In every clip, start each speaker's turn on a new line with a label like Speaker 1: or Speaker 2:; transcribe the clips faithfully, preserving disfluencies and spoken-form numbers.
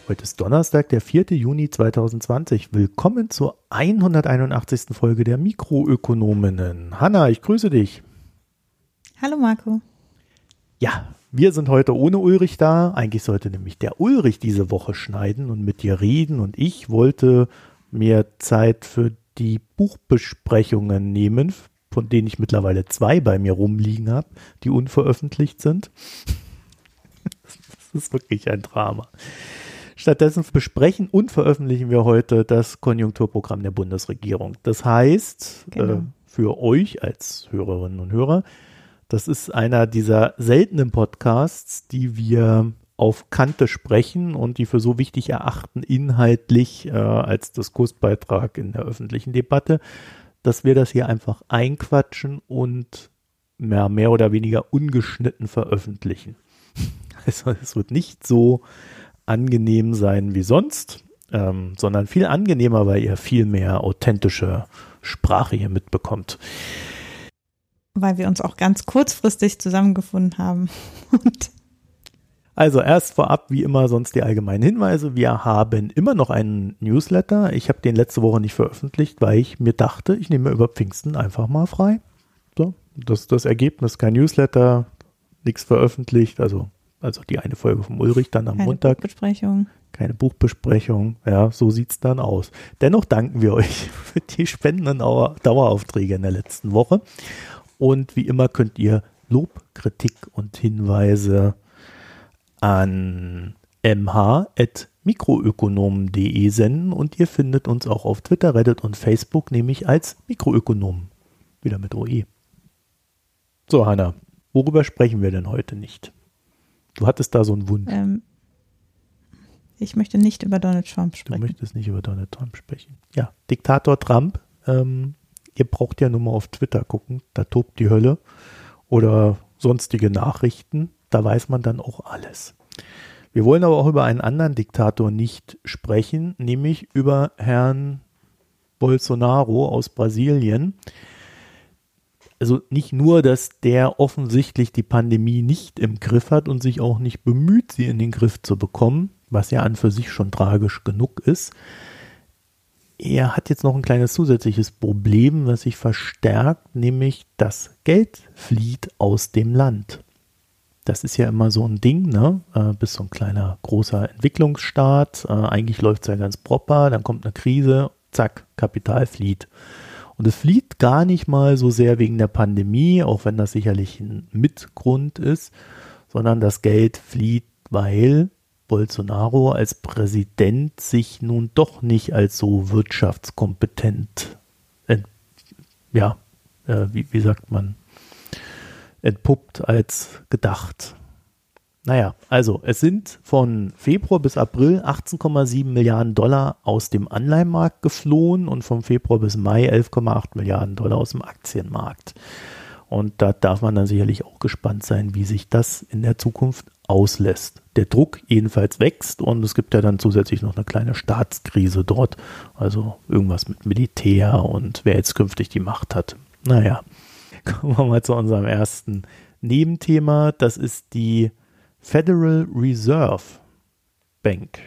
Speaker 1: Heute ist Donnerstag, der vierte Juni zweitausendzwanzig. Willkommen zur hunderteinundachtzigsten Folge der Mikroökonominnen. Hanna, ich grüße dich.
Speaker 2: Hallo Marco.
Speaker 1: Ja, wir sind heute ohne Ulrich da. Eigentlich sollte nämlich der Ulrich diese Woche schneiden und mit dir reden. Und ich wollte mir Zeit für die Buchbesprechungen nehmen, von denen ich mittlerweile zwei bei mir rumliegen habe, die unveröffentlicht sind. Das ist wirklich ein Drama. Stattdessen besprechen und veröffentlichen wir heute das Konjunkturprogramm der Bundesregierung. Das heißt, genau. äh, für euch als Hörerinnen und Hörer, das ist einer dieser seltenen Podcasts, die wir auf Kante sprechen und die für so wichtig erachten, inhaltlich äh, als Diskursbeitrag in der öffentlichen Debatte, dass wir das hier einfach einquatschen und mehr, mehr oder weniger ungeschnitten veröffentlichen. Also es wird nicht so angenehm sein wie sonst, ähm, sondern viel angenehmer, weil ihr viel mehr authentische Sprache hier mitbekommt.
Speaker 2: Weil wir uns auch ganz kurzfristig zusammengefunden haben. Und
Speaker 1: also erst vorab, wie immer, sonst die allgemeinen Hinweise. Wir haben immer noch einen Newsletter. Ich habe den letzte Woche nicht veröffentlicht, weil ich mir dachte, ich nehme über Pfingsten einfach mal frei. So, das ist das Ergebnis, kein Newsletter, nichts veröffentlicht, also Also die eine Folge vom Ulrich dann am
Speaker 2: keine
Speaker 1: Montag.
Speaker 2: Keine Buchbesprechung.
Speaker 1: Keine Buchbesprechung. Ja, so sieht es dann aus. Dennoch danken wir euch für die spendenden Dauer- Daueraufträge in der letzten Woche. Und wie immer könnt ihr Lob, Kritik und Hinweise an m h at mikroökonomen punkt d e senden. Und ihr findet uns auch auf Twitter, Reddit und Facebook, nämlich als Mikroökonomen. Wieder mit O E. So, Hanna, worüber sprechen wir denn heute nicht? Du hattest da so einen Wunsch.
Speaker 2: Ähm, ich möchte nicht über Donald Trump sprechen.
Speaker 1: Du möchtest nicht über Donald Trump sprechen. Ja, Diktator Trump, ähm, ihr braucht ja nur mal auf Twitter gucken, da tobt die Hölle oder sonstige Nachrichten, da weiß man dann auch alles. Wir wollen aber auch über einen anderen Diktator nicht sprechen, nämlich über Herrn Bolsonaro aus Brasilien. Also nicht nur, dass der offensichtlich die Pandemie nicht im Griff hat und sich auch nicht bemüht, sie in den Griff zu bekommen, was ja an für sich schon tragisch genug ist. Er hat jetzt noch ein kleines zusätzliches Problem, was sich verstärkt, nämlich das Geld flieht aus dem Land. Das ist ja immer so ein Ding, ne? Äh, bis so ein kleiner, großer Entwicklungsstaat. Äh, eigentlich läuft es ja ganz proper, dann kommt eine Krise, zack, Kapital flieht. Und es flieht gar nicht mal so sehr wegen der Pandemie, auch wenn das sicherlich ein Mitgrund ist, sondern das Geld flieht, weil Bolsonaro als Präsident sich nun doch nicht als so wirtschaftskompetent, ent, ja, äh, wie, wie sagt man, entpuppt als gedacht. Naja, also es sind von Februar bis April achtzehn Komma sieben Milliarden Dollar aus dem Anleihenmarkt geflohen und vom Februar bis Mai elf Komma acht Milliarden Dollar aus dem Aktienmarkt. Und da darf man dann sicherlich auch gespannt sein, wie sich das in der Zukunft auslässt. Der Druck jedenfalls wächst und es gibt ja dann zusätzlich noch eine kleine Staatskrise dort. Also irgendwas mit Militär und wer jetzt künftig die Macht hat. Naja, kommen wir mal zu unserem ersten Nebenthema. Das ist die Federal Reserve Bank.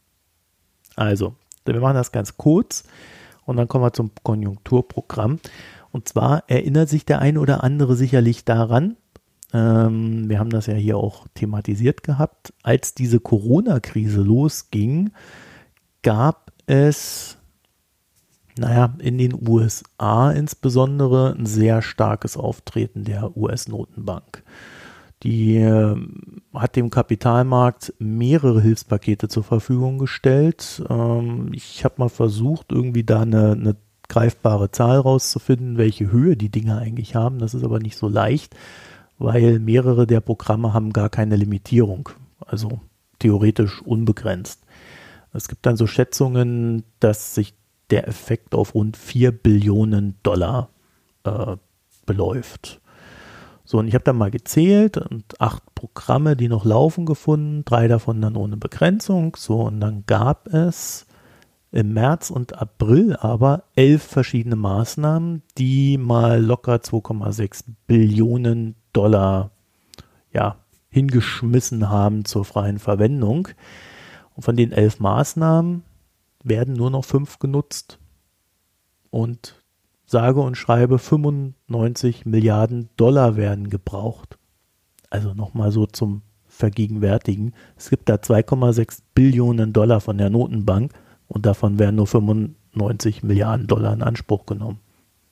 Speaker 1: Also, wir machen das ganz kurz und dann kommen wir zum Konjunkturprogramm. Und zwar erinnert sich der eine oder andere sicherlich daran, ähm, wir haben das ja hier auch thematisiert gehabt, als diese Corona-Krise losging, gab es, naja, in den U S A insbesondere ein sehr starkes Auftreten der U S-Notenbank. Die äh, hat dem Kapitalmarkt mehrere Hilfspakete zur Verfügung gestellt. Ähm, ich habe mal versucht, irgendwie da eine, eine greifbare Zahl rauszufinden, welche Höhe die Dinge eigentlich haben. Das ist aber nicht so leicht, weil mehrere der Programme haben gar keine Limitierung, also theoretisch unbegrenzt. Es gibt dann so Schätzungen, dass sich der Effekt auf rund vier Billionen Dollar äh, beläuft. So, und ich habe dann mal gezählt und acht Programme, die noch laufen, gefunden, drei davon dann ohne Begrenzung. So, und dann gab es im März und April aber elf verschiedene Maßnahmen, die mal locker zwei Komma sechs Billionen Dollar ja, hingeschmissen haben zur freien Verwendung. von den elf Maßnahmen werden nur noch fünf genutzt und sage und schreibe fünfundneunzig Milliarden Dollar werden gebraucht. Also nochmal so zum Vergegenwärtigen. Es gibt da zwei Komma sechs Billionen Dollar von der Notenbank und davon werden nur fünfundneunzig Milliarden Dollar in Anspruch genommen.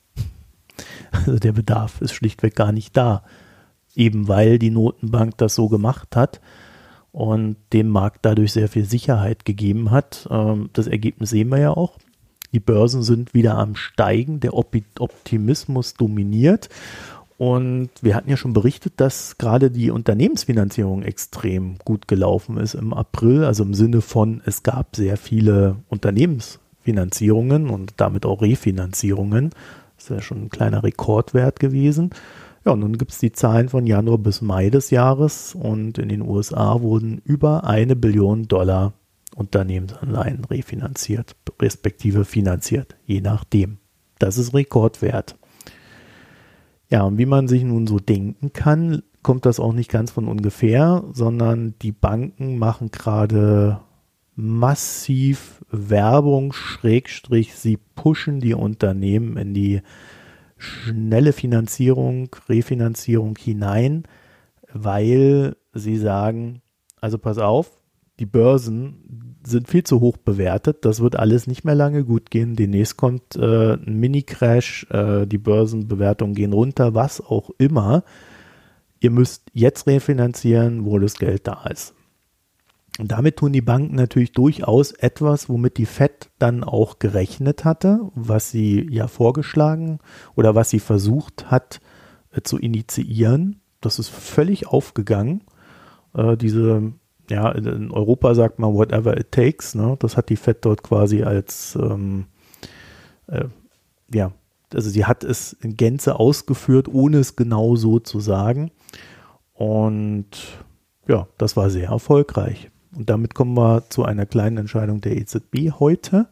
Speaker 1: Also der Bedarf ist schlichtweg gar nicht da. Eben weil die Notenbank das so gemacht hat und dem Markt dadurch sehr viel Sicherheit gegeben hat. Das Ergebnis sehen wir ja auch. Die Börsen sind wieder am Steigen, der Optimismus dominiert. Und wir hatten ja schon berichtet, dass gerade die Unternehmensfinanzierung extrem gut gelaufen ist im April. Also im Sinne von, es gab sehr viele Unternehmensfinanzierungen und damit auch Refinanzierungen. Das ist ja schon ein kleiner Rekordwert gewesen. Ja, und nun gibt es die Zahlen von Januar bis Mai des Jahres und in den U S A wurden über eine Billion Dollar Unternehmensanleihen refinanziert, respektive finanziert, je nachdem. Das ist Rekordwert. Ja, und wie man sich nun so denken kann, kommt das auch nicht ganz von ungefähr, sondern die Banken machen gerade massiv Werbung, Schrägstrich, sie pushen die Unternehmen in die schnelle Finanzierung, Refinanzierung hinein, weil sie sagen, also pass auf, die Börsen sind viel zu hoch bewertet, das wird alles nicht mehr lange gut gehen, demnächst kommt äh, ein Mini-Crash, äh, die Börsenbewertungen gehen runter, was auch immer. Ihr müsst jetzt refinanzieren, wo das Geld da ist. Und damit tun die Banken natürlich durchaus etwas, womit die Fed dann auch gerechnet hatte, was sie ja vorgeschlagen oder was sie versucht hat äh, zu initiieren. Das ist völlig aufgegangen. Äh, diese Ja, in Europa sagt man whatever it takes, ne? Das hat die Fed dort quasi als, ähm, äh, ja, also sie hat es in Gänze ausgeführt, ohne es genau so zu sagen. Und ja, das war sehr erfolgreich. Und damit kommen wir zu einer kleinen Entscheidung der E Z B heute.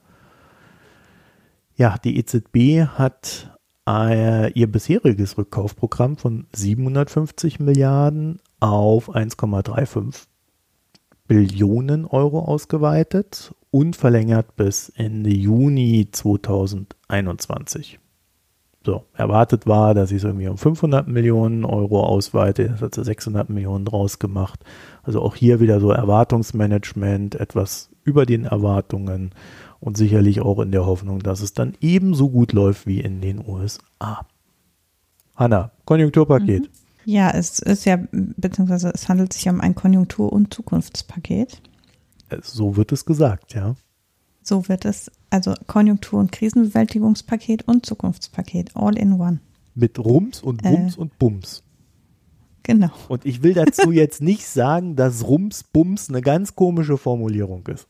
Speaker 1: Ja, die E Z B hat äh, ihr bisheriges Rückkaufprogramm von siebenhundertfünfzig Milliarden auf eins Komma fünfunddreißig Billionen Euro ausgeweitet und verlängert bis Ende Juni zweitausendeinundzwanzig. So, erwartet war, dass sie es irgendwie um fünfhundert Millionen Euro ausweitet, das hat sie sechshundert Millionen draus gemacht. Also auch hier wieder so Erwartungsmanagement, etwas über den Erwartungen und sicherlich auch in der Hoffnung, dass es dann ebenso gut läuft wie in den U S A. Hanna, Konjunkturpaket.
Speaker 2: Mhm. Ja, es ist ja, beziehungsweise es handelt sich ja um ein Konjunktur- und Zukunftspaket.
Speaker 1: So wird es gesagt, ja.
Speaker 2: So wird es, also Konjunktur- und Krisenbewältigungspaket und Zukunftspaket, all in one.
Speaker 1: Mit Rums und Bums
Speaker 2: äh,
Speaker 1: und Bums.
Speaker 2: Genau.
Speaker 1: Und ich will dazu jetzt nicht sagen, dass Rums, Bums eine ganz komische Formulierung ist.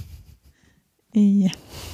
Speaker 2: Ja.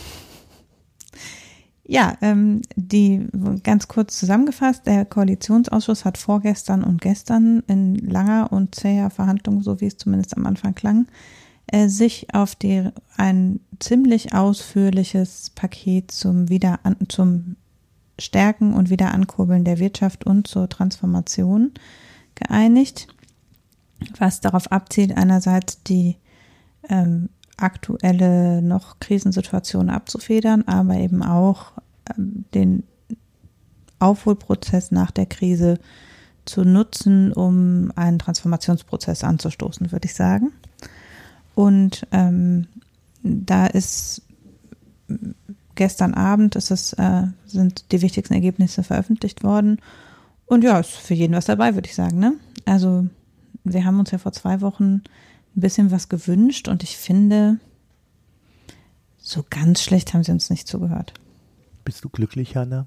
Speaker 2: Ja, ähm, die ganz kurz zusammengefasst, der Koalitionsausschuss hat vorgestern und gestern in langer und zäher Verhandlung, so wie es zumindest am Anfang klang, äh, sich auf die, ein ziemlich ausführliches Paket zum Wieder an, zum Stärken und Wiederankurbeln der Wirtschaft und zur Transformation geeinigt, was darauf abzielt, einerseits die ähm, aktuelle noch Krisensituation abzufedern, aber eben auch ähm, den Aufholprozess nach der Krise zu nutzen, um einen Transformationsprozess anzustoßen, würde ich sagen. Und ähm, da ist gestern Abend ist es, äh, sind die wichtigsten Ergebnisse veröffentlicht worden. Und ja, ist für jeden was dabei, würde ich sagen, ne? Also wir haben uns ja vor zwei Wochen ein bisschen was gewünscht und ich finde, so ganz schlecht haben sie uns nicht zugehört.
Speaker 1: Bist du glücklich, Hanna?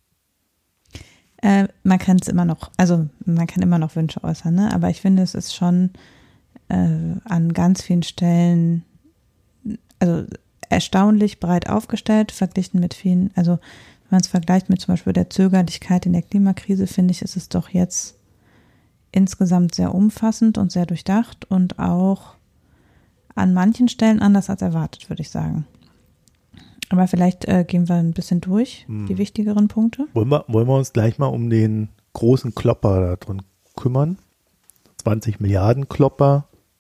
Speaker 2: Äh, man kann es immer noch, also man kann immer noch Wünsche äußern, ne? Aber ich finde, es ist schon äh, an ganz vielen Stellen, also erstaunlich breit aufgestellt, verglichen mit vielen, also wenn man es vergleicht mit zum Beispiel der Zögerlichkeit in der Klimakrise, finde ich, ist es doch jetzt insgesamt sehr umfassend und sehr durchdacht und auch an manchen Stellen anders als erwartet, würde ich sagen. Aber vielleicht äh, gehen wir ein bisschen durch, hm. die wichtigeren Punkte.
Speaker 1: Wollen wir, wollen wir uns gleich mal um den großen Klopper da drin kümmern? zwanzig Milliarden Klopper,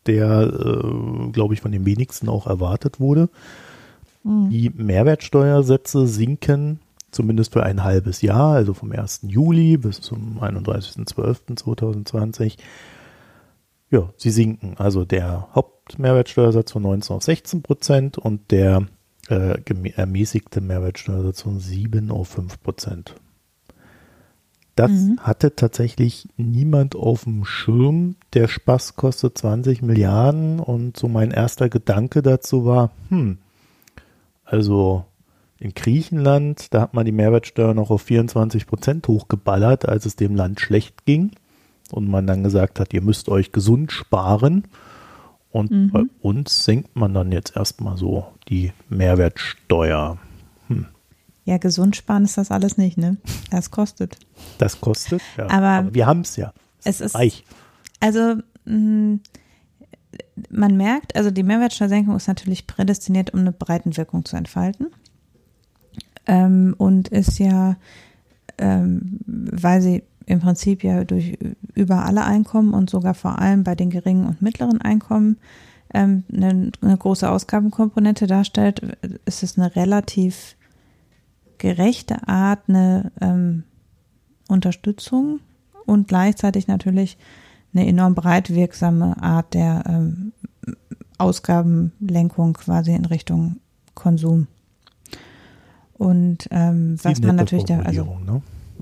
Speaker 1: der, äh, glaube ich, von den wenigsten auch erwartet wurde. Mhm. Die Mehrwertsteuersätze sinken zumindest für ein halbes Jahr, also vom ersten Juli bis zum einunddreißigsten zwölften zweitausendzwanzig. Ja, sie sinken. Also der Hauptmehrwertsteuersatz von neunzehn auf sechzehn Prozent und der äh, ermäßigte Mehrwertsteuersatz von sieben auf fünf Prozent. Das mhm. hatte tatsächlich niemand auf dem Schirm. Der Spaß kostet zwanzig Milliarden und so mein erster Gedanke dazu war, hm, also in Griechenland, da hat man die Mehrwertsteuer noch auf vierundzwanzig Prozent hochgeballert, als es dem Land schlecht ging und man dann gesagt hat, ihr müsst euch gesund sparen und mhm. bei uns senkt man dann jetzt erstmal so die Mehrwertsteuer. Hm.
Speaker 2: Ja, gesund sparen ist das alles nicht, ne? Das kostet.
Speaker 1: Das kostet, ja.
Speaker 2: Aber,
Speaker 1: aber wir haben es ja.
Speaker 2: Es ist reich. Also mh, man merkt, also die Mehrwertsteuersenkung ist natürlich prädestiniert, um eine Breitenwirkung zu entfalten. Ähm, und ist ja, ähm, weil sie im Prinzip ja durch über alle Einkommen und sogar vor allem bei den geringen und mittleren Einkommen ähm, eine, eine große Ausgabenkomponente darstellt, ist es eine relativ gerechte Art, eine ähm, Unterstützung und gleichzeitig natürlich eine enorm breit wirksame Art der ähm, Ausgabenlenkung quasi in Richtung Konsum. Und ähm, was man natürlich da, also
Speaker 1: ne?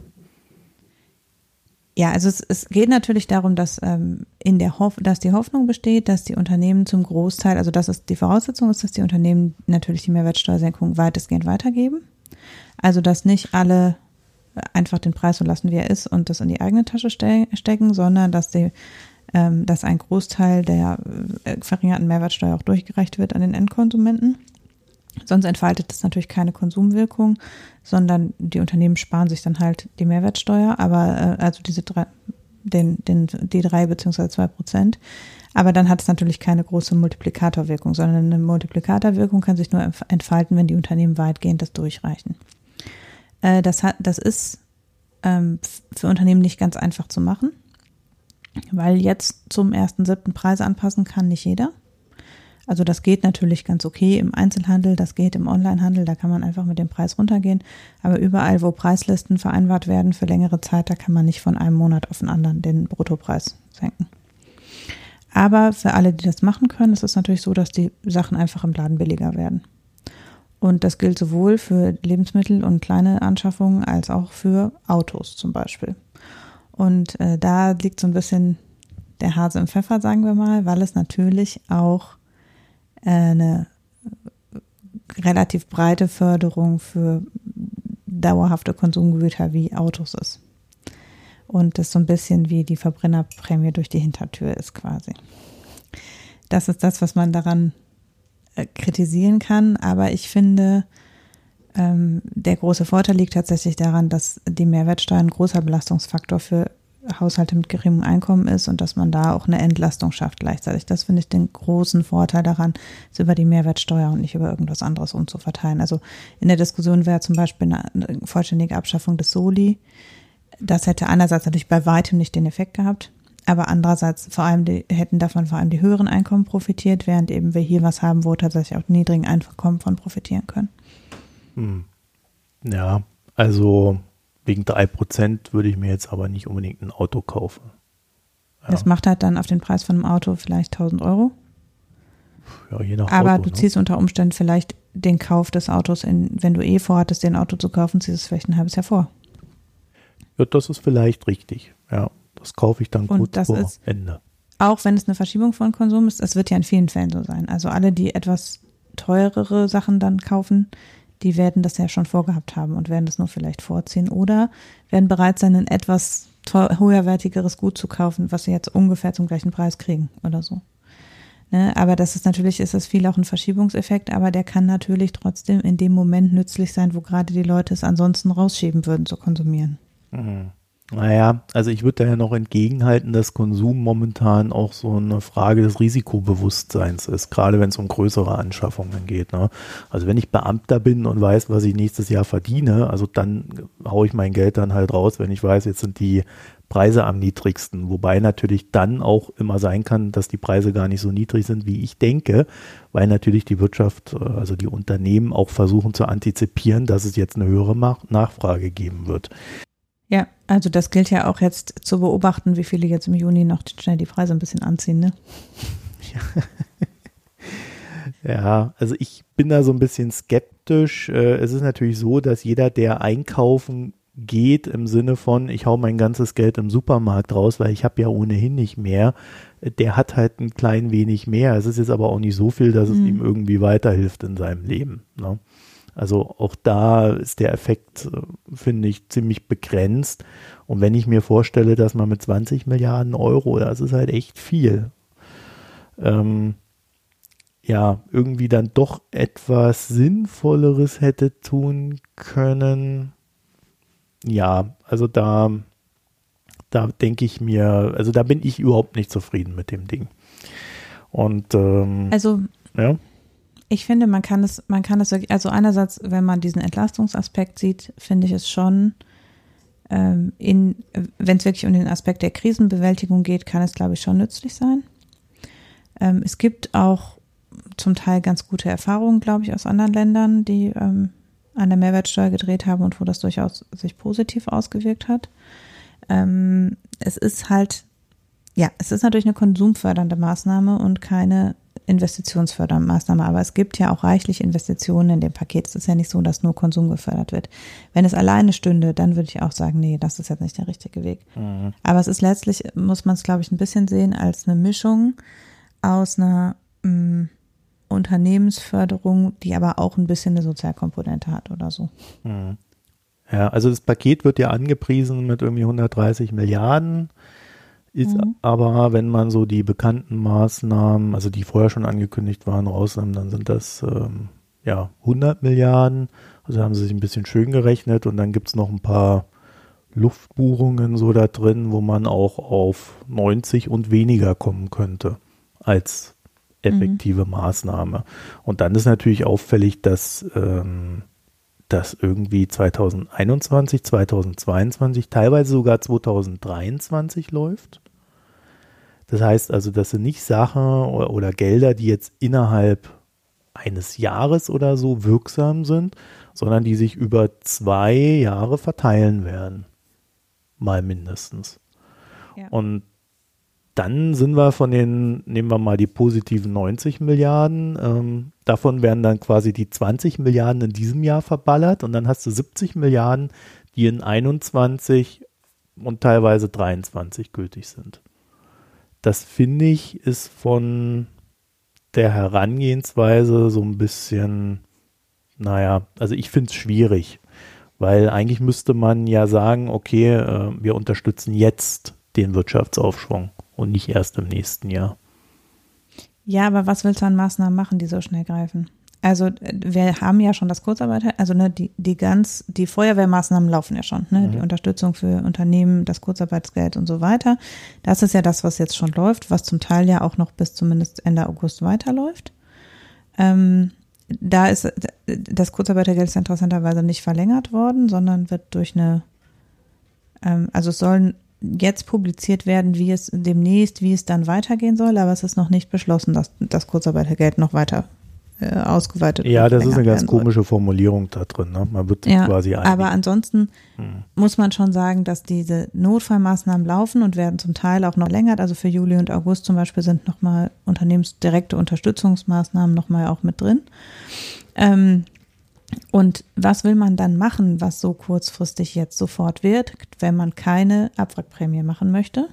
Speaker 2: ja, also es, es geht natürlich darum, dass ähm, in der Hoff, dass die Hoffnung besteht, dass die Unternehmen zum Großteil, also das ist die Voraussetzung ist, dass die Unternehmen natürlich die Mehrwertsteuersenkung weitestgehend weitergeben. Also dass nicht alle einfach den Preis so lassen, wie er ist und das in die eigene Tasche ste- stecken, sondern dass die, ähm, dass ein Großteil der äh, verringerten Mehrwertsteuer auch durchgereicht wird an den Endkonsumenten. Sonst entfaltet das natürlich keine Konsumwirkung, sondern die Unternehmen sparen sich dann halt die Mehrwertsteuer, aber äh, also diese drei, den, den, die drei beziehungsweise zwei Prozent. Aber dann hat es natürlich keine große Multiplikatorwirkung, sondern eine Multiplikatorwirkung kann sich nur entfalten, wenn die Unternehmen weitgehend das durchreichen. Äh, das hat, das ist ähm, für Unternehmen nicht ganz einfach zu machen, weil jetzt zum ersten siebten Preise anpassen kann nicht jeder. Also das geht natürlich ganz okay im Einzelhandel, das geht im Onlinehandel, da kann man einfach mit dem Preis runtergehen. Aber überall, wo Preislisten vereinbart werden für längere Zeit, da kann man nicht von einem Monat auf den anderen den Bruttopreis senken. Aber für alle, die das machen können, ist es natürlich so, dass die Sachen einfach im Laden billiger werden. Und das gilt sowohl für Lebensmittel und kleine Anschaffungen als auch für Autos zum Beispiel. Und äh, da liegt so ein bisschen der Hase im Pfeffer, sagen wir mal, weil es natürlich auch eine relativ breite Förderung für dauerhafte Konsumgüter wie Autos ist. Und das so ein bisschen wie die Verbrennerprämie durch die Hintertür ist quasi. Das ist das, was man daran äh, kritisieren kann. Aber ich finde, ähm, der große Vorteil liegt tatsächlich daran, dass die Mehrwertsteuer ein großer Belastungsfaktor für Haushalte mit geringem Einkommen ist und dass man da auch eine Entlastung schafft gleichzeitig. Das finde ich den großen Vorteil daran, es über die Mehrwertsteuer und nicht über irgendwas anderes umzuverteilen. Also in der Diskussion wäre zum Beispiel eine vollständige Abschaffung des Soli. Das hätte einerseits natürlich bei weitem nicht den Effekt gehabt, aber andererseits vor allem die, hätten davon vor allem die höheren Einkommen profitiert, während eben wir hier was haben, wo tatsächlich auch die niedrigen Einkommen von profitieren können.
Speaker 1: Hm. Ja, also wegen drei Prozent würde ich mir jetzt aber nicht unbedingt ein Auto kaufen. Ja.
Speaker 2: Das macht halt dann auf den Preis von einem Auto vielleicht tausend Euro.
Speaker 1: Ja, je nach
Speaker 2: aber
Speaker 1: Auto,
Speaker 2: du ziehst ne? unter Umständen vielleicht den Kauf des Autos, in, wenn du eh vorhattest, den Auto zu kaufen, ziehst es vielleicht ein halbes Jahr vor.
Speaker 1: Ja, das ist vielleicht richtig. Ja, das kaufe ich dann
Speaker 2: Und
Speaker 1: kurz
Speaker 2: das
Speaker 1: vor
Speaker 2: ist,
Speaker 1: Ende.
Speaker 2: Auch wenn es eine Verschiebung von Konsum ist, das wird ja in vielen Fällen so sein. Also alle, die etwas teurere Sachen dann kaufen, die werden das ja schon vorgehabt haben und werden das nur vielleicht vorziehen oder werden bereit sein, ein etwas teuer, höherwertigeres Gut zu kaufen, was sie jetzt ungefähr zum gleichen Preis kriegen oder so. Ne? Aber das ist natürlich, ist das viel auch ein Verschiebungseffekt, aber der kann natürlich trotzdem in dem Moment nützlich sein, wo gerade die Leute es ansonsten rausschieben würden zu konsumieren.
Speaker 1: Mhm. Naja, also ich würde da ja noch entgegenhalten, dass Konsum momentan auch so eine Frage des Risikobewusstseins ist, gerade wenn es um größere Anschaffungen geht. Ne? Also wenn ich Beamter bin und weiß, was ich nächstes Jahr verdiene, also dann haue ich mein Geld dann halt raus, wenn ich weiß, jetzt sind die Preise am niedrigsten. Wobei natürlich dann auch immer sein kann, dass die Preise gar nicht so niedrig sind, wie ich denke, weil natürlich die Wirtschaft, also die Unternehmen auch versuchen zu antizipieren, dass es jetzt eine höhere Nachfrage geben wird.
Speaker 2: Ja, also das gilt ja auch jetzt zu beobachten, wie viele jetzt im Juni noch schnell die Preise ein bisschen anziehen, ne?
Speaker 1: Ja. Ja, also ich bin da so ein bisschen skeptisch. Es ist natürlich so, dass jeder, der einkaufen geht im Sinne von, ich hau mein ganzes Geld im Supermarkt raus, weil ich habe ja ohnehin nicht mehr, der hat halt ein klein wenig mehr. Es ist jetzt aber auch nicht so viel, dass es mhm. ihm irgendwie weiterhilft in seinem Leben. Ne? Also auch da ist der Effekt, finde ich, ziemlich begrenzt. Und wenn ich mir vorstelle, dass man mit zwanzig Milliarden Euro, das ist halt echt viel, ähm, ja, irgendwie dann doch etwas Sinnvolleres hätte tun können. Ja, also da, da denke ich mir, also da bin ich überhaupt nicht zufrieden mit dem Ding. Und ähm,
Speaker 2: also
Speaker 1: ja.
Speaker 2: Ich finde, man kann es, man kann es wirklich, also einerseits, wenn man diesen Entlastungsaspekt sieht, finde ich es schon, ähm, in, wenn es wirklich um den Aspekt der Krisenbewältigung geht, kann es, glaube ich, schon nützlich sein. Ähm, es gibt auch zum Teil ganz gute Erfahrungen, glaube ich, aus anderen Ländern, die ähm, an der Mehrwertsteuer gedreht haben und wo das durchaus sich positiv ausgewirkt hat. Ähm, es ist halt, ja, es ist natürlich eine konsumfördernde Maßnahme und keine investitionsfördernde Maßnahme, aber es gibt ja auch reichlich Investitionen in dem Paket. Es ist ja nicht so, dass nur Konsum gefördert wird. Wenn es alleine stünde, dann würde ich auch sagen, nee, das ist jetzt nicht der richtige Weg. Mhm. Aber es ist letztlich, muss man es, glaube ich, ein bisschen sehen als eine Mischung aus einer mh, Unternehmensförderung, die aber auch ein bisschen eine Sozialkomponente hat oder so.
Speaker 1: Mhm. Ja, also das Paket wird ja angepriesen mit irgendwie hundertdreißig Milliarden. Ist mhm. aber, wenn man so die bekannten Maßnahmen, also die vorher schon angekündigt waren, rausnimmt, dann sind das ähm, ja hundert Milliarden. Also haben sie sich ein bisschen schön gerechnet und dann gibt es noch ein paar Luftbuchungen so da drin, wo man auch auf neunzig und weniger kommen könnte als effektive mhm. Maßnahme. Und dann ist natürlich auffällig, dass ähm, das irgendwie zweitausendeinundzwanzig, zweitausendzweiundzwanzig, teilweise sogar zweitausenddreiundzwanzig läuft. Das heißt also, das sind nicht Sachen oder, oder Gelder, die jetzt innerhalb eines Jahres oder so wirksam sind, sondern die sich über zwei Jahre verteilen werden. Mal mindestens. Ja. Und dann sind wir von den, nehmen wir mal die positiven neunzig Milliarden, ähm, davon werden dann quasi die zwanzig Milliarden in diesem Jahr verballert und dann hast du siebzig Milliarden, die in einundzwanzig und teilweise dreiundzwanzig gültig sind. Das finde ich ist von der Herangehensweise so ein bisschen, naja, also ich finde es schwierig, weil eigentlich müsste man ja sagen, okay, äh, wir unterstützen jetzt den Wirtschaftsaufschwung und nicht erst im nächsten Jahr.
Speaker 2: Ja, aber was willst du an Maßnahmen machen, die so schnell greifen? Also wir haben ja schon das Kurzarbeiter, also ne, die, die ganz, die Feuerwehrmaßnahmen laufen ja schon, ne, mhm. die Unterstützung für Unternehmen, das Kurzarbeitsgeld und so weiter. Das ist ja das, was jetzt schon läuft, was zum Teil ja auch noch bis zumindest Ende August weiterläuft. Ähm, da ist das Kurzarbeitergeld ist interessanterweise nicht verlängert worden, sondern wird durch eine, ähm, also es sollen jetzt publiziert werden, wie es demnächst, wie es dann weitergehen soll, aber es ist noch nicht beschlossen, dass das Kurzarbeitergeld noch weiter äh, ausgeweitet wird.
Speaker 1: Ja, das ist eine ganz komische Formulierung da drin. Ne? Man wird
Speaker 2: ja,
Speaker 1: quasi einig.
Speaker 2: Aber ansonsten hm. muss man schon sagen, dass diese Notfallmaßnahmen laufen und werden zum Teil auch noch verlängert. Also für Juli und August zum Beispiel sind nochmal unternehmensdirekte Unterstützungsmaßnahmen nochmal auch mit drin. Ähm, Und was will man dann machen, was so kurzfristig jetzt sofort wird, wenn man keine Abwrackprämie machen möchte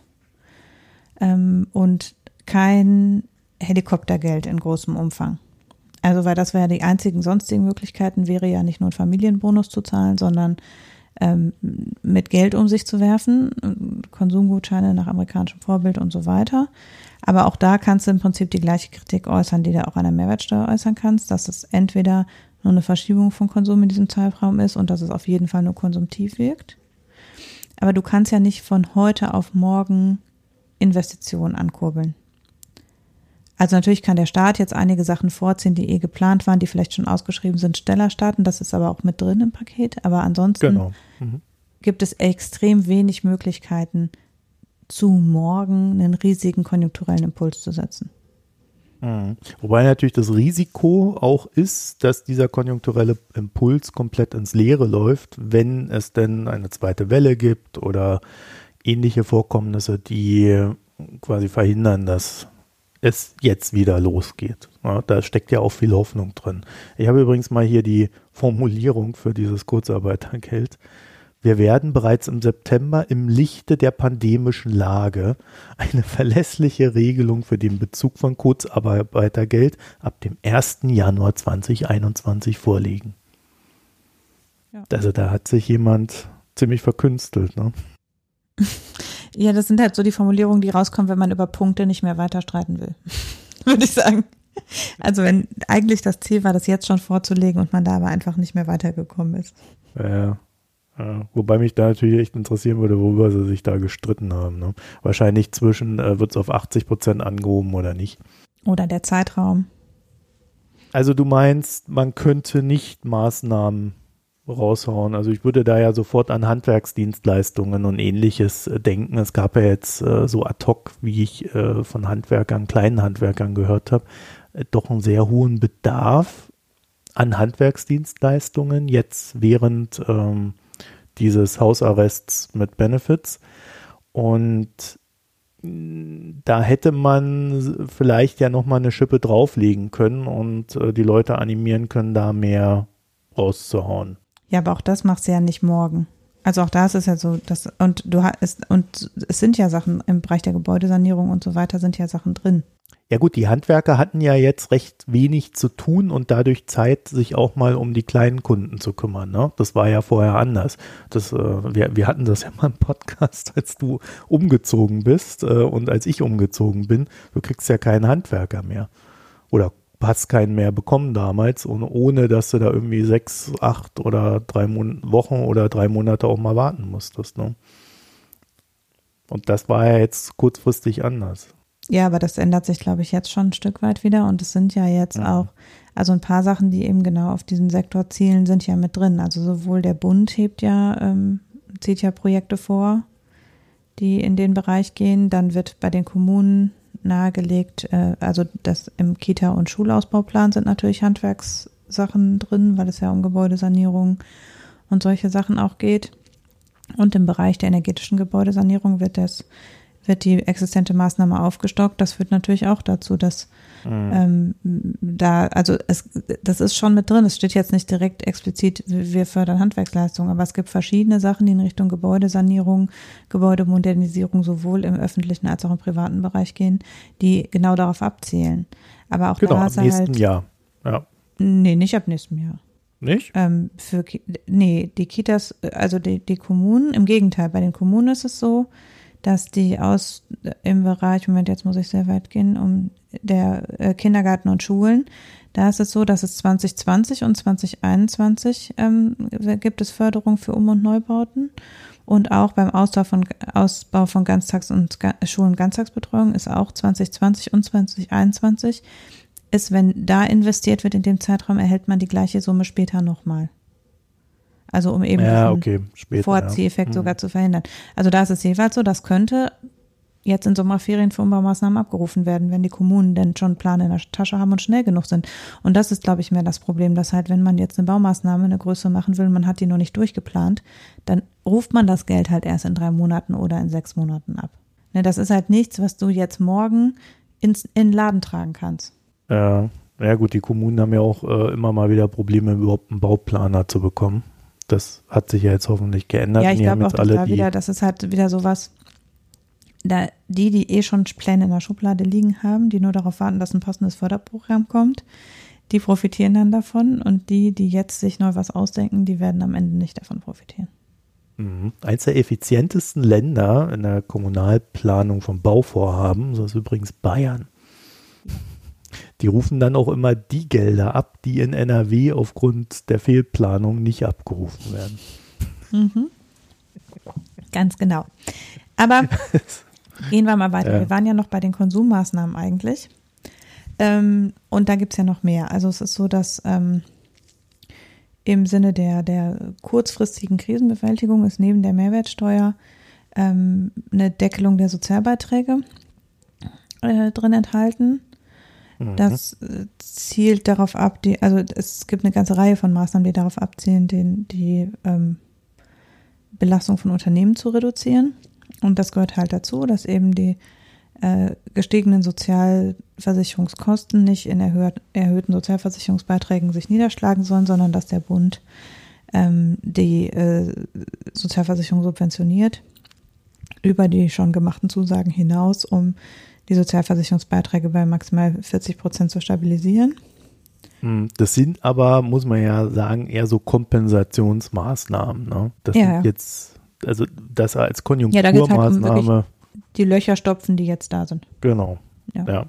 Speaker 2: ähm, und kein Helikoptergeld in großem Umfang? Also weil das wäre die einzigen sonstigen Möglichkeiten, wäre ja nicht nur ein Familienbonus zu zahlen, sondern ähm, mit Geld um sich zu werfen, Konsumgutscheine nach amerikanischem Vorbild und so weiter. Aber auch da kannst du im Prinzip die gleiche Kritik äußern, die du auch an der Mehrwertsteuer äußern kannst, dass es entweder nur eine Verschiebung von Konsum in diesem Zeitraum ist und dass es auf jeden Fall nur konsumtiv wirkt. Aber du kannst ja nicht von heute auf morgen Investitionen ankurbeln. Also natürlich kann der Staat jetzt einige Sachen vorziehen, die eh geplant waren, die vielleicht schon ausgeschrieben sind, schneller starten. Das ist aber auch mit drin im Paket. Aber ansonsten
Speaker 1: Genau. Mhm.
Speaker 2: gibt es extrem wenig Möglichkeiten, zu morgen einen riesigen konjunkturellen Impuls zu setzen.
Speaker 1: Mhm. Wobei natürlich das Risiko auch ist, dass dieser konjunkturelle Impuls komplett ins Leere läuft, wenn es denn eine zweite Welle gibt oder ähnliche Vorkommnisse, die quasi verhindern, dass es jetzt wieder losgeht. Ja, da steckt ja auch viel Hoffnung drin. Ich habe übrigens mal hier die Formulierung für dieses Kurzarbeitergeld. Wir werden bereits im September im Lichte der pandemischen Lage eine verlässliche Regelung für den Bezug von Kurzarbeitergeld ab dem ersten Januar zweitausendeinundzwanzig vorlegen. Ja. Also da hat sich jemand ziemlich verkünstelt, ne?
Speaker 2: Ja, das sind halt so die Formulierungen, die rauskommen, wenn man über Punkte nicht mehr weiter streiten will, würde ich sagen. Also wenn eigentlich das Ziel war, das jetzt schon vorzulegen und man da aber einfach nicht mehr weitergekommen ist.
Speaker 1: Ja, ja. Wobei mich da natürlich echt interessieren würde, worüber sie sich da gestritten haben. Ne? Wahrscheinlich zwischen, äh, wird es auf achtzig Prozent angehoben oder nicht.
Speaker 2: Oder der Zeitraum.
Speaker 1: Also du meinst, man könnte nicht Maßnahmen raushauen. Also ich würde da ja sofort an Handwerksdienstleistungen und ähnliches äh, denken. Es gab ja jetzt äh, so ad hoc, wie ich äh, von Handwerkern, kleinen Handwerkern gehört habe, äh, doch einen sehr hohen Bedarf an Handwerksdienstleistungen jetzt während ähm, dieses Hausarrests mit Benefits. Und da hätte man vielleicht ja nochmal eine Schippe drauflegen können und äh, die Leute animieren können, da mehr rauszuhauen.
Speaker 2: Ja, aber auch das machst du ja nicht morgen. Also auch da ist es ja so, dass, und du hast, und es sind ja Sachen im Bereich der Gebäudesanierung und so weiter, sind ja Sachen drin.
Speaker 1: Ja gut, die Handwerker hatten ja jetzt recht wenig zu tun und dadurch Zeit, sich auch mal um die kleinen Kunden zu kümmern. Ne? Das war ja vorher anders. Das, äh, wir, wir hatten das ja mal im Podcast, als du umgezogen bist äh, und als ich umgezogen bin. Du kriegst ja keinen Handwerker mehr. Oder hast keinen mehr bekommen damals, und ohne dass du da irgendwie sechs, acht oder drei Mon- Wochen oder drei Monate auch mal warten musstest. Ne? Und das war ja jetzt kurzfristig anders.
Speaker 2: Ja, aber das ändert sich, glaube ich, jetzt schon ein Stück weit wieder. Und es sind ja jetzt ja. auch, also ein paar Sachen, die eben genau auf diesen Sektor zielen, sind ja mit drin. Also sowohl der Bund hebt ja, ähm, zieht ja Projekte vor, die in den Bereich gehen. Dann wird bei den Kommunen nahegelegt, äh, also das im Kita- und Schulausbauplan sind natürlich Handwerkssachen drin, weil es ja um Gebäudesanierung und solche Sachen auch geht. Und im Bereich der energetischen Gebäudesanierung wird das wird die existente Maßnahme aufgestockt. Das führt natürlich auch dazu, dass mhm. ähm, da, also es, das ist schon mit drin. Es steht jetzt nicht direkt explizit, wir fördern Handwerksleistungen, aber es gibt verschiedene Sachen, die in Richtung Gebäudesanierung, Gebäudemodernisierung sowohl im öffentlichen als auch im privaten Bereich gehen, die genau darauf abzielen. Aber auch
Speaker 1: genau,
Speaker 2: da
Speaker 1: ab nächsten halt, Jahr. Ja.
Speaker 2: Nee, nicht ab nächstem Jahr.
Speaker 1: Nicht?
Speaker 2: Ähm, für, nee, die Kitas, also die, die Kommunen, im Gegenteil, bei den Kommunen ist es so, dass die aus im Bereich, Moment, jetzt muss ich sehr weit gehen, um der äh, Kindergarten und Schulen, da ist es so, dass es zwanzig zwanzig und zwanzig einundzwanzig ähm, gibt es Förderung für Um- und Neubauten, und auch beim Ausbau von, Ausbau von Ganztags- und Ga- Schul- und Ganztagsbetreuung ist auch zwanzig zwanzig und zwanzig einundzwanzig, ist, wenn da investiert wird in dem Zeitraum, erhält man die gleiche Summe später nochmal. Also um eben
Speaker 1: ja,
Speaker 2: diesen
Speaker 1: okay. Später,
Speaker 2: Vorzieheffekt
Speaker 1: ja.
Speaker 2: sogar zu verhindern. Also da ist es jeweils so, das könnte jetzt in Sommerferien für Umbaumaßnahmen abgerufen werden, wenn die Kommunen denn schon einen Plan in der Tasche haben und schnell genug sind. Und das ist, glaube ich, mehr das Problem, dass halt, wenn man jetzt eine Baumaßnahme, eine größere machen will, man hat die noch nicht durchgeplant, dann ruft man das Geld halt erst in drei Monaten oder in sechs Monaten ab. Ne, das ist halt nichts, was du jetzt morgen ins, in den Laden tragen kannst.
Speaker 1: Ja, ja gut, die Kommunen haben ja auch äh, immer mal wieder Probleme, überhaupt einen Bauplaner zu bekommen. Das hat sich ja jetzt hoffentlich geändert.
Speaker 2: Ja, ich glaube auch,
Speaker 1: alle,
Speaker 2: das, war
Speaker 1: die
Speaker 2: wieder, das ist halt wieder sowas, da die, die eh schon Pläne in der Schublade liegen haben, die nur darauf warten, dass ein passendes Förderprogramm kommt, die profitieren dann davon, und die, die jetzt sich neu was ausdenken, die werden am Ende nicht davon profitieren.
Speaker 1: Mhm. Eins der effizientesten Länder in der Kommunalplanung von Bauvorhaben, so ist übrigens Bayern. Die rufen dann auch immer die Gelder ab, die in N R W aufgrund der Fehlplanung nicht abgerufen werden.
Speaker 2: Mhm. Ganz genau. Aber gehen wir mal weiter.
Speaker 1: Ja.
Speaker 2: Wir waren ja noch bei den Konsummaßnahmen eigentlich. Ähm, und da gibt es ja noch mehr. Also es ist so, dass ähm, im Sinne der, der kurzfristigen Krisenbewältigung ist neben der Mehrwertsteuer ähm, eine Deckelung der Sozialbeiträge äh, drin enthalten. Mhm. Das äh, zielt darauf ab, die, also es gibt eine ganze Reihe von Maßnahmen, die darauf abzielen, den, die ähm, Belastung von Unternehmen zu reduzieren. Und das gehört halt dazu, dass eben die äh, gestiegenen Sozialversicherungskosten nicht in erhöht, erhöhten Sozialversicherungsbeiträgen sich niederschlagen sollen, sondern dass der Bund ähm, die äh, Sozialversicherung subventioniert über die schon gemachten Zusagen hinaus, um die Sozialversicherungsbeiträge bei maximal vierzig Prozent zu stabilisieren.
Speaker 1: Das sind aber, muss man ja sagen, eher so Kompensationsmaßnahmen. Ne? Das
Speaker 2: ja,
Speaker 1: sind
Speaker 2: ja.
Speaker 1: jetzt, also das als Konjunkturmaßnahme.
Speaker 2: Ja, da geht's halt um wirklich die Löcher stopfen, die jetzt da sind.
Speaker 1: Genau,
Speaker 2: ja.
Speaker 1: ja.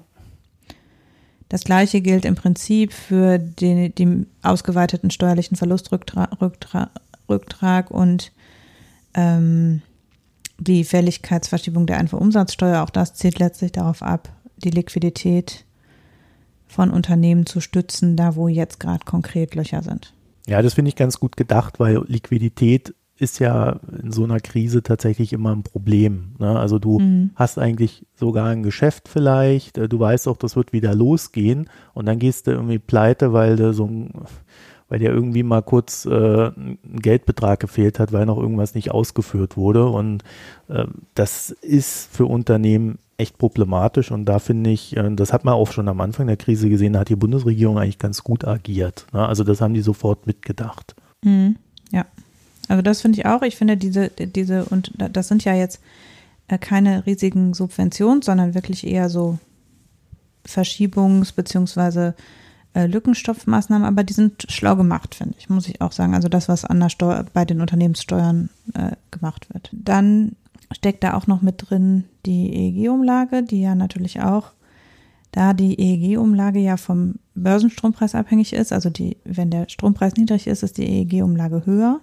Speaker 2: Das Gleiche gilt im Prinzip für den, den ausgeweiteten steuerlichen Verlustrücktrag Rücktrag, Rücktrag und ähm, die Fälligkeitsverschiebung der Einfuhrumsatzsteuer. Auch das zielt letztlich darauf ab, die Liquidität von Unternehmen zu stützen, da wo jetzt gerade konkret Löcher sind.
Speaker 1: Ja, das finde ich ganz gut gedacht, weil Liquidität ist ja in so einer Krise tatsächlich immer ein Problem. Ne? Also du mhm. hast eigentlich sogar ein Geschäft vielleicht, du weißt auch, das wird wieder losgehen und dann gehst du irgendwie pleite, weil du so ein, weil dir irgendwie mal kurz äh, ein Geldbetrag gefehlt hat, weil noch irgendwas nicht ausgeführt wurde und äh, das ist für Unternehmen echt problematisch und da finde ich, äh, das hat man auch schon am Anfang der Krise gesehen, da hat die Bundesregierung eigentlich ganz gut agiert. Ne? Also das haben die sofort mitgedacht.
Speaker 2: Mhm. Ja. Also das finde ich auch. Ich finde diese, diese, und das sind ja jetzt keine riesigen Subventionen, sondern wirklich eher so Verschiebungs- bzw. Lückenstopfmaßnahmen, aber die sind schlau gemacht, finde ich, muss ich auch sagen. Also das, was an der Steuer, bei den Unternehmenssteuern äh, gemacht wird. Dann steckt da auch noch mit drin die E E G-Umlage, die ja natürlich auch, da die E E G-Umlage ja vom Börsenstrompreis abhängig ist, also die, wenn der Strompreis niedrig ist, ist die E E G-Umlage höher.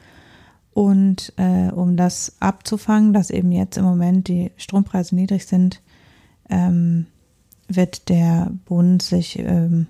Speaker 2: Und äh, um das abzufangen, dass eben jetzt im Moment die Strompreise niedrig sind, ähm, wird der Bund sich ähm,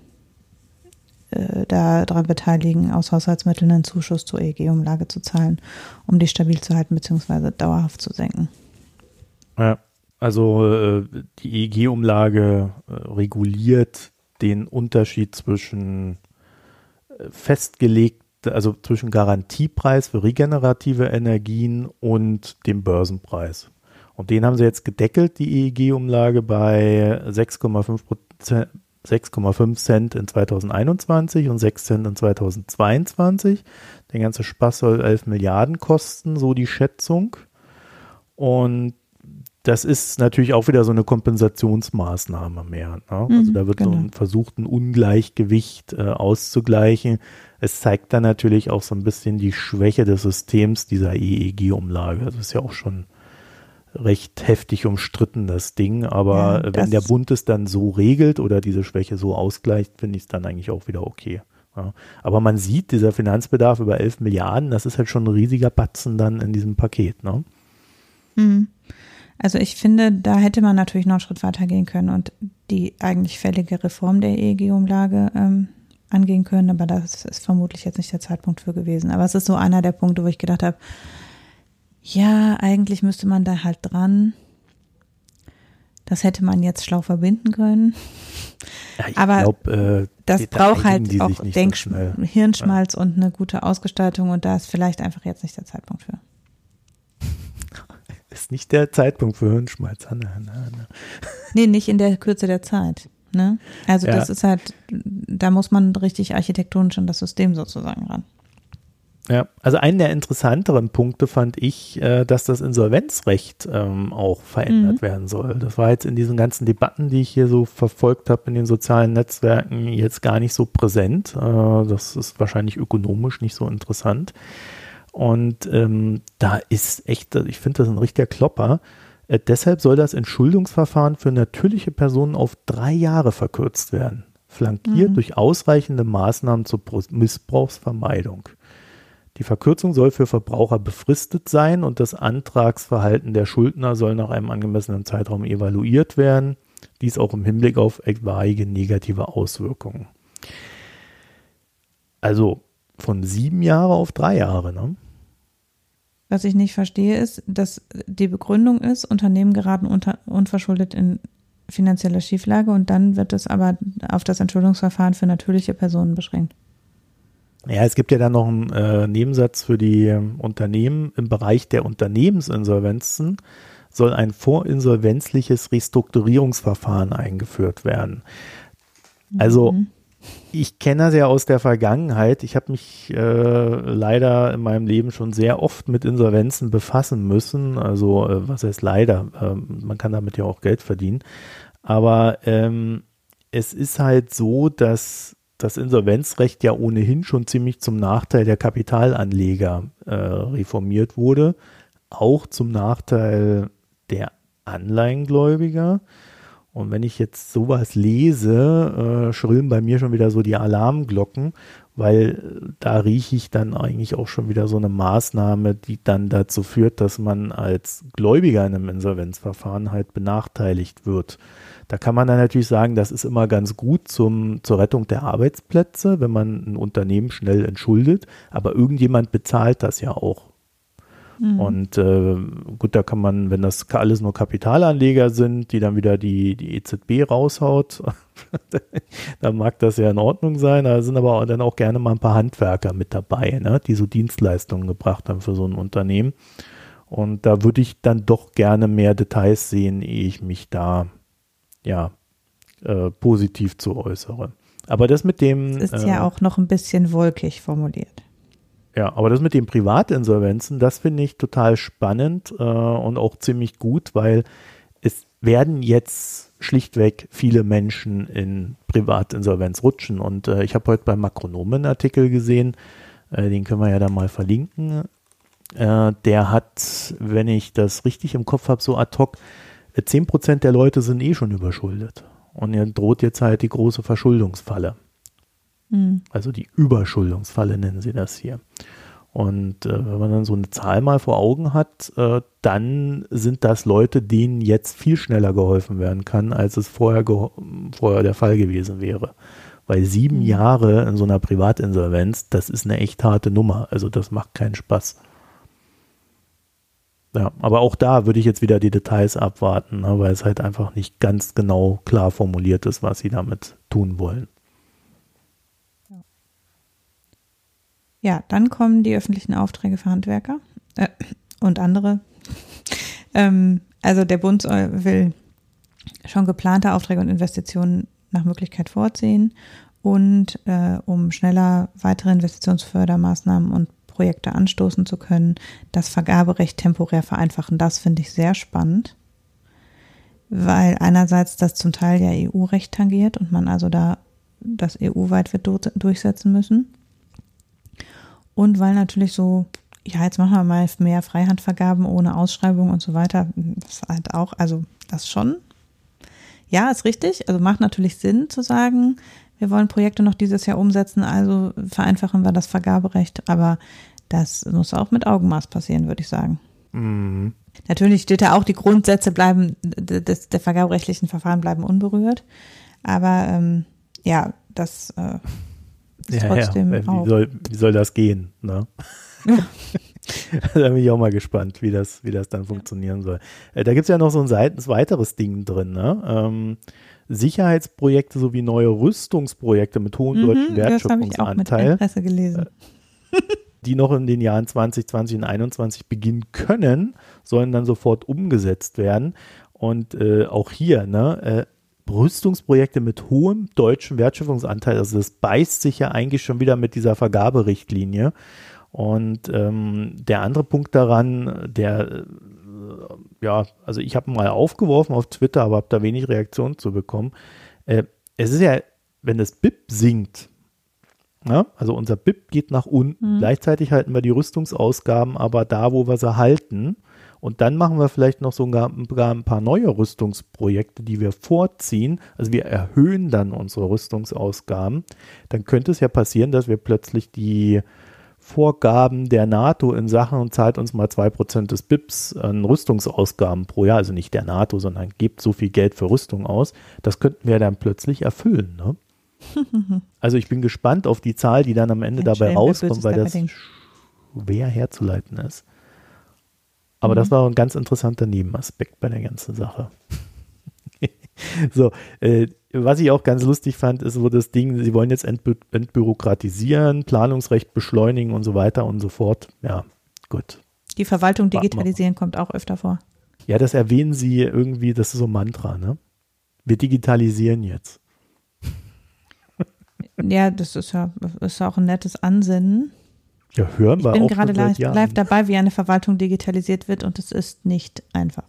Speaker 2: äh, daran beteiligen, aus Haushaltsmitteln einen Zuschuss zur E E G-Umlage zu zahlen, um die stabil zu halten bzw. dauerhaft zu senken.
Speaker 1: Ja, also äh, die E E G-Umlage äh, reguliert den Unterschied zwischen äh, festgelegt also zwischen Garantiepreis für regenerative Energien und dem Börsenpreis. Und den haben sie jetzt gedeckelt, die E E G-Umlage, bei sechs Komma fünf Cent in zweitausendeinundzwanzig und sechs Cent in zweitausendzweiundzwanzig. Der ganze Spaß soll elf Milliarden kosten, so die Schätzung. Und das ist natürlich auch wieder so eine Kompensationsmaßnahme mehr. Ne?
Speaker 2: Mhm,
Speaker 1: also da wird
Speaker 2: genau.
Speaker 1: so ein versucht, ein Ungleichgewicht äh, auszugleichen. Es zeigt dann natürlich auch so ein bisschen die Schwäche des Systems dieser E E G-Umlage. Das ist ja auch schon recht heftig umstritten, das Ding. Aber ja, wenn der Bund es dann so regelt oder diese Schwäche so ausgleicht, finde ich es dann eigentlich auch wieder okay. Ja. Aber man sieht, dieser Finanzbedarf über elf Milliarden, das ist halt schon ein riesiger Batzen dann in diesem Paket. Ne?
Speaker 2: Mhm. Also ich finde, da hätte man natürlich noch einen Schritt weiter gehen können und die eigentlich fällige Reform der E E G-Umlage ähm, angehen können, aber das ist vermutlich jetzt nicht der Zeitpunkt für gewesen. Aber es ist so einer der Punkte, wo ich gedacht habe, ja, eigentlich müsste man da halt dran. Das hätte man jetzt schlau verbinden können.
Speaker 1: Ja, ich
Speaker 2: aber
Speaker 1: glaub, äh,
Speaker 2: das braucht halt auch Denk-
Speaker 1: so
Speaker 2: Hirnschmalz ja. und eine gute Ausgestaltung und da ist vielleicht einfach jetzt nicht der Zeitpunkt für.
Speaker 1: Ist nicht der Zeitpunkt für Hirnschmalz. Na, na, na.
Speaker 2: Nee, nicht in der Kürze der Zeit. Ne? Also
Speaker 1: ja.
Speaker 2: das ist halt, da muss man richtig architektonisch an das System sozusagen ran.
Speaker 1: Ja, also einen der interessanteren Punkte fand ich, äh, dass das Insolvenzrecht ähm, auch verändert mhm. werden soll. Das war jetzt in diesen ganzen Debatten, die ich hier so verfolgt habe in den sozialen Netzwerken, jetzt gar nicht so präsent. Äh, das ist wahrscheinlich ökonomisch nicht so interessant. Und ähm, da ist echt, ich finde das ein richtiger Klopper. Äh, deshalb soll das Entschuldungsverfahren für natürliche Personen auf drei Jahre verkürzt werden, flankiert mhm. durch ausreichende Maßnahmen zur Missbrauchsvermeidung. Die Verkürzung soll für Verbraucher befristet sein und das Antragsverhalten der Schuldner soll nach einem angemessenen Zeitraum evaluiert werden. Dies auch im Hinblick auf etwaige negative Auswirkungen. Also von sieben Jahre auf drei Jahre, ne?
Speaker 2: Was ich nicht verstehe, ist, dass die Begründung ist, Unternehmen geraten unter, unverschuldet in finanzielle Schieflage und dann wird es aber auf das Entschuldungsverfahren für natürliche Personen beschränkt.
Speaker 1: Ja, es gibt ja dann noch einen äh, Nebensatz für die äh, Unternehmen. Im Bereich der Unternehmensinsolvenzen soll ein vorinsolvenzliches Restrukturierungsverfahren eingeführt werden. Also mhm. ich kenne das ja aus der Vergangenheit. Ich habe mich äh, leider in meinem Leben schon sehr oft mit Insolvenzen befassen müssen. Also äh, was heißt leider? Äh, man kann damit ja auch Geld verdienen. Aber ähm, es ist halt so, dass das Insolvenzrecht ja ohnehin schon ziemlich zum Nachteil der Kapitalanleger äh, reformiert wurde, auch zum Nachteil der Anleihengläubiger. Und wenn ich jetzt sowas lese, äh, schrillen bei mir schon wieder so die Alarmglocken, weil da rieche ich dann eigentlich auch schon wieder so eine Maßnahme, die dann dazu führt, dass man als Gläubiger in einem Insolvenzverfahren halt benachteiligt wird. Da kann man dann natürlich sagen, das ist immer ganz gut zum, zur Rettung der Arbeitsplätze, wenn man ein Unternehmen schnell entschuldet, aber irgendjemand bezahlt das ja auch. Mhm. Und äh, gut, da kann man, wenn das alles nur Kapitalanleger sind, die dann wieder die, die E Z B raushaut, dann mag das ja in Ordnung sein. Da sind aber dann auch gerne mal ein paar Handwerker mit dabei, ne, die so Dienstleistungen gebracht haben für so ein Unternehmen. Und da würde ich dann doch gerne mehr Details sehen, ehe ich mich da ja, äh, positiv zu äußere. Aber das mit dem...
Speaker 2: Das ist
Speaker 1: äh,
Speaker 2: ja auch noch ein bisschen wolkig formuliert.
Speaker 1: Ja, aber das mit den Privatinsolvenzen, das finde ich total spannend äh, und auch ziemlich gut, weil es werden jetzt schlichtweg viele Menschen in Privatinsolvenz rutschen. Und äh, ich habe heute beim Makronomen einen Artikel gesehen, äh, den können wir ja dann mal verlinken. Äh, der hat, wenn ich das richtig im Kopf habe, so ad hoc, zehn Prozent der Leute sind eh schon überschuldet. Und ihr droht jetzt halt die große Verschuldungsfalle. Mhm. Also die Überschuldungsfalle nennen sie das hier. Und äh, wenn man dann so eine Zahl mal vor Augen hat, äh, dann sind das Leute, denen jetzt viel schneller geholfen werden kann, als es vorher, vorher der Fall gewesen wäre. Weil sieben mhm. Jahre in so einer Privatinsolvenz, das ist eine echt harte Nummer. Also das macht keinen Spaß. Ja, aber auch da würde ich jetzt wieder die Details abwarten, ne, weil es halt einfach nicht ganz genau klar formuliert ist, was sie damit tun wollen.
Speaker 2: Ja, dann kommen die öffentlichen Aufträge für Handwerker äh, und andere. ähm, also der Bund will schon geplante Aufträge und Investitionen nach Möglichkeit vorziehen und äh, um schneller weitere Investitionsfördermaßnahmen und Projekte anstoßen zu können, das Vergaberecht temporär vereinfachen. Das finde ich sehr spannend, weil einerseits das zum Teil ja E U-Recht tangiert und man also da das E U-weit wird durchsetzen müssen. Und weil natürlich so, ja, jetzt machen wir mal mehr Freihandvergaben ohne Ausschreibung und so weiter. Das ist halt auch, also das schon, ja, ist richtig. Also macht natürlich Sinn zu sagen, wir wollen Projekte noch dieses Jahr umsetzen, also vereinfachen wir das Vergaberecht, aber das muss auch mit Augenmaß passieren, würde ich sagen. Mhm. Natürlich steht da auch, die Grundsätze bleiben, des, der vergaberechtlichen Verfahren bleiben unberührt, aber ähm, ja, das äh, ist
Speaker 1: ja,
Speaker 2: trotzdem
Speaker 1: ja. Wie
Speaker 2: auch.
Speaker 1: soll, wie soll das gehen, ne? Ja. Da bin ich auch mal gespannt, wie das, wie das dann funktionieren soll. Äh, da gibt es ja noch so ein seitens weiteres Ding drin, ne? Ähm, Sicherheitsprojekte sowie neue Rüstungsprojekte mit hohem
Speaker 2: Mhm,
Speaker 1: deutschen
Speaker 2: das habe ich auch mit
Speaker 1: Wertschöpfungsanteil,
Speaker 2: Interesse gelesen.
Speaker 1: die noch in den Jahren zwanzig zwanzig und einundzwanzig beginnen können, sollen dann sofort umgesetzt werden. Und äh, auch hier, ne, äh, Rüstungsprojekte mit hohem deutschen Wertschöpfungsanteil, also das beißt sich ja eigentlich schon wieder mit dieser Vergaberichtlinie. Und ähm, der andere Punkt daran, der, äh, ja, also ich habe mal aufgeworfen auf Twitter, aber habe da wenig Reaktion zu bekommen. Äh, es ist ja, wenn das B I P sinkt, ja, also unser B I P geht nach unten, mhm. gleichzeitig halten wir die Rüstungsausgaben aber da, wo wir sie halten. Und dann machen wir vielleicht noch sogar, sogar ein paar neue Rüstungsprojekte, die wir vorziehen. Also wir erhöhen dann unsere Rüstungsausgaben. Dann könnte es ja passieren, dass wir plötzlich die Vorgaben der NATO in Sachen und zahlt uns mal zwei Prozent des B I Ps an Rüstungsausgaben pro Jahr, also nicht der NATO, sondern gebt so viel Geld für Rüstung aus, das könnten wir dann plötzlich erfüllen. Ne? Also ich bin gespannt auf die Zahl, die dann am Ende
Speaker 2: Jetzt
Speaker 1: dabei
Speaker 2: stellen wir
Speaker 1: rauskommt,
Speaker 2: böses
Speaker 1: weil das
Speaker 2: Ding.
Speaker 1: schwer herzuleiten ist. Aber
Speaker 2: Mhm.
Speaker 1: das war ein ganz interessanter Nebenaspekt bei der ganzen Sache. So, äh, was ich auch ganz lustig fand, ist so das Ding, sie wollen jetzt entbü entbürokratisieren, Planungsrecht beschleunigen und so weiter und so fort. Ja, gut.
Speaker 2: Die Verwaltung
Speaker 1: Warten wir
Speaker 2: digitalisieren kommt auch öfter vor.
Speaker 1: Ja, das erwähnen sie irgendwie, das ist so ein Mantra, ne? Wir digitalisieren jetzt.
Speaker 2: Ja, das ist ja, ist ja auch ein nettes Ansinnen.
Speaker 1: Ja, hören
Speaker 2: Ich
Speaker 1: wir
Speaker 2: bin
Speaker 1: auch
Speaker 2: gerade
Speaker 1: schon seit
Speaker 2: live,
Speaker 1: Jahren.
Speaker 2: live dabei, wie eine Verwaltung digitalisiert wird und es ist nicht einfach.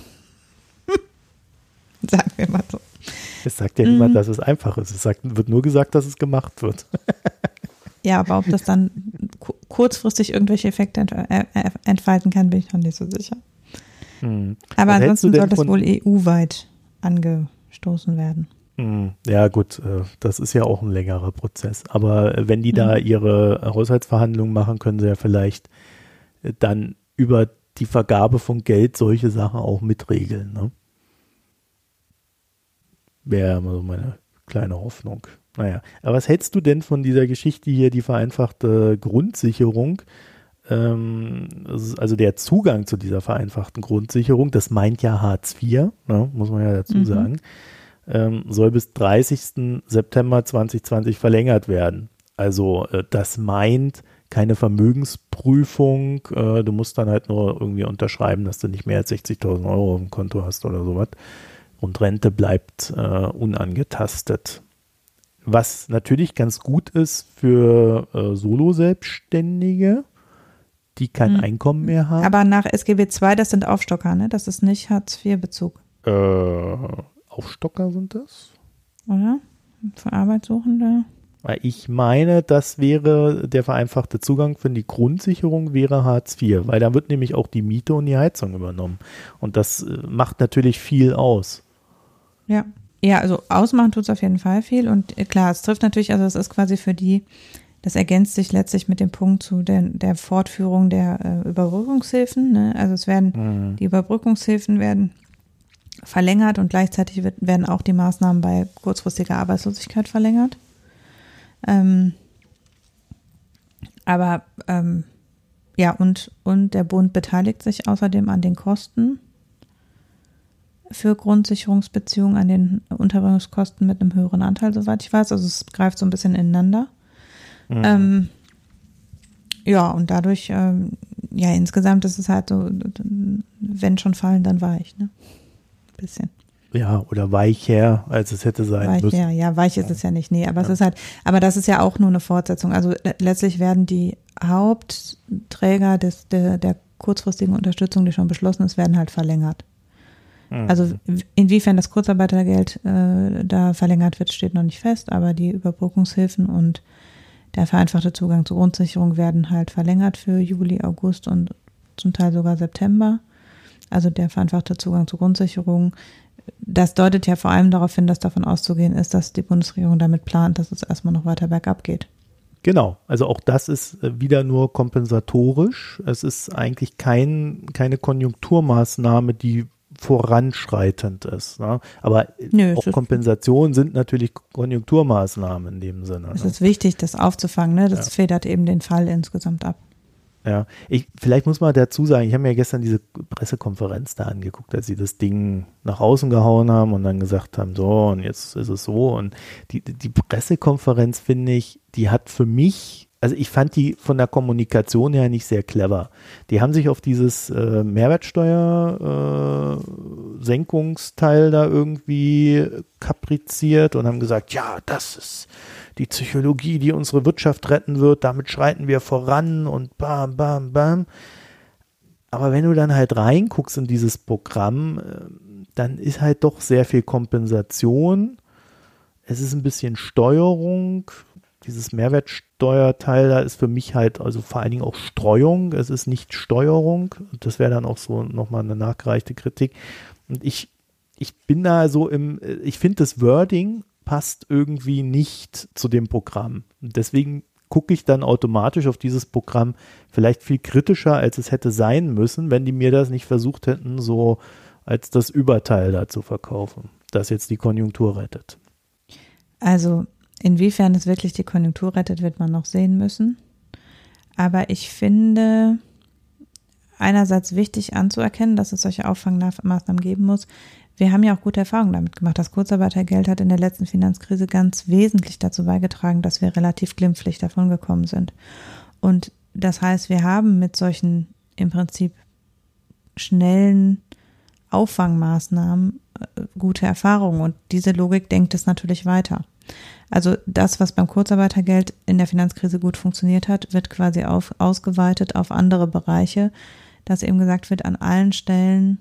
Speaker 2: Sagen wir mal so.
Speaker 1: Es sagt ja niemand,
Speaker 2: Mhm.
Speaker 1: dass es einfach ist. Es sagt, wird nur gesagt, dass es gemacht wird.
Speaker 2: Ja, aber ob das dann ku- kurzfristig irgendwelche Effekte ent äh, äh, entfalten kann, bin ich noch nicht so sicher.
Speaker 1: Hm.
Speaker 2: Aber
Speaker 1: Was hältst du
Speaker 2: ansonsten
Speaker 1: denn
Speaker 2: soll das
Speaker 1: von-
Speaker 2: wohl E U-weit angestoßen werden.
Speaker 1: Hm, Ja gut, äh, das ist ja auch ein längerer Prozess. Aber äh, wenn die da
Speaker 2: Mhm.
Speaker 1: ihre Haushaltsverhandlungen machen, können sie ja vielleicht äh, dann über die Vergabe von Geld solche Sachen auch mitregeln. Ne? Wäre immer so meine kleine Hoffnung. Naja, aber was hältst du denn von dieser Geschichte hier, die vereinfachte Grundsicherung? Ähm, also der Zugang zu dieser vereinfachten Grundsicherung, das meint ja Hartz vier, ne, muss man ja dazu
Speaker 2: Mhm.
Speaker 1: sagen, ähm, soll bis dreißigsten September zweitausendzwanzig verlängert werden. Also äh, das meint keine Vermögensprüfung, äh, du musst dann halt nur irgendwie unterschreiben, dass du nicht mehr als sechzigtausend Euro auf dem Konto hast oder sowas. Und Rente bleibt äh, unangetastet. Was natürlich ganz gut ist für äh, Solo-Selbstständige, die kein
Speaker 2: Mhm.
Speaker 1: Einkommen mehr haben.
Speaker 2: Aber nach S G B zwei, das sind Aufstocker, ne? Das ist nicht Hartz vier Bezug,
Speaker 1: Äh, Aufstocker sind das?
Speaker 2: oder? Für Arbeitssuchende.
Speaker 1: Weil ich meine, das wäre der vereinfachte Zugang für die Grundsicherung wäre Hartz vier, weil da wird nämlich auch die Miete und die Heizung übernommen. Und das äh, macht natürlich viel aus.
Speaker 2: Ja. Ja, also ausmachen tut es auf jeden Fall viel. Und äh, klar, es trifft natürlich, also es ist quasi für die, das ergänzt sich letztlich mit dem Punkt zu der, der Fortführung der äh, Überbrückungshilfen. Ne? Also es werden,
Speaker 1: Mhm.
Speaker 2: die Überbrückungshilfen werden verlängert und gleichzeitig wird, werden auch die Maßnahmen bei kurzfristiger Arbeitslosigkeit verlängert. Ähm, aber ähm, ja, und, und der Bund beteiligt sich außerdem an den Kosten für Grundsicherungsbeziehungen, an den Unterbringungskosten mit einem höheren Anteil, soweit ich weiß. Also es greift so ein bisschen ineinander.
Speaker 1: Mhm.
Speaker 2: Ähm, ja, und dadurch, ähm, ja, insgesamt ist es halt so, wenn schon fallen, dann weich, ne? Bisschen.
Speaker 1: Ja, oder weicher, als es hätte sein
Speaker 2: Weich,
Speaker 1: müssen.
Speaker 2: ja, ja, weich ist es ja nicht, nee, aber
Speaker 1: Ja.
Speaker 2: es ist halt, aber das ist ja auch nur eine Fortsetzung. Also le- letztlich werden die Hauptträger des, der, der kurzfristigen Unterstützung, die schon beschlossen ist, werden halt verlängert.
Speaker 1: Mhm.
Speaker 2: Also inwiefern das Kurzarbeitergeld äh, da verlängert wird, steht noch nicht fest, aber die Überbrückungshilfen und der vereinfachte Zugang zur Grundsicherung werden halt verlängert für Juli, August und zum Teil sogar September. Also der vereinfachte Zugang zur Grundsicherung, das deutet ja vor allem darauf hin, dass davon auszugehen ist, dass die Bundesregierung damit plant, dass es erstmal noch weiter bergab geht.
Speaker 1: Genau, also auch das ist äh, wieder nur kompensatorisch. Es ist eigentlich kein, keine Konjunkturmaßnahme, die voranschreitend ist. Ne? Aber
Speaker 2: Nö, es
Speaker 1: auch
Speaker 2: ist-
Speaker 1: Kompensationen sind natürlich Konjunkturmaßnahmen in dem Sinne.
Speaker 2: Es
Speaker 1: Ne?
Speaker 2: ist wichtig, das aufzufangen, ne? Das
Speaker 1: Ja.
Speaker 2: federt eben den Fall insgesamt ab.
Speaker 1: Ja, ich, vielleicht muss man dazu sagen, ich habe mir gestern diese Pressekonferenz da angeguckt, als sie das Ding nach außen gehauen haben und dann gesagt haben, so und jetzt ist es so und die, die Pressekonferenz, finde ich, die hat für mich, also ich fand die von der Kommunikation her nicht sehr clever. Die haben sich auf dieses äh, Mehrwertsteuer-Senkungsteil da irgendwie kapriziert und haben gesagt, ja, das ist die Psychologie, die unsere Wirtschaft retten wird, damit schreiten wir voran und bam, bam, bam. Aber wenn du dann halt reinguckst in dieses Programm, äh, dann ist halt doch sehr viel Kompensation. Es ist ein bisschen Steuerung. Dieses Mehrwertsteuerteil da ist für mich halt also vor allen Dingen auch Streuung. Es ist nicht Steuerung. Das wäre dann auch so nochmal eine nachgereichte Kritik. Und ich, ich bin da so im, ich finde das Wording passt irgendwie nicht zu dem Programm. Und deswegen gucke ich dann automatisch auf dieses Programm vielleicht viel kritischer, als es hätte sein müssen, wenn die mir das nicht versucht hätten, so als das Überteil da zu verkaufen, das jetzt die Konjunktur rettet.
Speaker 2: Also inwiefern es wirklich die Konjunktur rettet, wird man noch sehen müssen. Aber ich finde einerseits wichtig anzuerkennen, dass es solche Auffangmaßnahmen geben muss. Wir haben ja auch gute Erfahrungen damit gemacht. Das Kurzarbeitergeld hat in der letzten Finanzkrise ganz wesentlich dazu beigetragen, dass wir relativ glimpflich davon gekommen sind. Und das heißt, wir haben mit solchen im Prinzip schnellen Auffangmaßnahmen gute Erfahrungen. Und diese Logik denkt es natürlich weiter. Also das, was beim Kurzarbeitergeld in der Finanzkrise gut funktioniert hat, wird quasi auf, ausgeweitet auf andere Bereiche, dass eben gesagt wird, an allen Stellen,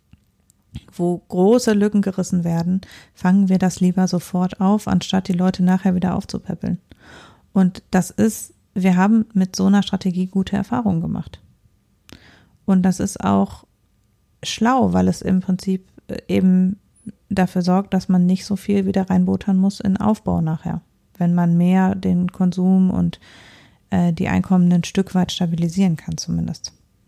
Speaker 2: wo große Lücken gerissen werden, fangen wir das lieber sofort auf, anstatt die Leute nachher wieder aufzupäppeln. Und das ist, wir haben mit so einer Strategie gute Erfahrungen gemacht. Und das ist auch schlau, weil es im Prinzip eben dafür sorgt, dass man nicht so viel wieder reinbuttern muss in Aufbau nachher. Wenn man mehr den Konsum und äh, die Einkommen ein Stück weit stabilisieren kann zumindest.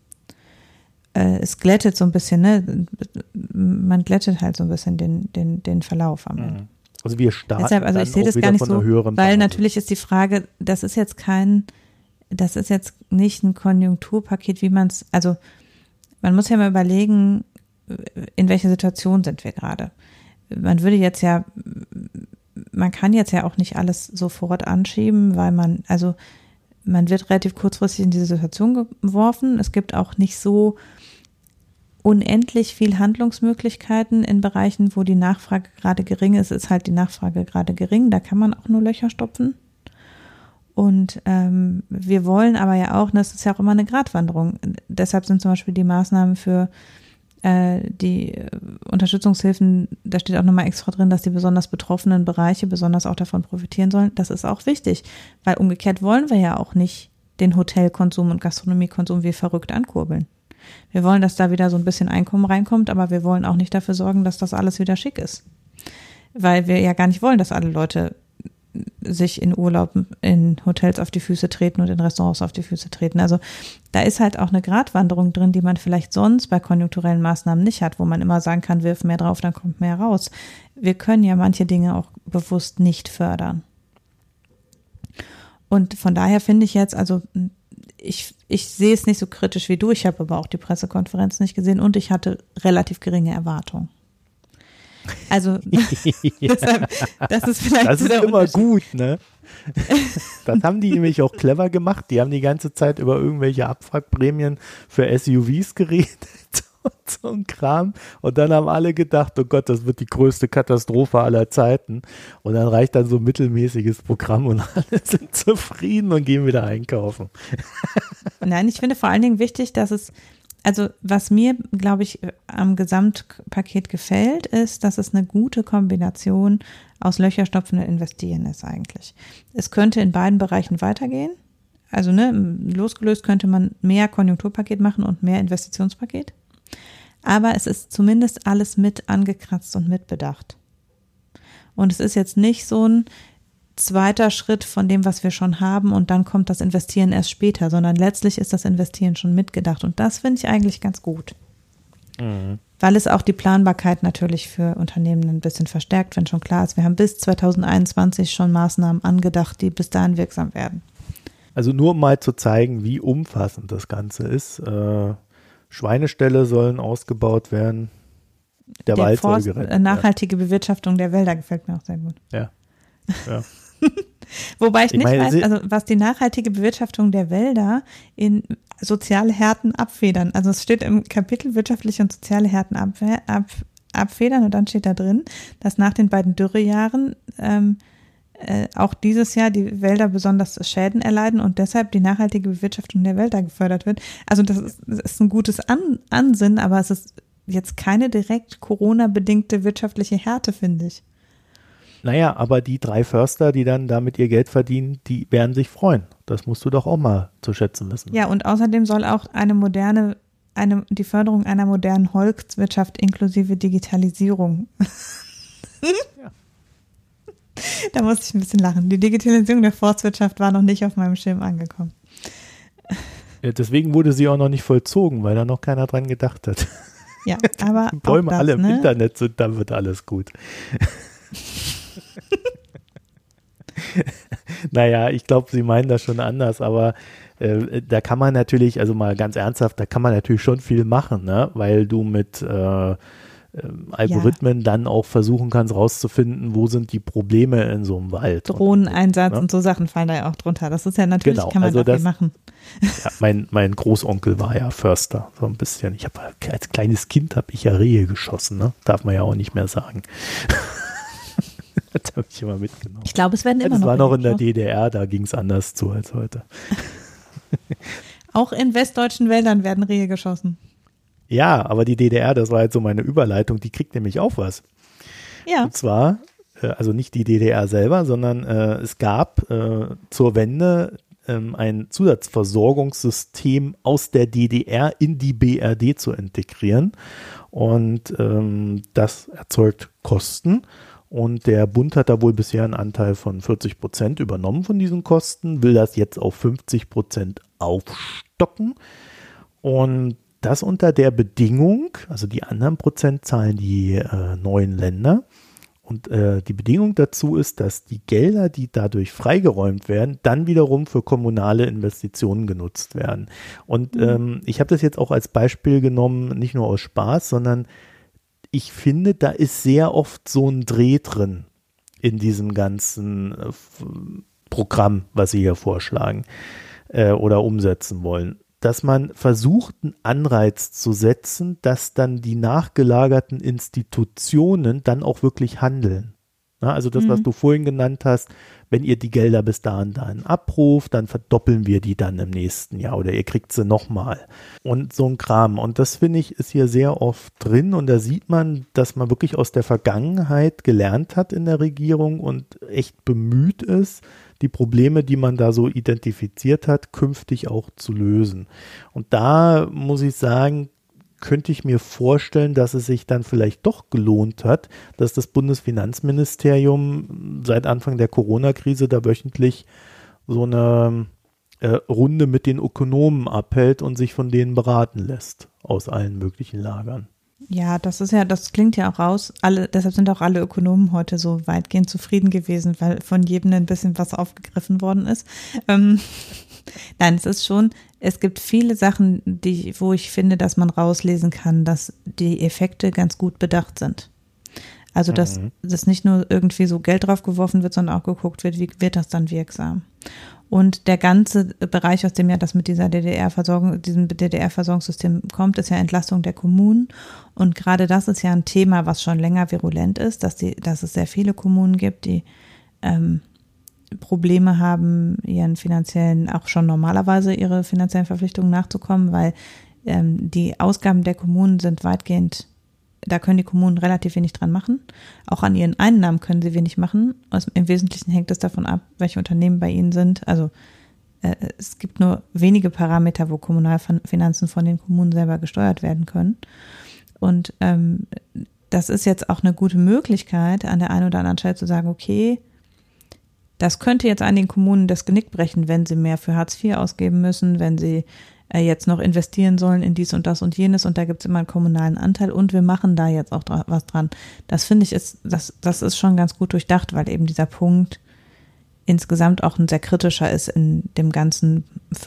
Speaker 2: Äh, es glättet so ein bisschen, ne? Man glättet halt so ein bisschen den, den, den Verlauf am Ende.
Speaker 1: Also wir starten
Speaker 2: Deshalb, also ich sehe das gar nicht so, weil
Speaker 1: Phase.
Speaker 2: Natürlich ist die Frage, das ist jetzt kein, das ist jetzt nicht ein Konjunkturpaket, wie man es, also man muss ja mal überlegen, in welcher Situation sind wir gerade. Man würde jetzt ja, man kann jetzt ja auch nicht alles sofort anschieben, weil man, also man wird relativ kurzfristig in diese Situation geworfen. Es gibt auch nicht so unendlich viel Handlungsmöglichkeiten in Bereichen, wo die Nachfrage gerade gering ist, ist halt die Nachfrage gerade gering. Da kann man auch nur Löcher stopfen. Und ähm, wir wollen aber ja auch, das ist ja auch immer eine Gratwanderung. Deshalb sind zum Beispiel die Maßnahmen für die Unterstützungshilfen, da steht auch nochmal extra drin, dass die besonders betroffenen Bereiche besonders auch davon profitieren sollen. Das ist auch wichtig, weil umgekehrt wollen wir ja auch nicht den Hotelkonsum und Gastronomiekonsum wie verrückt ankurbeln. Wir wollen, dass da wieder so ein bisschen Einkommen reinkommt, aber wir wollen auch nicht dafür sorgen, dass das alles wieder schick ist. Weil wir ja gar nicht wollen, dass alle Leute sich in Urlaub in Hotels auf die Füße treten und in Restaurants auf die Füße treten. Also da ist halt auch eine Gratwanderung drin, die man vielleicht sonst bei konjunkturellen Maßnahmen nicht hat, wo man immer sagen kann, wirf mehr drauf, dann kommt mehr raus. Wir können ja manche Dinge auch bewusst nicht fördern. Und von daher finde ich jetzt, also ich, ich sehe es nicht so kritisch wie du, ich habe aber auch die Pressekonferenz nicht gesehen und ich hatte relativ geringe Erwartungen. Also deshalb, das ist vielleicht
Speaker 1: das
Speaker 2: so
Speaker 1: ist
Speaker 2: der
Speaker 1: immer gut, ne? Das haben die nämlich auch clever gemacht. Die haben die ganze Zeit über irgendwelche Abwrackprämien für S U Vs geredet und so ein Kram. Und dann haben alle gedacht, oh Gott, das wird die größte Katastrophe aller Zeiten. Und dann reicht dann so ein mittelmäßiges Programm und alle sind zufrieden und gehen wieder einkaufen.
Speaker 2: Nein, ich finde vor allen Dingen wichtig, dass es Also was mir, glaube ich, am Gesamtpaket gefällt, ist, dass es eine gute Kombination aus Löcherstopfen und Investieren ist eigentlich. Es könnte in beiden Bereichen weitergehen. Also ne, losgelöst könnte man mehr Konjunkturpaket machen und mehr Investitionspaket. Aber es ist zumindest alles mit angekratzt und mitbedacht. Und es ist jetzt nicht so ein zweiter Schritt von dem, was wir schon haben und dann kommt das Investieren erst später, sondern letztlich ist das Investieren schon mitgedacht und das finde ich eigentlich ganz gut. Mhm. Weil es auch die Planbarkeit natürlich für Unternehmen ein bisschen verstärkt, wenn schon klar ist, wir haben bis zwanzig einundzwanzig schon Maßnahmen angedacht, die bis dahin wirksam werden.
Speaker 1: Also nur um mal zu zeigen, wie umfassend das Ganze ist. Äh, Schweineställe sollen ausgebaut werden, der, der Wald
Speaker 2: Forst,
Speaker 1: soll gerettet werden.
Speaker 2: Nachhaltige Bewirtschaftung der Wälder gefällt mir auch sehr gut.
Speaker 1: Ja, ja.
Speaker 2: Wobei ich, ich nicht
Speaker 1: meine,
Speaker 2: weiß, also was die nachhaltige Bewirtschaftung der Wälder in soziale Härten abfedern. Also es steht im Kapitel wirtschaftliche und soziale Härten abwehr, ab, abfedern und dann steht da drin, dass nach den beiden Dürrejahren ähm, äh, auch dieses Jahr die Wälder besonders Schäden erleiden und deshalb die nachhaltige Bewirtschaftung der Wälder gefördert wird. Also das ist, das ist ein gutes An, Ansinnen, aber es ist jetzt keine direkt Corona-bedingte wirtschaftliche Härte, finde ich.
Speaker 1: Naja, aber die drei Förster, die dann damit ihr Geld verdienen, die werden sich freuen. Das musst du doch auch mal zu schätzen wissen.
Speaker 2: Ja, und außerdem soll auch eine moderne, eine, die Förderung einer modernen Holzwirtschaft inklusive Digitalisierung.
Speaker 1: Ja.
Speaker 2: Da musste ich ein bisschen lachen. Die Digitalisierung der Forstwirtschaft war noch nicht auf meinem Schirm angekommen.
Speaker 1: Ja, deswegen wurde sie auch noch nicht vollzogen, weil da noch keiner dran gedacht hat.
Speaker 2: Ja, aber
Speaker 1: die Bäume
Speaker 2: das,
Speaker 1: alle im
Speaker 2: ne?
Speaker 1: Internet sind, dann wird alles gut. Naja, ich glaube, sie meinen das schon anders, aber äh, da kann man natürlich, also mal ganz ernsthaft, da kann man natürlich schon viel machen, ne? Weil du mit äh, äh, Algorithmen ja. dann auch versuchen kannst rauszufinden, wo sind die Probleme in so einem Wald.
Speaker 2: Drohneneinsatz und,
Speaker 1: ne?
Speaker 2: und so Sachen fallen da ja auch drunter. Das ist ja natürlich,
Speaker 1: genau,
Speaker 2: kann man
Speaker 1: also
Speaker 2: da
Speaker 1: das,
Speaker 2: viel machen.
Speaker 1: Ja, mein, mein Großonkel war ja Förster, so ein bisschen. Ich habe als kleines Kind habe ich ja Rehe geschossen, ne? Darf man ja auch nicht mehr sagen. Das habe ich immer mitgenommen.
Speaker 2: Ich glaube, es werden immer
Speaker 1: das
Speaker 2: noch.
Speaker 1: Das war noch in der D D R, da ging es anders zu als heute.
Speaker 2: Auch in westdeutschen Wäldern werden Rehe geschossen.
Speaker 1: Ja, aber die D D R, das war jetzt so meine Überleitung, die kriegt nämlich auch was.
Speaker 2: Ja.
Speaker 1: Und zwar, äh, also nicht die D D R selber, sondern äh, es gab äh, zur Wende ähm, ein Zusatzversorgungssystem aus der D D R in die B R D zu integrieren. Und ähm, das erzeugt Kosten. Und der Bund hat da wohl bisher einen Anteil von vierzig Prozent übernommen von diesen Kosten, will das jetzt auf fünfzig Prozent aufstocken. Und das unter der Bedingung, also die anderen Prozent zahlen die äh, neuen Länder. Und äh, die Bedingung dazu ist, dass die Gelder, die dadurch freigeräumt werden, dann wiederum für kommunale Investitionen genutzt werden. Und mhm. ähm, ich habe das jetzt auch als Beispiel genommen, nicht nur aus Spaß, sondern ich finde, da ist sehr oft so ein Dreh drin in diesem ganzen äh, Programm, was Sie hier vorschlagen äh, oder umsetzen wollen, dass man versucht, einen Anreiz zu setzen, dass dann die nachgelagerten Institutionen dann auch wirklich handeln. Na, also das, mhm. was du vorhin genannt hast, wenn ihr die Gelder bis dahin dahin abruft, dann verdoppeln wir die dann im nächsten Jahr oder ihr kriegt sie nochmal. Und so ein Kram. Und das, finde ich, ist hier sehr oft drin und da sieht man, dass man wirklich aus der Vergangenheit gelernt hat in der Regierung und echt bemüht ist, die Probleme, die man da so identifiziert hat, künftig auch zu lösen. Und da muss ich sagen, könnte ich mir vorstellen, dass es sich dann vielleicht doch gelohnt hat, dass das Bundesfinanzministerium seit Anfang der Corona-Krise da wöchentlich so eine äh, Runde mit den Ökonomen abhält und sich von denen beraten lässt aus allen möglichen Lagern.
Speaker 2: Ja, das ist ja, das klingt ja auch raus. Alle, deshalb sind auch alle Ökonomen heute so weitgehend zufrieden gewesen, weil von jedem ein bisschen was aufgegriffen worden ist. Ähm, Nein, es ist schon, es gibt viele Sachen, die, wo ich finde, dass man rauslesen kann, dass die Effekte ganz gut bedacht sind. Also, dass, mhm. dass nicht nur irgendwie so Geld draufgeworfen wird, sondern auch geguckt wird, wie wird das dann wirksam. Und der ganze Bereich, aus dem ja das mit dieser D D R-Versorgung, diesem D D R-Versorgungssystem kommt, ist ja Entlastung der Kommunen. Und gerade das ist ja ein Thema, was schon länger virulent ist, dass die, dass es sehr viele Kommunen gibt, die ähm, Probleme haben, ihren finanziellen, auch schon normalerweise ihre finanziellen Verpflichtungen nachzukommen, weil ähm, die Ausgaben der Kommunen sind weitgehend, da können die Kommunen relativ wenig dran machen. Auch an ihren Einnahmen können sie wenig machen. Also im Wesentlichen hängt es davon ab, welche Unternehmen bei ihnen sind. Also äh, es gibt nur wenige Parameter, wo Kommunalfinanzen von den Kommunen selber gesteuert werden können. Und ähm, das ist jetzt auch eine gute Möglichkeit, an der einen oder anderen Stelle zu sagen, okay, das könnte jetzt einigen Kommunen das Genick brechen, wenn sie mehr für Hartz vier ausgeben müssen, wenn sie äh, jetzt noch investieren sollen in dies und das und jenes und da gibt es immer einen kommunalen Anteil und wir machen da jetzt auch dra- was dran. Das finde ich, ist, das, das ist schon ganz gut durchdacht, weil eben dieser Punkt insgesamt auch ein sehr kritischer ist in dem ganzen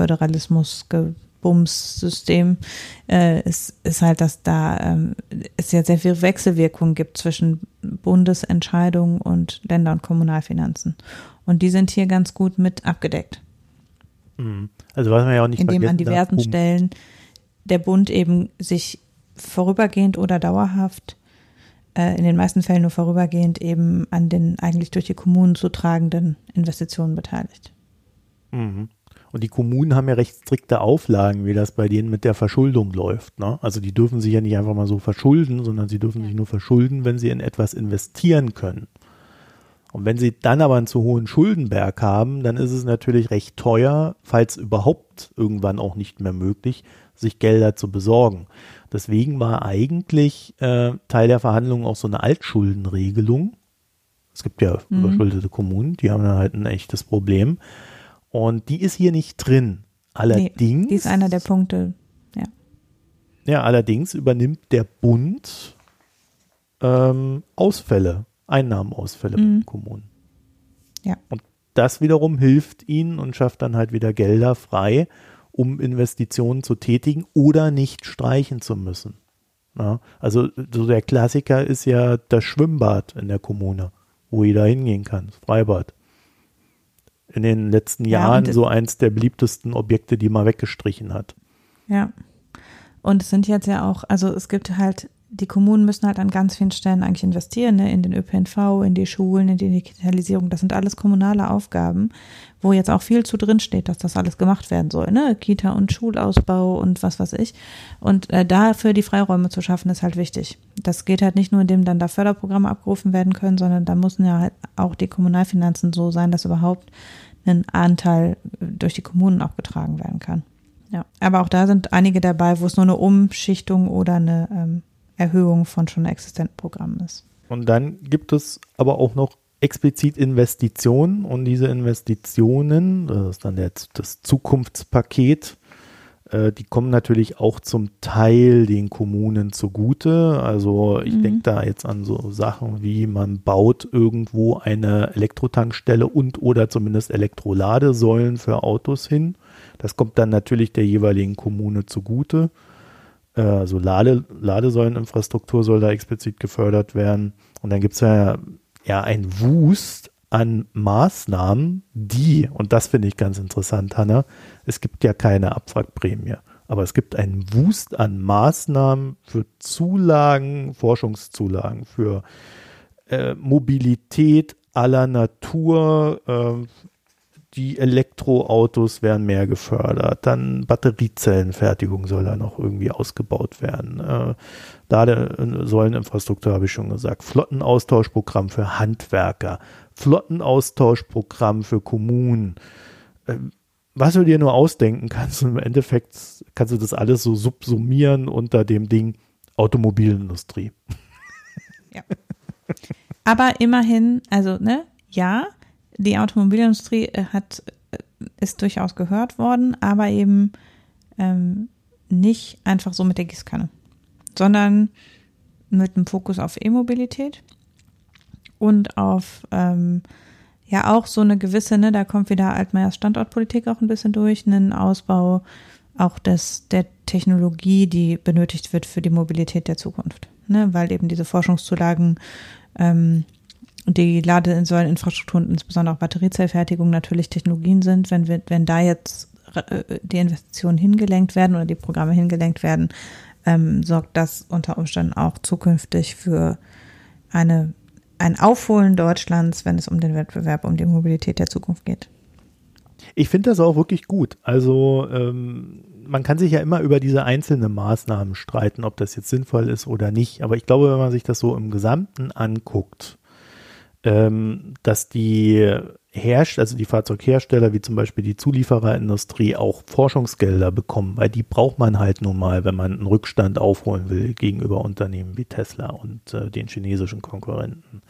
Speaker 2: Föderalismus-Bums-System. Äh, ist, ist halt, dass da ähm, es ja sehr viel Wechselwirkung gibt zwischen Bundesentscheidungen und Länder- und Kommunalfinanzen. Und die sind hier ganz gut mit abgedeckt.
Speaker 1: Also was man ja auch nicht
Speaker 2: Indem
Speaker 1: vergessen
Speaker 2: an diversen
Speaker 1: darf,
Speaker 2: Stellen der Bund eben sich vorübergehend oder dauerhaft, äh, in den meisten Fällen nur vorübergehend, eben an den eigentlich durch die Kommunen zu tragenden Investitionen beteiligt.
Speaker 1: Mhm. Und die Kommunen haben ja recht strikte Auflagen, wie das bei denen mit der Verschuldung läuft. Ne? Also die dürfen sich ja nicht einfach mal so verschulden, sondern sie dürfen ja. sich nur verschulden, wenn sie in etwas investieren können. Und wenn sie dann aber einen zu hohen Schuldenberg haben, dann ist es natürlich recht teuer, falls überhaupt irgendwann auch nicht mehr möglich, sich Gelder zu besorgen. Deswegen war eigentlich äh, Teil der Verhandlungen auch so eine Altschuldenregelung. Es gibt ja mhm. überschuldete Kommunen, die haben dann halt ein echtes Problem. Und die ist hier nicht drin. Allerdings. Nee,
Speaker 2: die ist einer der Punkte, ja.
Speaker 1: Ja, allerdings übernimmt der Bund ähm, Ausfälle, Einnahmenausfälle mhm. bei den Kommunen.
Speaker 2: Ja.
Speaker 1: Und das wiederum hilft ihnen und schafft dann halt wieder Gelder frei, um Investitionen zu tätigen oder nicht streichen zu müssen. Ja, also so der Klassiker ist ja das Schwimmbad in der Kommune, wo jeder hingehen kann, das Freibad. In den letzten ja, Jahren so eins der beliebtesten Objekte, die man weggestrichen hat.
Speaker 2: Ja, und es sind jetzt ja auch, also es gibt halt, die Kommunen müssen halt an ganz vielen Stellen eigentlich investieren, ne? In den Ö P N V, in die Schulen, in die Digitalisierung, das sind alles kommunale Aufgaben, wo jetzt auch viel zu drin steht, dass das alles gemacht werden soll, ne? Kita- und Schulausbau und was weiß ich. Und äh, dafür die Freiräume zu schaffen, ist halt wichtig. Das geht halt nicht nur, indem dann da Förderprogramme abgerufen werden können, sondern da müssen ja halt auch die Kommunalfinanzen so sein, dass überhaupt ein Anteil durch die Kommunen auch getragen werden kann. Ja, aber auch da sind einige dabei, wo es nur eine Umschichtung oder eine ähm, Erhöhung von schon existenten Programmen ist.
Speaker 1: Und dann gibt es aber auch noch explizit Investitionen und diese Investitionen, das ist dann der, das Zukunftspaket, äh, die kommen natürlich auch zum Teil den Kommunen zugute. Also ich mhm. denke da jetzt an so Sachen wie man baut irgendwo eine Elektrotankstelle und oder zumindest Elektroladesäulen für Autos hin. Das kommt dann natürlich der jeweiligen Kommune zugute. Also Lade, Ladesäuleninfrastruktur soll da explizit gefördert werden. Und dann gibt es ja, ja ein Wust an Maßnahmen, die, und das finde ich ganz interessant, Hanna, es gibt ja keine Abwrackprämie, aber es gibt einen Wust an Maßnahmen für Zulagen, Forschungszulagen, für äh, Mobilität aller Natur, äh, die Elektroautos werden mehr gefördert, dann Batteriezellenfertigung soll da noch irgendwie ausgebaut werden. Äh, Ladesäuleninfrastruktur habe ich schon gesagt. Flottenaustauschprogramm für Handwerker, Flottenaustauschprogramm für Kommunen. Äh, was du dir nur ausdenken kannst, im Endeffekt kannst du das alles so subsumieren unter dem Ding Automobilindustrie.
Speaker 2: Ja. Aber immerhin, also ne, ja, die Automobilindustrie hat, ist durchaus gehört worden, aber eben ähm, nicht einfach so mit der Gießkanne, sondern mit dem Fokus auf E-Mobilität und auf ähm, ja auch so eine gewisse, ne, da kommt wieder Altmaiers Standortpolitik auch ein bisschen durch, einen Ausbau auch des, der Technologie, die benötigt wird für die Mobilität der Zukunft, ne, weil eben diese Forschungszulagen ähm, die Ladesäuleninfrastruktur und insbesondere auch Batteriezellfertigung natürlich Technologien sind, wenn wir, wenn da jetzt die Investitionen hingelenkt werden oder die Programme hingelenkt werden, ähm, sorgt das unter Umständen auch zukünftig für eine, ein Aufholen Deutschlands, wenn es um den Wettbewerb, um die Mobilität der Zukunft geht.
Speaker 1: Ich finde das auch wirklich gut. Also ähm, man kann sich ja immer über diese einzelnen Maßnahmen streiten, ob das jetzt sinnvoll ist oder nicht. Aber ich glaube, wenn man sich das so im Gesamten anguckt, ähm, dass die Herst- also die Fahrzeughersteller, wie zum Beispiel die Zuliefererindustrie, auch Forschungsgelder bekommen, weil die braucht man halt nun mal, wenn man einen Rückstand aufholen will gegenüber Unternehmen wie Tesla und äh, den chinesischen Konkurrenten.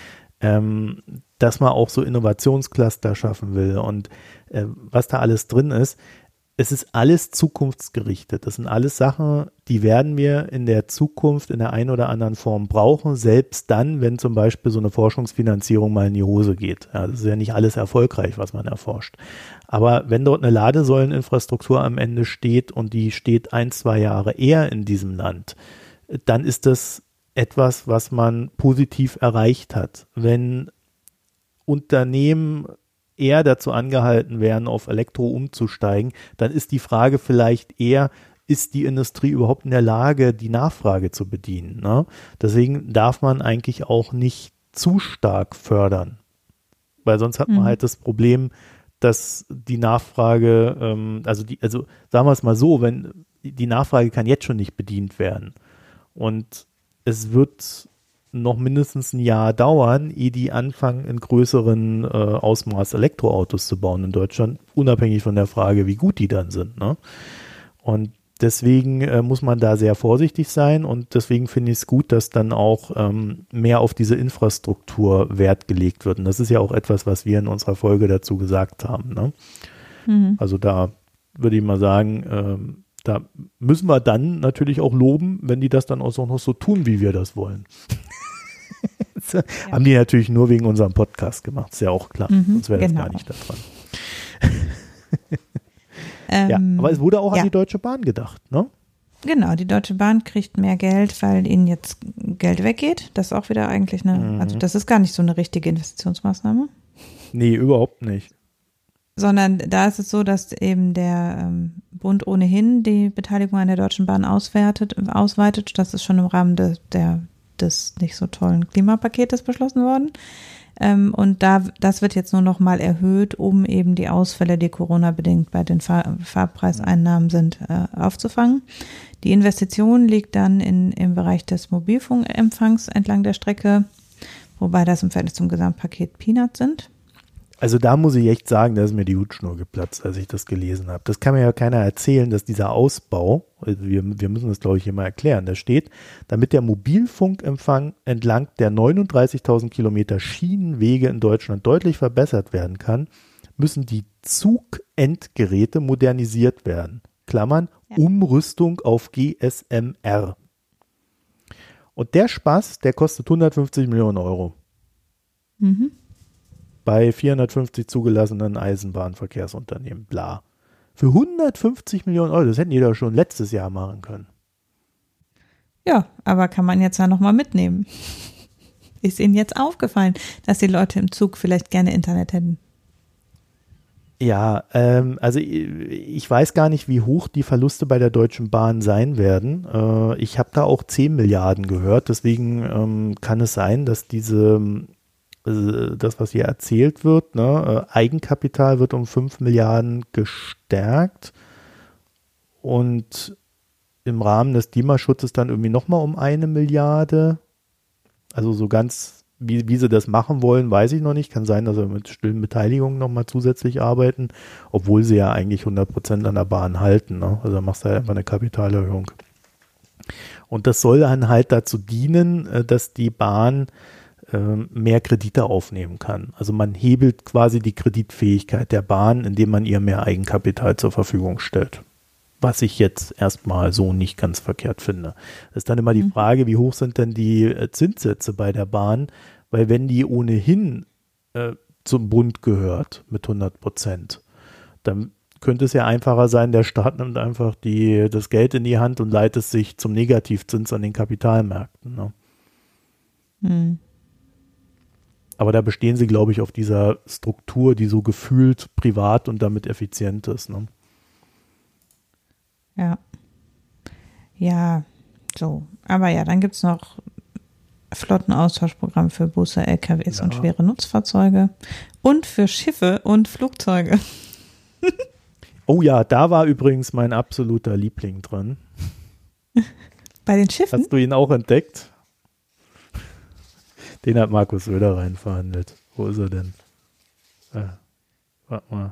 Speaker 1: Ähm, dass man auch so Innovationscluster schaffen will und äh, was da alles drin ist. Es ist alles zukunftsgerichtet. Das sind alles Sachen, die werden wir in der Zukunft in der einen oder anderen Form brauchen, selbst dann, wenn zum Beispiel so eine Forschungsfinanzierung mal in die Hose geht. Ja, das ist ja nicht alles erfolgreich, was man erforscht. Aber wenn dort eine Ladesäuleninfrastruktur am Ende steht und die steht ein, zwei Jahre eher in diesem Land, dann ist das etwas, was man positiv erreicht hat. Wenn Unternehmen eher dazu angehalten werden, auf Elektro umzusteigen, dann ist die Frage vielleicht eher, ist die Industrie überhaupt in der Lage, die Nachfrage zu bedienen? Ne? Deswegen darf man eigentlich auch nicht zu stark fördern, weil sonst hat man mhm. halt das Problem, dass die Nachfrage, ähm, also die, also sagen wir es mal so, wenn die Nachfrage kann jetzt schon nicht bedient werden und es wird noch mindestens ein Jahr dauern, ehe die anfangen, in größeren äh, Ausmaß Elektroautos zu bauen in Deutschland, unabhängig von der Frage, wie gut die dann sind. Ne? Und deswegen äh, muss man da sehr vorsichtig sein und deswegen finde ich es gut, dass dann auch ähm, mehr auf diese Infrastruktur Wert gelegt wird. Und das ist ja auch etwas, was wir in unserer Folge dazu gesagt haben. Ne? Mhm. Also da würde ich mal sagen, ähm, da müssen wir dann natürlich auch loben, wenn die das dann auch noch so tun, wie wir das wollen. Ja. Haben die natürlich nur wegen unserem Podcast gemacht, ist ja auch klar, mhm, sonst wäre das genau. gar nicht da dran. ähm, ja, aber es wurde auch ja. an die Deutsche Bahn gedacht, ne?
Speaker 2: Genau, die Deutsche Bahn kriegt mehr Geld, weil ihnen jetzt Geld weggeht. Das ist auch wieder eigentlich eine, mhm. also das ist gar nicht so eine richtige Investitionsmaßnahme.
Speaker 1: Nee, überhaupt nicht.
Speaker 2: Sondern da ist es so, dass eben der ähm, Bund ohnehin die Beteiligung an der Deutschen Bahn auswertet, ausweitet. Das ist schon im Rahmen de, der, des nicht so tollen Klimapaketes beschlossen worden. Ähm, und da, das wird jetzt nur noch mal erhöht, um eben die Ausfälle, die Corona-bedingt bei den Fahr- Fahrpreiseinnahmen sind, äh, aufzufangen. Die Investition liegt dann in, im Bereich des Mobilfunkempfangs entlang der Strecke, wobei das im Verhältnis zum Gesamtpaket Peanuts sind.
Speaker 1: Also da muss ich echt sagen, da ist mir die Hutschnur geplatzt, als ich das gelesen habe. Das kann mir ja keiner erzählen, dass dieser Ausbau, also wir, wir müssen das glaube ich hier mal erklären, da steht, damit der Mobilfunkempfang entlang der neununddreißigtausend Kilometer Schienenwege in Deutschland deutlich verbessert werden kann, müssen die Zugendgeräte modernisiert werden. Klammern, ja. Umrüstung auf G S M R. Und der Spaß, der kostet hundertfünfzig Millionen Euro. Mhm. Bei vierhundertfünfzig zugelassenen Eisenbahnverkehrsunternehmen, bla. Für hundertfünfzig Millionen Euro, das hätten die doch schon letztes Jahr machen können.
Speaker 2: Ja, aber kann man jetzt ja nochmal mitnehmen. Ist Ihnen jetzt aufgefallen, dass die Leute im Zug vielleicht gerne Internet hätten?
Speaker 1: Ja, ähm, also ich, ich weiß gar nicht, wie hoch die Verluste bei der Deutschen Bahn sein werden. Äh, ich habe da auch zehn Milliarden gehört, deswegen ähm, kann es sein, dass diese das, was hier erzählt wird, ne, Eigenkapital wird um fünf Milliarden gestärkt und im Rahmen des Klimaschutzes dann irgendwie nochmal um eine Milliarde. Also so ganz, wie, wie sie das machen wollen, weiß ich noch nicht. Kann sein, dass sie mit stillen Beteiligungen nochmal zusätzlich arbeiten, obwohl sie ja eigentlich hundert Prozent an der Bahn halten. Ne? Also da machst du halt einfach eine Kapitalerhöhung. Und das soll dann halt dazu dienen, dass die Bahn mehr Kredite aufnehmen kann. Also man hebelt quasi die Kreditfähigkeit der Bahn, indem man ihr mehr Eigenkapital zur Verfügung stellt. Was ich jetzt erstmal so nicht ganz verkehrt finde. Das ist dann immer die Frage, wie hoch sind denn die Zinssätze bei der Bahn? Weil wenn die ohnehin äh, zum Bund gehört mit hundert Prozent, dann könnte es ja einfacher sein, der Staat nimmt einfach die, das Geld in die Hand und leitet es sich zum Negativzins an den Kapitalmärkten. Ne? Hm. Aber da bestehen sie, glaube ich, auf dieser Struktur, die so gefühlt privat und damit effizient ist. Ne?
Speaker 2: Ja. Ja, so. Aber ja, dann gibt es noch Flottenaustauschprogramm für Busse, L K Ws ja. und schwere Nutzfahrzeuge und für Schiffe und Flugzeuge.
Speaker 1: Oh ja, da war übrigens mein absoluter Liebling drin.
Speaker 2: Bei den Schiffen?
Speaker 1: Hast du ihn auch entdeckt? Den hat Markus Söder reinverhandelt. Wo ist er denn? Äh, warte mal.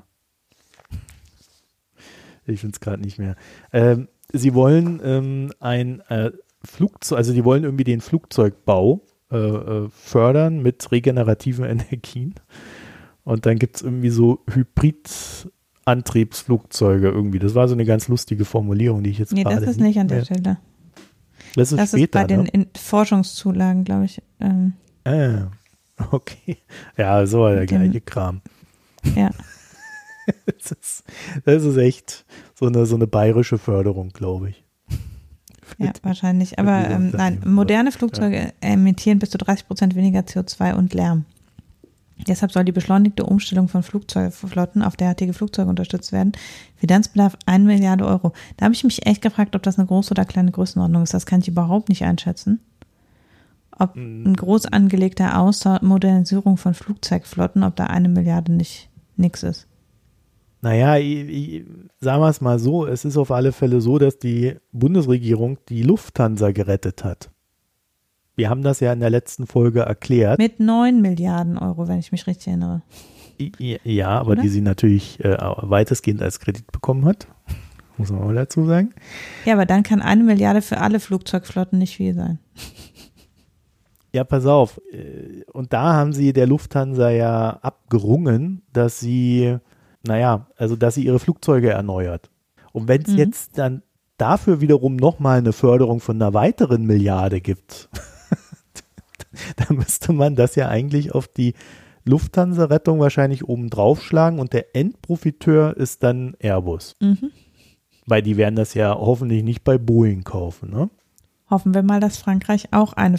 Speaker 1: Ich finde es gerade nicht mehr. Ähm, sie wollen ähm, ein äh, Flugzeug, also die wollen irgendwie den Flugzeugbau äh, äh, fördern mit regenerativen Energien. Und dann gibt es irgendwie so Hybridantriebsflugzeuge irgendwie. Das war so eine ganz lustige Formulierung, die ich jetzt
Speaker 2: nee,
Speaker 1: gerade
Speaker 2: nicht. Nee, das ist
Speaker 1: nicht
Speaker 2: nicht an der
Speaker 1: mehr.
Speaker 2: Stelle.
Speaker 1: Das ist
Speaker 2: das
Speaker 1: später,
Speaker 2: ist bei
Speaker 1: ne?
Speaker 2: den Forschungszulagen, glaube ich. Ähm,
Speaker 1: ah, okay. Ja, so war der gleiche Kram.
Speaker 2: Ja.
Speaker 1: Das ist, das ist echt so eine, so eine bayerische Förderung, glaube ich.
Speaker 2: Ja, wahrscheinlich. Aber ähm, nein, moderne Flugzeuge ja. emittieren bis zu dreißig Prozent weniger C O zwei und Lärm. Deshalb soll die beschleunigte Umstellung von Flugzeugflotten auf derartige Flugzeuge unterstützt werden. Finanzbedarf eine Milliarde Euro. Da habe ich mich echt gefragt, ob das eine große oder kleine Größenordnung ist. Das kann ich überhaupt nicht einschätzen. Ob ein groß angelegter Ausbau, Modernisierung von Flugzeugflotten, ob da eine Milliarde nicht nix ist.
Speaker 1: Naja, ich, ich, sagen wir es mal so, es ist auf alle Fälle so, dass die Bundesregierung die Lufthansa gerettet hat. Wir haben das ja in der letzten Folge erklärt.
Speaker 2: Mit neun Milliarden Euro, wenn ich mich richtig erinnere.
Speaker 1: Ja, aber Oder? Die sie natürlich äh, weitestgehend als Kredit bekommen hat. muss man auch dazu sagen.
Speaker 2: Ja, aber dann kann eine Milliarde für alle Flugzeugflotten nicht viel sein.
Speaker 1: Ja, pass auf. Und da haben sie der Lufthansa ja abgerungen, dass sie, naja, also dass sie ihre Flugzeuge erneuert. Und wenn es mhm. jetzt dann dafür wiederum nochmal eine Förderung von einer weiteren Milliarde gibt, dann müsste man das ja eigentlich auf die Lufthansa-Rettung wahrscheinlich oben drauf schlagen und der Endprofiteur ist dann Airbus. Mhm. Weil die werden das ja hoffentlich nicht bei Boeing kaufen, ne?
Speaker 2: Hoffen wir mal, dass Frankreich auch eine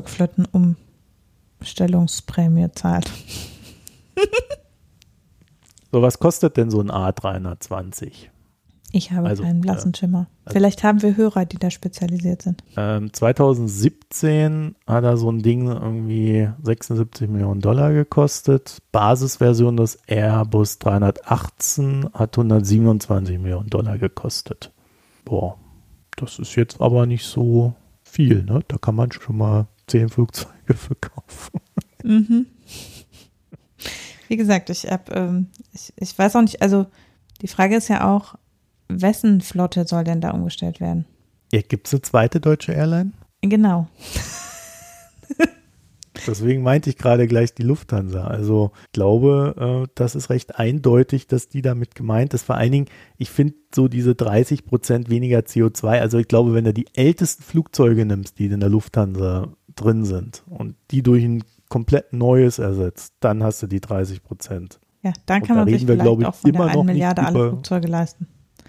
Speaker 2: Flugzeugflottenumstellungsprämie zahlt.
Speaker 1: So, was kostet denn so ein A dreihundertzwanzig?
Speaker 2: Ich habe
Speaker 1: also,
Speaker 2: keinen blassen
Speaker 1: äh,
Speaker 2: Schimmer. Vielleicht haben wir Hörer, die da spezialisiert sind.
Speaker 1: Ähm, zwanzig siebzehn hat er so ein Ding irgendwie sechsundsiebzig Millionen Dollar gekostet. Basisversion des Airbus dreihundertachtzehn hat hundertsiebenundzwanzig Millionen Dollar gekostet. Boah, das ist jetzt aber nicht so viel, ne? Da kann man schon mal zehn Flugzeuge verkaufen.
Speaker 2: Mhm. Wie gesagt, ich, hab, ähm, ich, ich weiß auch nicht, also die Frage ist ja auch, wessen Flotte soll denn da umgestellt werden?
Speaker 1: Ja, gibt es eine zweite deutsche Airline?
Speaker 2: Genau.
Speaker 1: Deswegen meinte ich gerade gleich die Lufthansa. Also ich glaube, äh, das ist recht eindeutig, dass die damit gemeint ist. Vor allen Dingen, ich finde so diese dreißig Prozent weniger C O zwei, also ich glaube, wenn du die ältesten Flugzeuge nimmst, die in der Lufthansa drin sind und die durch ein komplett neues ersetzt, dann hast du die dreißig Prozent.
Speaker 2: Ja, dann
Speaker 1: und
Speaker 2: kann
Speaker 1: da
Speaker 2: man sich
Speaker 1: wir,
Speaker 2: vielleicht
Speaker 1: ich,
Speaker 2: auch von
Speaker 1: immer
Speaker 2: der einen Milliarde alle Flugzeuge leisten.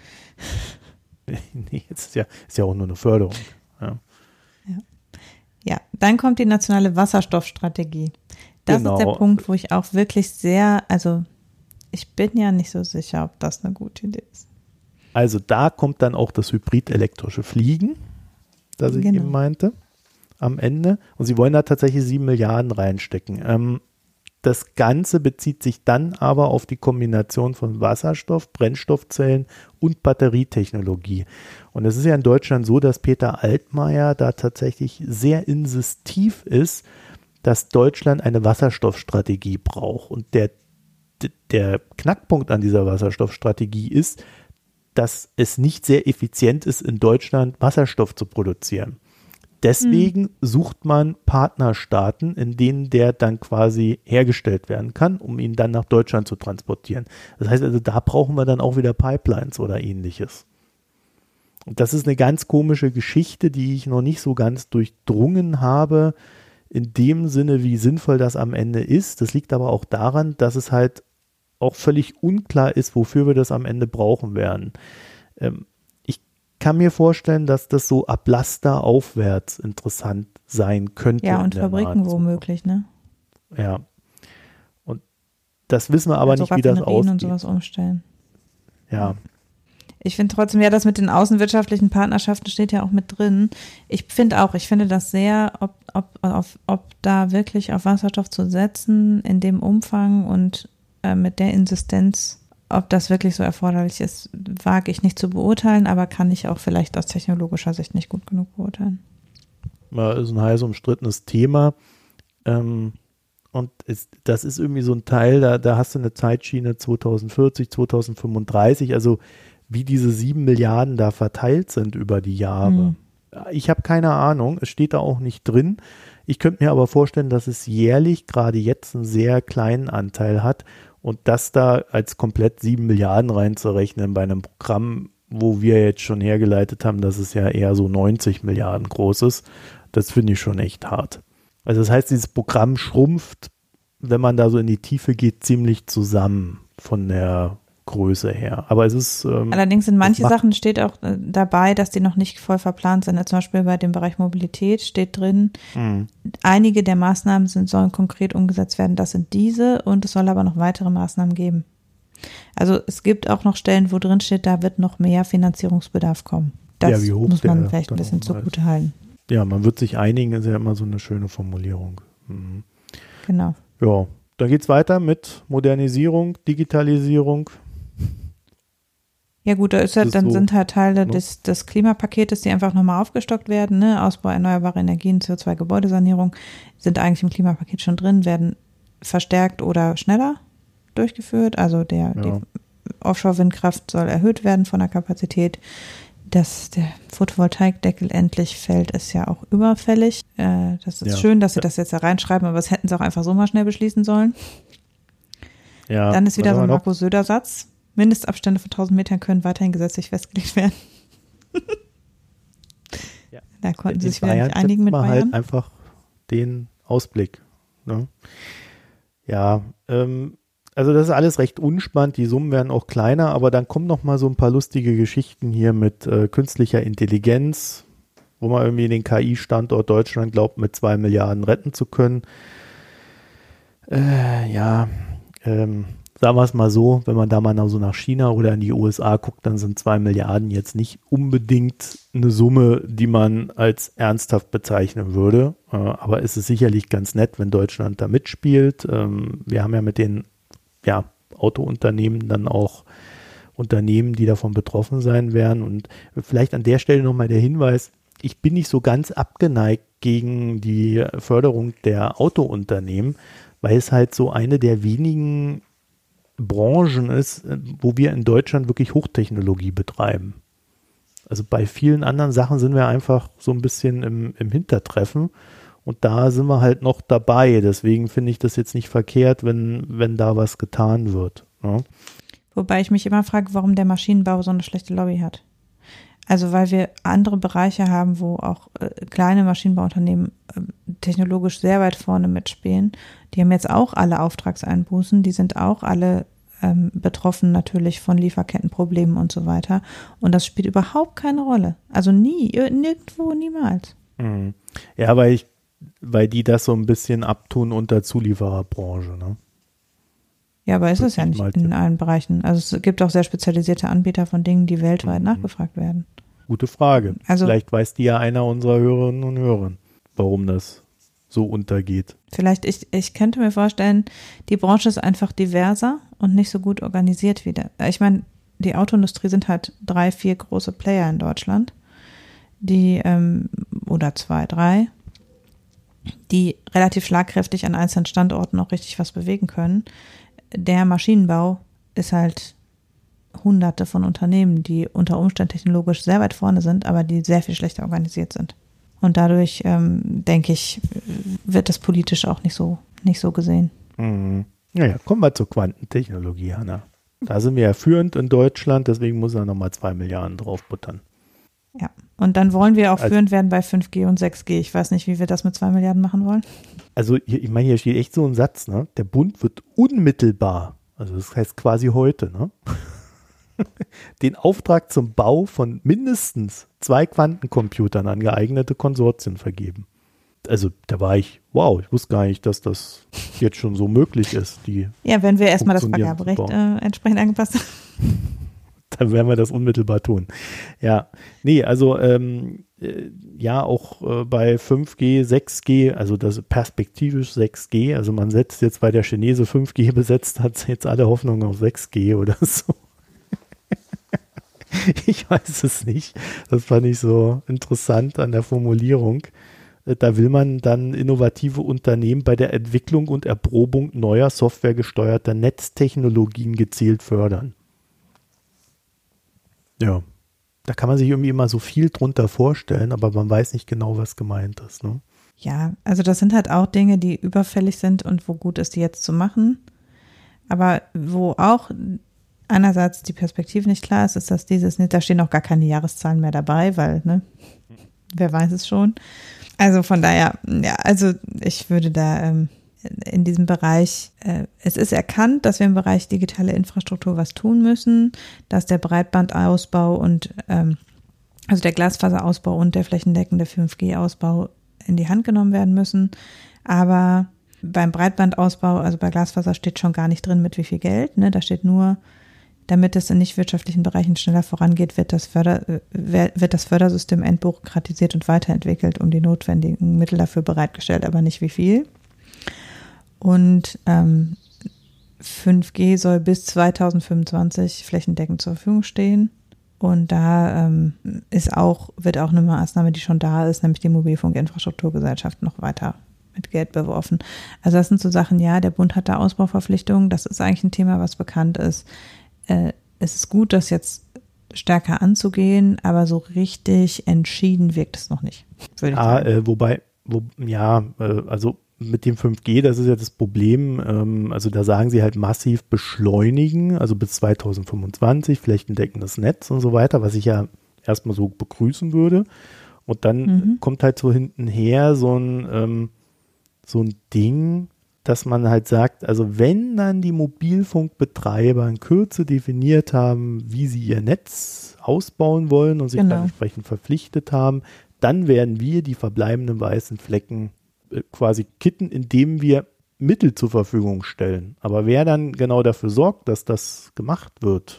Speaker 1: Nee, jetzt ist ja, ist ja auch nur eine Förderung. Ja.
Speaker 2: Ja. Ja, dann kommt die nationale Wasserstoffstrategie. Das
Speaker 1: genau.
Speaker 2: ist der Punkt, wo ich auch wirklich sehr, also ich bin ja nicht so sicher, ob das eine gute Idee ist.
Speaker 1: Also da kommt dann auch das hybrid-elektrische Fliegen, das ich
Speaker 2: Genau.
Speaker 1: eben meinte, am Ende. Und sie wollen da tatsächlich sieben Milliarden reinstecken. Ähm, Das Ganze bezieht sich dann aber auf die Kombination von Wasserstoff, Brennstoffzellen und Batterietechnologie. Und es ist ja in Deutschland so, dass Peter Altmaier da tatsächlich sehr insistiv ist, dass Deutschland eine Wasserstoffstrategie braucht. Und der, der Knackpunkt an dieser Wasserstoffstrategie ist, dass es nicht sehr effizient ist, in Deutschland Wasserstoff zu produzieren. Deswegen mhm. sucht man Partnerstaaten, in denen der dann quasi hergestellt werden kann, um ihn dann nach Deutschland zu transportieren. Das heißt also, da brauchen wir dann auch wieder Pipelines oder ähnliches. Und das ist eine ganz komische Geschichte, die ich noch nicht so ganz durchdrungen habe, in dem Sinne, wie sinnvoll das am Ende ist. Das liegt aber auch daran, dass es halt auch völlig unklar ist, wofür wir das am Ende brauchen werden. Ähm, kann mir vorstellen, dass das so ab Laster aufwärts interessant sein könnte.
Speaker 2: Ja, und Fabriken womöglich, ne?
Speaker 1: Ja. Und das wissen wir aber also nicht, wie das aussieht.
Speaker 2: Und sowas umstellen.
Speaker 1: Ja.
Speaker 2: Ich finde trotzdem, ja, das mit den außenwirtschaftlichen Partnerschaften steht ja auch mit drin. Ich finde auch, ich finde das sehr, ob, ob, auf, ob da wirklich auf Wasserstoff zu setzen, in dem Umfang und äh, mit der Insistenz, ob das wirklich so erforderlich ist, wage ich nicht zu beurteilen, aber kann ich auch vielleicht aus technologischer Sicht nicht gut genug beurteilen.
Speaker 1: Ja, ist ein heiß umstrittenes Thema. Ähm, und es, das ist irgendwie so ein Teil, da, da hast du eine Zeitschiene zwanzig vierzig, zwanzig fünfunddreißig, also wie diese sieben Milliarden da verteilt sind über die Jahre. Hm. Ich habe keine Ahnung, es steht da auch nicht drin. Ich könnte mir aber vorstellen, dass es jährlich gerade jetzt einen sehr kleinen Anteil hat. Und das da als komplett sieben Milliarden reinzurechnen bei einem Programm, wo wir jetzt schon hergeleitet haben, dass es ja eher so neunzig Milliarden groß ist, das finde ich schon echt hart. Also das heißt, dieses Programm schrumpft, wenn man da so in die Tiefe geht, ziemlich zusammen von der Größe her. Aber es ist ähm,
Speaker 2: allerdings in manche Sachen steht auch äh, dabei, dass die noch nicht voll verplant sind. Zum Beispiel bei dem Bereich Mobilität steht drin, mhm. einige der Maßnahmen sind, sollen konkret umgesetzt werden. Das sind diese und es soll aber noch weitere Maßnahmen geben. Also es gibt auch noch Stellen, wo drin steht, da wird noch mehr Finanzierungsbedarf kommen. Das ja, muss man vielleicht ein bisschen zugute halten.
Speaker 1: Ja, man wird sich einigen, ist ja immer so eine schöne Formulierung. Mhm.
Speaker 2: Genau.
Speaker 1: Ja, dann geht's weiter mit Modernisierung, Digitalisierung.
Speaker 2: Ja gut, da ist halt, dann so, sind halt Teile ne? des, des Klimapaketes, die einfach nochmal aufgestockt werden, ne? Ausbau erneuerbare Energien, C O zwei Gebäudesanierung sind eigentlich im Klimapaket schon drin, werden verstärkt oder schneller durchgeführt. Also der,
Speaker 1: ja.
Speaker 2: die Offshore-Windkraft soll erhöht werden von der Kapazität. Dass der Photovoltaikdeckel endlich fällt, ist ja auch überfällig. Äh, das ist ja schön, dass sie das jetzt da reinschreiben, aber das hätten sie auch einfach so mal schnell beschließen sollen. Ja, dann ist wieder so ein Markus Söder-Satz. Mindestabstände von tausend Metern können weiterhin gesetzlich festgelegt werden.
Speaker 1: Ja.
Speaker 2: Da konnten sie sich wieder nicht einigen mit Bayern.
Speaker 1: Halt einfach den Ausblick. Ne? Ja, ähm, also das ist alles recht unspannend, die Summen werden auch kleiner, aber dann kommen noch mal so ein paar lustige Geschichten hier mit äh, künstlicher Intelligenz, wo man irgendwie den K I-Standort Deutschland glaubt, mit zwei Milliarden retten zu können. Äh, ja, ähm, sagen wir es mal so, wenn man da mal so nach China oder in die U S A guckt, dann sind zwei Milliarden jetzt nicht unbedingt eine Summe, die man als ernsthaft bezeichnen würde. Äh, aber es ist sicherlich ganz nett, wenn Deutschland da mitspielt. Ähm, wir haben ja mit den ja, Autounternehmen dann auch Unternehmen, die davon betroffen sein werden. Und vielleicht an der Stelle nochmal der Hinweis, ich bin nicht so ganz abgeneigt gegen die Förderung der Autounternehmen, weil es halt so eine der wenigen Branchen ist, wo wir in Deutschland wirklich Hochtechnologie betreiben. Also bei vielen anderen Sachen sind wir einfach so ein bisschen im, im Hintertreffen. Und da sind wir halt noch dabei. Deswegen finde ich das jetzt nicht verkehrt, wenn, wenn da was getan wird. Ja.
Speaker 2: Wobei ich mich immer frage, warum der Maschinenbau so eine schlechte Lobby hat. Also weil wir andere Bereiche haben, wo auch äh, kleine Maschinenbauunternehmen äh, technologisch sehr weit vorne mitspielen. Die haben jetzt auch alle Auftragseinbußen. Die sind auch alle ähm, betroffen natürlich von Lieferkettenproblemen und so weiter. Und das spielt überhaupt keine Rolle. Also nie, nirgendwo, niemals.
Speaker 1: Mhm. Ja, weil ich weil die das so ein bisschen abtun unter Zuliefererbranche, ne?
Speaker 2: Ja, aber ist es ja nicht in allen Bereichen. Also es gibt auch sehr spezialisierte Anbieter von Dingen, die weltweit mhm. nachgefragt werden.
Speaker 1: Gute Frage.
Speaker 2: Also,
Speaker 1: vielleicht weiß die ja einer unserer Hörerinnen und Hörer, warum das so untergeht.
Speaker 2: Vielleicht, ich, ich könnte mir vorstellen, die Branche ist einfach diverser und nicht so gut organisiert wie der. Ich meine, die Autoindustrie sind halt drei, vier große Player in Deutschland, die, ähm, oder zwei, drei, die relativ schlagkräftig an einzelnen Standorten auch richtig was bewegen können. Der Maschinenbau ist halt hunderte von Unternehmen, die unter Umständen technologisch sehr weit vorne sind, aber die sehr viel schlechter organisiert sind. Und dadurch, ähm, denke ich, wird das politisch auch nicht so, nicht so gesehen.
Speaker 1: Mhm. Naja, kommen wir zur Quantentechnologie, Hanna. Da sind wir ja führend in Deutschland, deswegen muss er nochmal zwei Milliarden draufbuttern.
Speaker 2: Ja, und dann wollen wir auch also, führend werden bei fünf G und sechs G. Ich weiß nicht, wie wir das mit zwei Milliarden machen wollen.
Speaker 1: Also hier, ich meine, hier steht echt so ein Satz, ne? Der Bund wird unmittelbar, also das heißt quasi heute, ne? den Auftrag zum Bau von mindestens zwei Quantencomputern an geeignete Konsortien vergeben. Also da war ich, wow, ich wusste gar nicht, dass das jetzt schon so möglich ist. Die
Speaker 2: ja, wenn wir erstmal das Vergaberecht äh, entsprechend angepasst haben.
Speaker 1: Dann werden wir das unmittelbar tun. Ja, nee, also ähm, äh, ja, auch äh, bei fünf G, sechs G, also das perspektivisch sechs G, also man setzt jetzt, weil der Chinese fünf G besetzt hat, jetzt alle Hoffnungen auf sechs G oder so. Ich weiß es nicht. Das fand ich so interessant an der Formulierung. Da will man dann innovative Unternehmen bei der Entwicklung und Erprobung neuer softwaregesteuerter Netztechnologien gezielt fördern. Ja, da kann man sich irgendwie immer so viel drunter vorstellen, aber man weiß nicht genau, was gemeint ist. Ne?
Speaker 2: Ja, also das sind halt auch Dinge, die überfällig sind und wo gut ist, die jetzt zu machen. Aber wo auch einerseits die Perspektive nicht klar ist, ist, dass dieses, da stehen auch gar keine Jahreszahlen mehr dabei, weil, ne, wer weiß es schon. Also von daher, ja, also ich würde da ähm, in diesem Bereich, äh, es ist erkannt, dass wir im Bereich digitale Infrastruktur was tun müssen, dass der Breitbandausbau und ähm, also der Glasfaserausbau und der flächendeckende fünf G-Ausbau in die Hand genommen werden müssen. Aber beim Breitbandausbau, also bei Glasfaser steht schon gar nicht drin, mit wie viel Geld. Ne? Da steht nur, damit es in nicht wirtschaftlichen Bereichen schneller vorangeht, wird das, Förder, wird das Fördersystem entbürokratisiert und weiterentwickelt, um die notwendigen Mittel dafür bereitgestellt, aber nicht wie viel. Und ähm, fünf G soll bis zweitausendfünfundzwanzig flächendeckend zur Verfügung stehen. Und da ähm, ist auch, wird auch eine Maßnahme, die schon da ist, nämlich die Mobilfunkinfrastrukturgesellschaft noch weiter mit Geld beworfen. Also das sind so Sachen, ja, der Bund hat da Ausbauverpflichtungen, das ist eigentlich ein Thema, was bekannt ist. äh, es ist gut, das jetzt stärker anzugehen, aber so richtig entschieden wirkt es noch nicht, würde ich
Speaker 1: ja,
Speaker 2: sagen.
Speaker 1: Äh, wobei, wo, ja, äh, also mit dem fünf G, das ist ja das Problem, ähm, also da sagen sie halt massiv beschleunigen, also bis zweitausendfünfundzwanzig, flächendeckendes Netz und so weiter, was ich ja erstmal so begrüßen würde. Und dann mhm. kommt halt so hintenher so ein, ähm, so ein Ding, dass man halt sagt, also wenn dann die Mobilfunkbetreiber in Kürze definiert haben, wie sie ihr Netz ausbauen wollen und sich genau. dann entsprechend verpflichtet haben, dann werden wir die verbleibenden weißen Flecken äh, quasi kitten, indem wir Mittel zur Verfügung stellen. Aber wer dann genau dafür sorgt, dass das gemacht wird,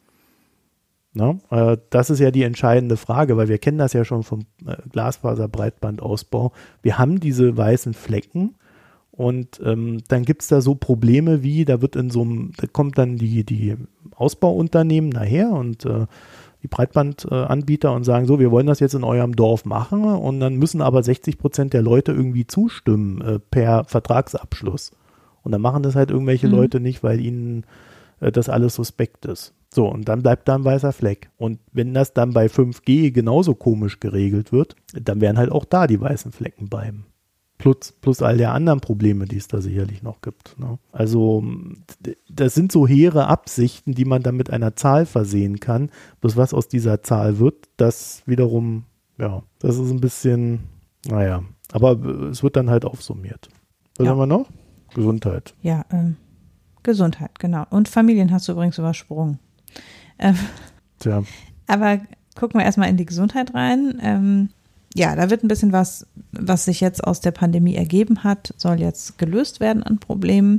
Speaker 1: na, äh, das ist ja die entscheidende Frage, weil wir kennen das ja schon vom äh, Glasfaser-Breitbandausbau. Wir haben diese weißen Flecken. Und ähm, dann gibt es da so Probleme wie, da wird in so einem, da kommt dann die, die Ausbauunternehmen nachher und äh, die Breitbandanbieter äh, und sagen so, wir wollen das jetzt in eurem Dorf machen und dann müssen aber sechzig Prozent der Leute irgendwie zustimmen äh, per Vertragsabschluss. Und dann machen das halt irgendwelche mhm. Leute nicht, weil ihnen äh, das alles suspekt ist. So, und dann bleibt da ein weißer Fleck. Und wenn das dann bei fünf G genauso komisch geregelt wird, dann werden halt auch da die weißen Flecken bleiben. Plus, plus all der anderen Probleme, die es da sicherlich noch gibt. Ne? Also das sind so hehre Absichten, die man dann mit einer Zahl versehen kann. Bloß was aus dieser Zahl wird, das wiederum, ja, das ist ein bisschen, naja, aber es wird dann halt aufsummiert. Was ja. haben wir noch? Gesundheit.
Speaker 2: Ja, ähm, Gesundheit, genau. Und Familien hast du übrigens übersprungen. Ähm,
Speaker 1: Tja.
Speaker 2: Aber gucken wir erstmal in die Gesundheit rein. Ähm, Ja, da wird ein bisschen was, was sich jetzt aus der Pandemie ergeben hat, soll jetzt gelöst werden an Problemen.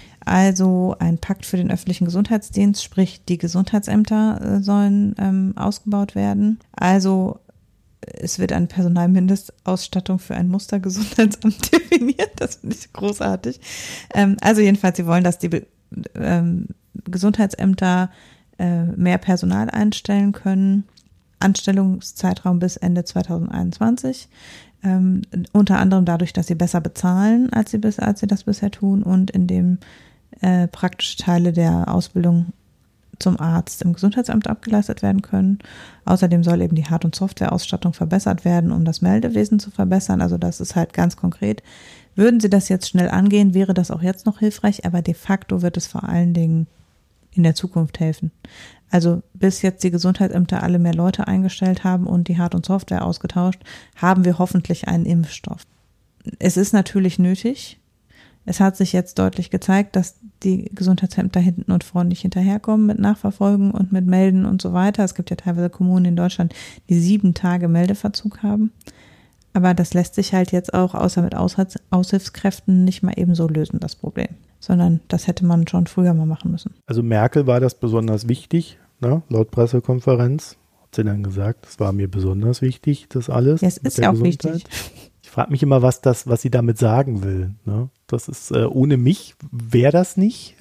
Speaker 2: Also ein Pakt für den öffentlichen Gesundheitsdienst, sprich die Gesundheitsämter äh, sollen ähm, ausgebaut werden. Also es wird eine Personalmindestausstattung für ein Mustergesundheitsamt definiert. Das finde ich großartig. Ähm, also jedenfalls, sie wollen, dass die ähm, Gesundheitsämter äh, mehr Personal einstellen können. Anstellungszeitraum bis Ende zweitausendeinundzwanzig, ähm, unter anderem dadurch, dass sie besser bezahlen, als sie, bis, als sie das bisher tun und indem äh, praktische Teile der Ausbildung zum Arzt im Gesundheitsamt abgeleistet werden können. Außerdem soll eben die Hard- und Softwareausstattung verbessert werden, um das Meldewesen zu verbessern. Also das ist halt ganz konkret. Würden sie das jetzt schnell angehen, wäre das auch jetzt noch hilfreich, aber de facto wird es vor allen Dingen in der Zukunft helfen. Also bis jetzt die Gesundheitsämter alle mehr Leute eingestellt haben und die Hard- und Software ausgetauscht, haben wir hoffentlich einen Impfstoff. Es ist natürlich nötig. Es hat sich jetzt deutlich gezeigt, dass die Gesundheitsämter hinten und vorne nicht hinterherkommen mit Nachverfolgen und mit Melden und so weiter. Es gibt ja teilweise Kommunen in Deutschland, die sieben Tage Meldeverzug haben. Aber das lässt sich halt jetzt auch außer mit Aushilfskräften nicht mal eben so lösen, das Problem. Sondern das hätte man schon früher mal machen müssen.
Speaker 1: Also Merkel war das besonders wichtig, ne? Laut Pressekonferenz. Hat sie dann gesagt, das war mir besonders wichtig, das alles.
Speaker 2: Ja, es ist ja auch Gesundheit. Wichtig.
Speaker 1: Ich frage mich immer, was das, was sie damit sagen will. Ne? Das ist, äh, ohne mich wäre das nicht.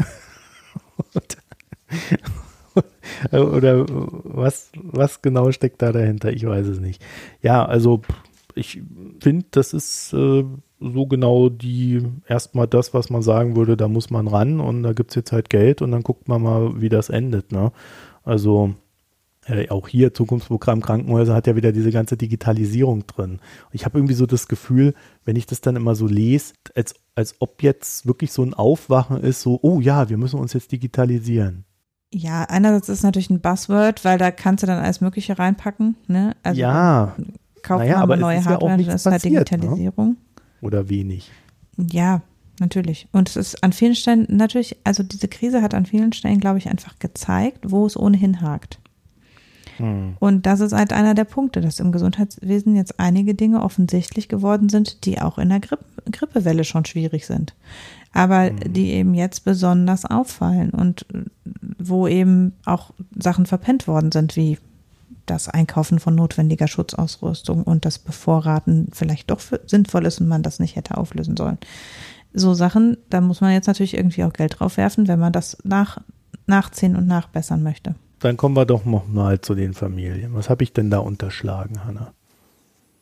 Speaker 1: Oder was, was genau steckt da dahinter? Ich weiß es nicht. Ja, also ich finde, das ist äh, so genau die, erstmal das, was man sagen würde, da muss man ran und da gibt es jetzt halt Geld und dann guckt man mal, wie das endet. Ne? Also äh, auch hier Zukunftsprogramm Krankenhäuser hat ja wieder diese ganze Digitalisierung drin. Ich habe irgendwie so das Gefühl, wenn ich das dann immer so lese, als, als ob jetzt wirklich so ein Aufwachen ist, so, oh ja, wir müssen uns jetzt digitalisieren.
Speaker 2: Ja, einerseits ist es natürlich ein Buzzword, weil da kannst du dann alles Mögliche reinpacken. Ne? Also
Speaker 1: ja,
Speaker 2: kaufen
Speaker 1: naja,
Speaker 2: wir
Speaker 1: aber
Speaker 2: neue
Speaker 1: es ist
Speaker 2: Hardware,
Speaker 1: ja auch nichts
Speaker 2: das ist halt
Speaker 1: passiert,
Speaker 2: Digitalisierung.
Speaker 1: Ne? Oder wenig.
Speaker 2: Ja, natürlich. Und es ist an vielen Stellen natürlich, also diese Krise hat an vielen Stellen, glaube ich, einfach gezeigt, wo es ohnehin hakt. Hm. Und das ist halt einer der Punkte, dass im Gesundheitswesen jetzt einige Dinge offensichtlich geworden sind, die auch in der Grippe, Grippewelle schon schwierig sind. Aber hm. die eben jetzt besonders auffallen und wo eben auch Sachen verpennt worden sind, wie das Einkaufen von notwendiger Schutzausrüstung und das Bevorraten vielleicht doch für sinnvoll ist und man das nicht hätte auflösen sollen. So Sachen, da muss man jetzt natürlich irgendwie auch Geld drauf werfen, wenn man das nach, nachziehen und nachbessern möchte.
Speaker 1: Dann kommen wir doch noch mal zu den Familien. Was habe ich denn da unterschlagen, Hanna?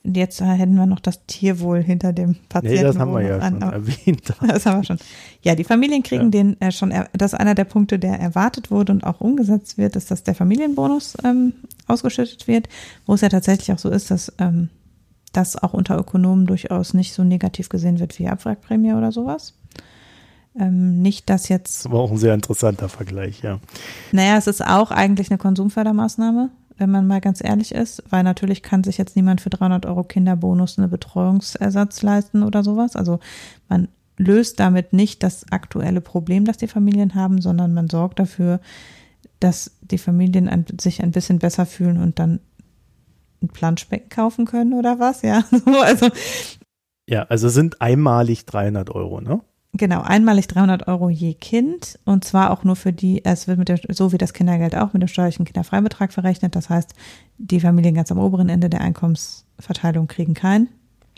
Speaker 2: jetzt hätten wir noch das Tierwohl hinter dem Patienten.
Speaker 1: Nee, das haben wir ja
Speaker 2: an,
Speaker 1: schon erwähnt.
Speaker 2: Das haben wir schon. Ja, die Familien kriegen ja. den äh, schon, das ist einer der Punkte, der erwartet wurde und auch umgesetzt wird, ist, dass der Familienbonus ähm, ausgeschüttet wird, wo es ja tatsächlich auch so ist, dass ähm, das auch unter Ökonomen durchaus nicht so negativ gesehen wird wie Abwrackprämie oder sowas. Ähm, nicht, dass jetzt.
Speaker 1: Das war auch ein sehr interessanter Vergleich, ja.
Speaker 2: Naja, es ist auch eigentlich eine Konsumfördermaßnahme, wenn man mal ganz ehrlich ist, weil natürlich kann sich jetzt niemand für dreihundert Euro Kinderbonus eine Betreuungsersatz leisten oder sowas. Also man löst damit nicht das aktuelle Problem, das die Familien haben, sondern man sorgt dafür, dass die Familien ein, sich ein bisschen besser fühlen und dann ein Planschbecken kaufen können oder was, ja. Also,
Speaker 1: ja, also sind einmalig dreihundert Euro, ne?
Speaker 2: Genau, einmalig dreihundert Euro je Kind und zwar auch nur für die, es wird mit der, so wie das Kindergeld auch mit dem steuerlichen Kinderfreibetrag verrechnet. Das heißt, die Familien ganz am oberen Ende der Einkommensverteilung kriegen keinen,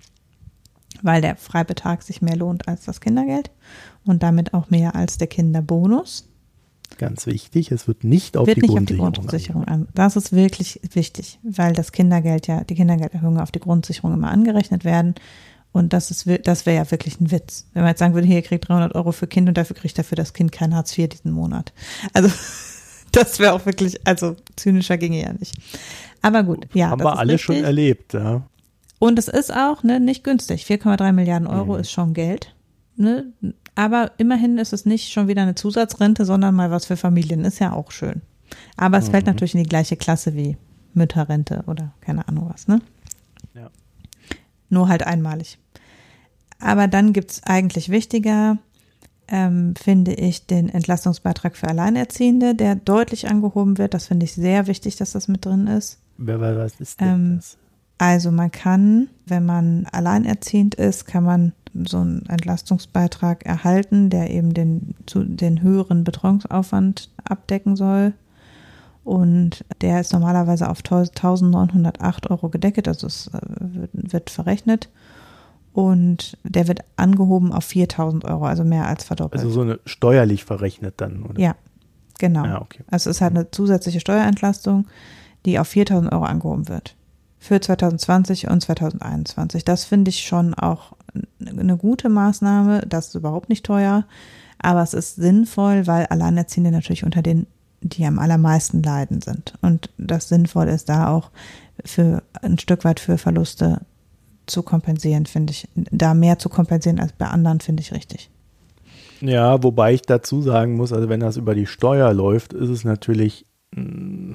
Speaker 2: weil der Freibetrag sich mehr lohnt als das Kindergeld und damit auch mehr als der Kinderbonus.
Speaker 1: Ganz wichtig, es wird nicht auf,
Speaker 2: wird
Speaker 1: die,
Speaker 2: nicht
Speaker 1: Grundsicherung
Speaker 2: auf die Grundsicherung an. Das ist wirklich wichtig, weil das Kindergeld ja, die Kindergelderhöhungen auf die Grundsicherung immer angerechnet werden. Und das ist, das wäre ja wirklich ein Witz. Wenn man jetzt sagen würde, hier, ihr kriegt dreihundert Euro für Kind und dafür kriegt er für das Kind kein Hartz vier diesen Monat. Also, das wäre auch wirklich, also, zynischer ginge ja nicht. Aber gut, ja.
Speaker 1: Haben wir alle richtig. Schon erlebt, ja.
Speaker 2: Und es ist auch, ne, nicht günstig. vier Komma drei Milliarden Euro mhm. ist schon Geld, ne. Aber immerhin ist es nicht schon wieder eine Zusatzrente, sondern mal was für Familien. Ist ja auch schön. Aber es mhm. fällt natürlich in die gleiche Klasse wie Mütterrente oder keine Ahnung was, ne?
Speaker 1: Ja.
Speaker 2: Nur halt einmalig. Aber dann gibt es eigentlich wichtiger, ähm, finde ich, den Entlastungsbeitrag für Alleinerziehende, der deutlich angehoben wird. Das finde ich sehr wichtig, dass das mit drin ist.
Speaker 1: Was ist denn
Speaker 2: ähm,
Speaker 1: das?
Speaker 2: Also man kann, wenn man alleinerziehend ist, kann man so einen Entlastungsbeitrag erhalten, der eben den, zu, den höheren Betreuungsaufwand abdecken soll. Und der ist normalerweise auf eintausendneunhundertacht Euro gedeckelt, also es wird, wird verrechnet. Und der wird angehoben auf viertausend Euro, also mehr als verdoppelt.
Speaker 1: Also so eine steuerlich verrechnet dann, oder?
Speaker 2: Ja, genau.
Speaker 1: Ja, okay.
Speaker 2: Also es ist halt eine zusätzliche Steuerentlastung, die auf viertausend Euro angehoben wird. Für zweitausendzwanzig und zweitausendeinundzwanzig. Das finde ich schon auch eine gute Maßnahme. Das ist überhaupt nicht teuer, aber es ist sinnvoll, weil Alleinerziehende natürlich unter den, die am allermeisten leiden sind. Und das Sinnvolle ist da auch für ein Stück weit für Verluste zu kompensieren, finde ich. Da mehr zu kompensieren als bei anderen, finde ich richtig.
Speaker 1: Ja, wobei ich dazu sagen muss, also wenn das über die Steuer läuft, ist es natürlich, mh,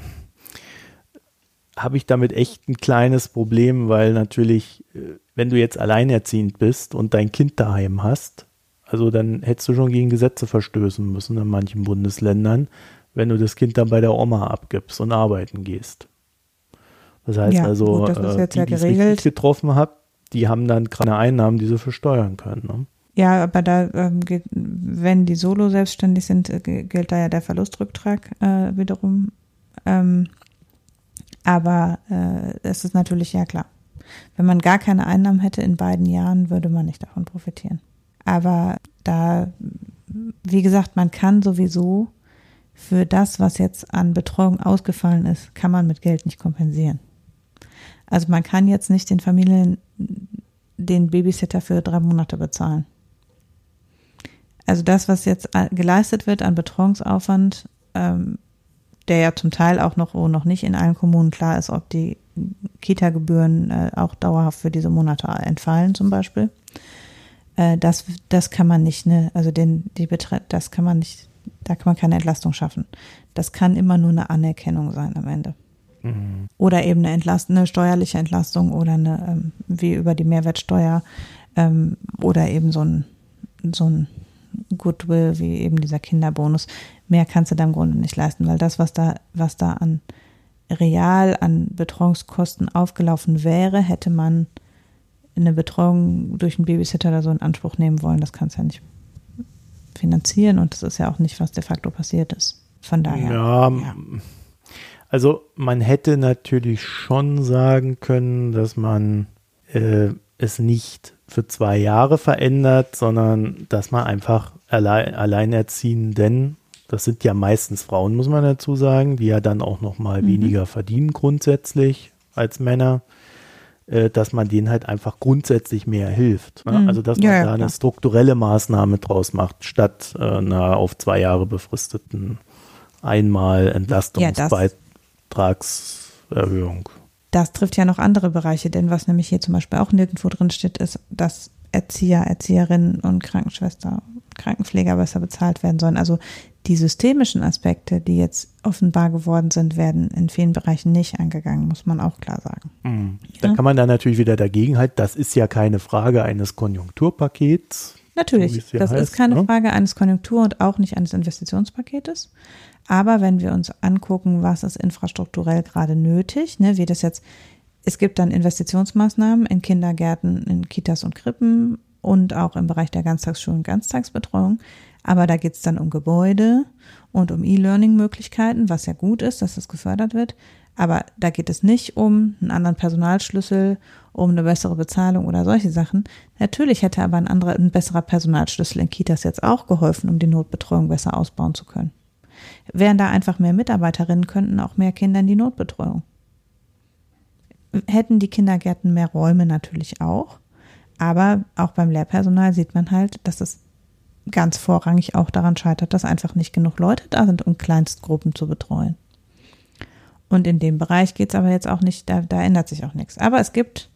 Speaker 1: habe ich damit echt ein kleines Problem, weil natürlich, wenn du jetzt alleinerziehend bist und dein Kind daheim hast, also dann hättest du schon gegen Gesetze verstößen müssen in manchen Bundesländern, wenn du das Kind dann bei der Oma abgibst und arbeiten gehst. Das heißt
Speaker 2: ja,
Speaker 1: also,
Speaker 2: gut, das ist jetzt
Speaker 1: die,
Speaker 2: ja
Speaker 1: die es
Speaker 2: geregelt.
Speaker 1: richtig getroffen haben, die haben dann keine Einnahmen, die sie versteuern können. Ne?
Speaker 2: Ja, aber da, ähm, gilt, wenn die solo selbstständig sind, äh, gilt da ja der Verlustrücktrag äh, wiederum. Ähm, aber äh, es ist natürlich, ja klar, wenn man gar keine Einnahmen hätte in beiden Jahren, würde man nicht davon profitieren. Aber da, wie gesagt, man kann sowieso für das, was jetzt an Betreuung ausgefallen ist, kann man mit Geld nicht kompensieren. Also man kann jetzt nicht den Familien den Babysitter für drei Monate bezahlen. Also das, was jetzt geleistet wird an Betreuungsaufwand, ähm, der ja zum Teil auch noch, wo noch nicht in allen Kommunen klar ist, ob die Kita-Gebühren äh, auch dauerhaft für diese Monate entfallen zum Beispiel. Äh, das, das kann man nicht, ne, also den, die Betre- das kann man nicht, da kann man keine Entlastung schaffen. Das kann immer nur eine Anerkennung sein am Ende. Mhm. Oder eben eine, Entlast- eine steuerliche Entlastung oder eine, ähm, wie über die Mehrwertsteuer ähm, oder eben so ein, so ein Goodwill wie eben dieser Kinderbonus. Mehr kannst du da im Grunde nicht leisten, weil das, was da, was da an real an Betreuungskosten aufgelaufen wäre, hätte man eine Betreuung durch einen Babysitter oder so in Anspruch nehmen wollen. Das kannst du ja nicht finanzieren und das ist ja auch nicht, was de facto passiert ist. Von daher.
Speaker 1: Ja, ja. Also man hätte natürlich schon sagen können, dass man äh, es nicht für zwei Jahre verändert, sondern dass man einfach allein, Alleinerziehenden, das sind ja meistens Frauen, muss man dazu sagen, die ja dann auch noch mal mhm. weniger verdienen grundsätzlich als Männer, äh, dass man denen halt einfach grundsätzlich mehr hilft. Ne?
Speaker 2: Mhm.
Speaker 1: Also dass man
Speaker 2: Ja, ja,
Speaker 1: da eine
Speaker 2: klar.
Speaker 1: strukturelle Maßnahme draus macht, statt äh, einer auf zwei Jahre befristeten einmal Entlastungsbeitragserhöhung.
Speaker 2: Das trifft ja noch andere Bereiche, denn was nämlich hier zum Beispiel auch nirgendwo drin steht, ist, dass Erzieher, Erzieherinnen und Krankenschwester, Krankenpfleger besser bezahlt werden sollen. Also die systemischen Aspekte, die jetzt offenbar geworden sind, werden in vielen Bereichen nicht angegangen, muss man auch klar sagen.
Speaker 1: Mhm. Da
Speaker 2: Ja.
Speaker 1: kann man dann natürlich wieder dagegen halten, das ist ja keine Frage eines Konjunkturpakets.
Speaker 2: Natürlich,
Speaker 1: so wie es hier
Speaker 2: das
Speaker 1: heißt,
Speaker 2: ist keine
Speaker 1: ne?
Speaker 2: Frage eines Konjunktur- und auch nicht eines Investitionspaketes. Aber wenn wir uns angucken, was ist infrastrukturell gerade nötig, ne, wie das jetzt, es gibt dann Investitionsmaßnahmen in Kindergärten, in Kitas und Krippen und auch im Bereich der Ganztagsschulen und Ganztagsbetreuung. Aber da geht es dann um Gebäude und um E-Learning-Möglichkeiten, was ja gut ist, dass das gefördert wird. Aber da geht es nicht um einen anderen Personalschlüssel, um eine bessere Bezahlung oder solche Sachen. Natürlich hätte aber ein anderer, ein besserer Personalschlüssel in Kitas jetzt auch geholfen, um die Notbetreuung besser ausbauen zu können. Wären da einfach mehr Mitarbeiterinnen, könnten auch mehr Kinder in die Notbetreuung. Hätten die Kindergärten mehr Räume natürlich auch. Aber auch beim Lehrpersonal sieht man halt, dass es ganz vorrangig auch daran scheitert, dass einfach nicht genug Leute da sind, um Kleinstgruppen zu betreuen. Und in dem Bereich geht es aber jetzt auch nicht, da, da ändert sich auch nichts. Aber es gibt,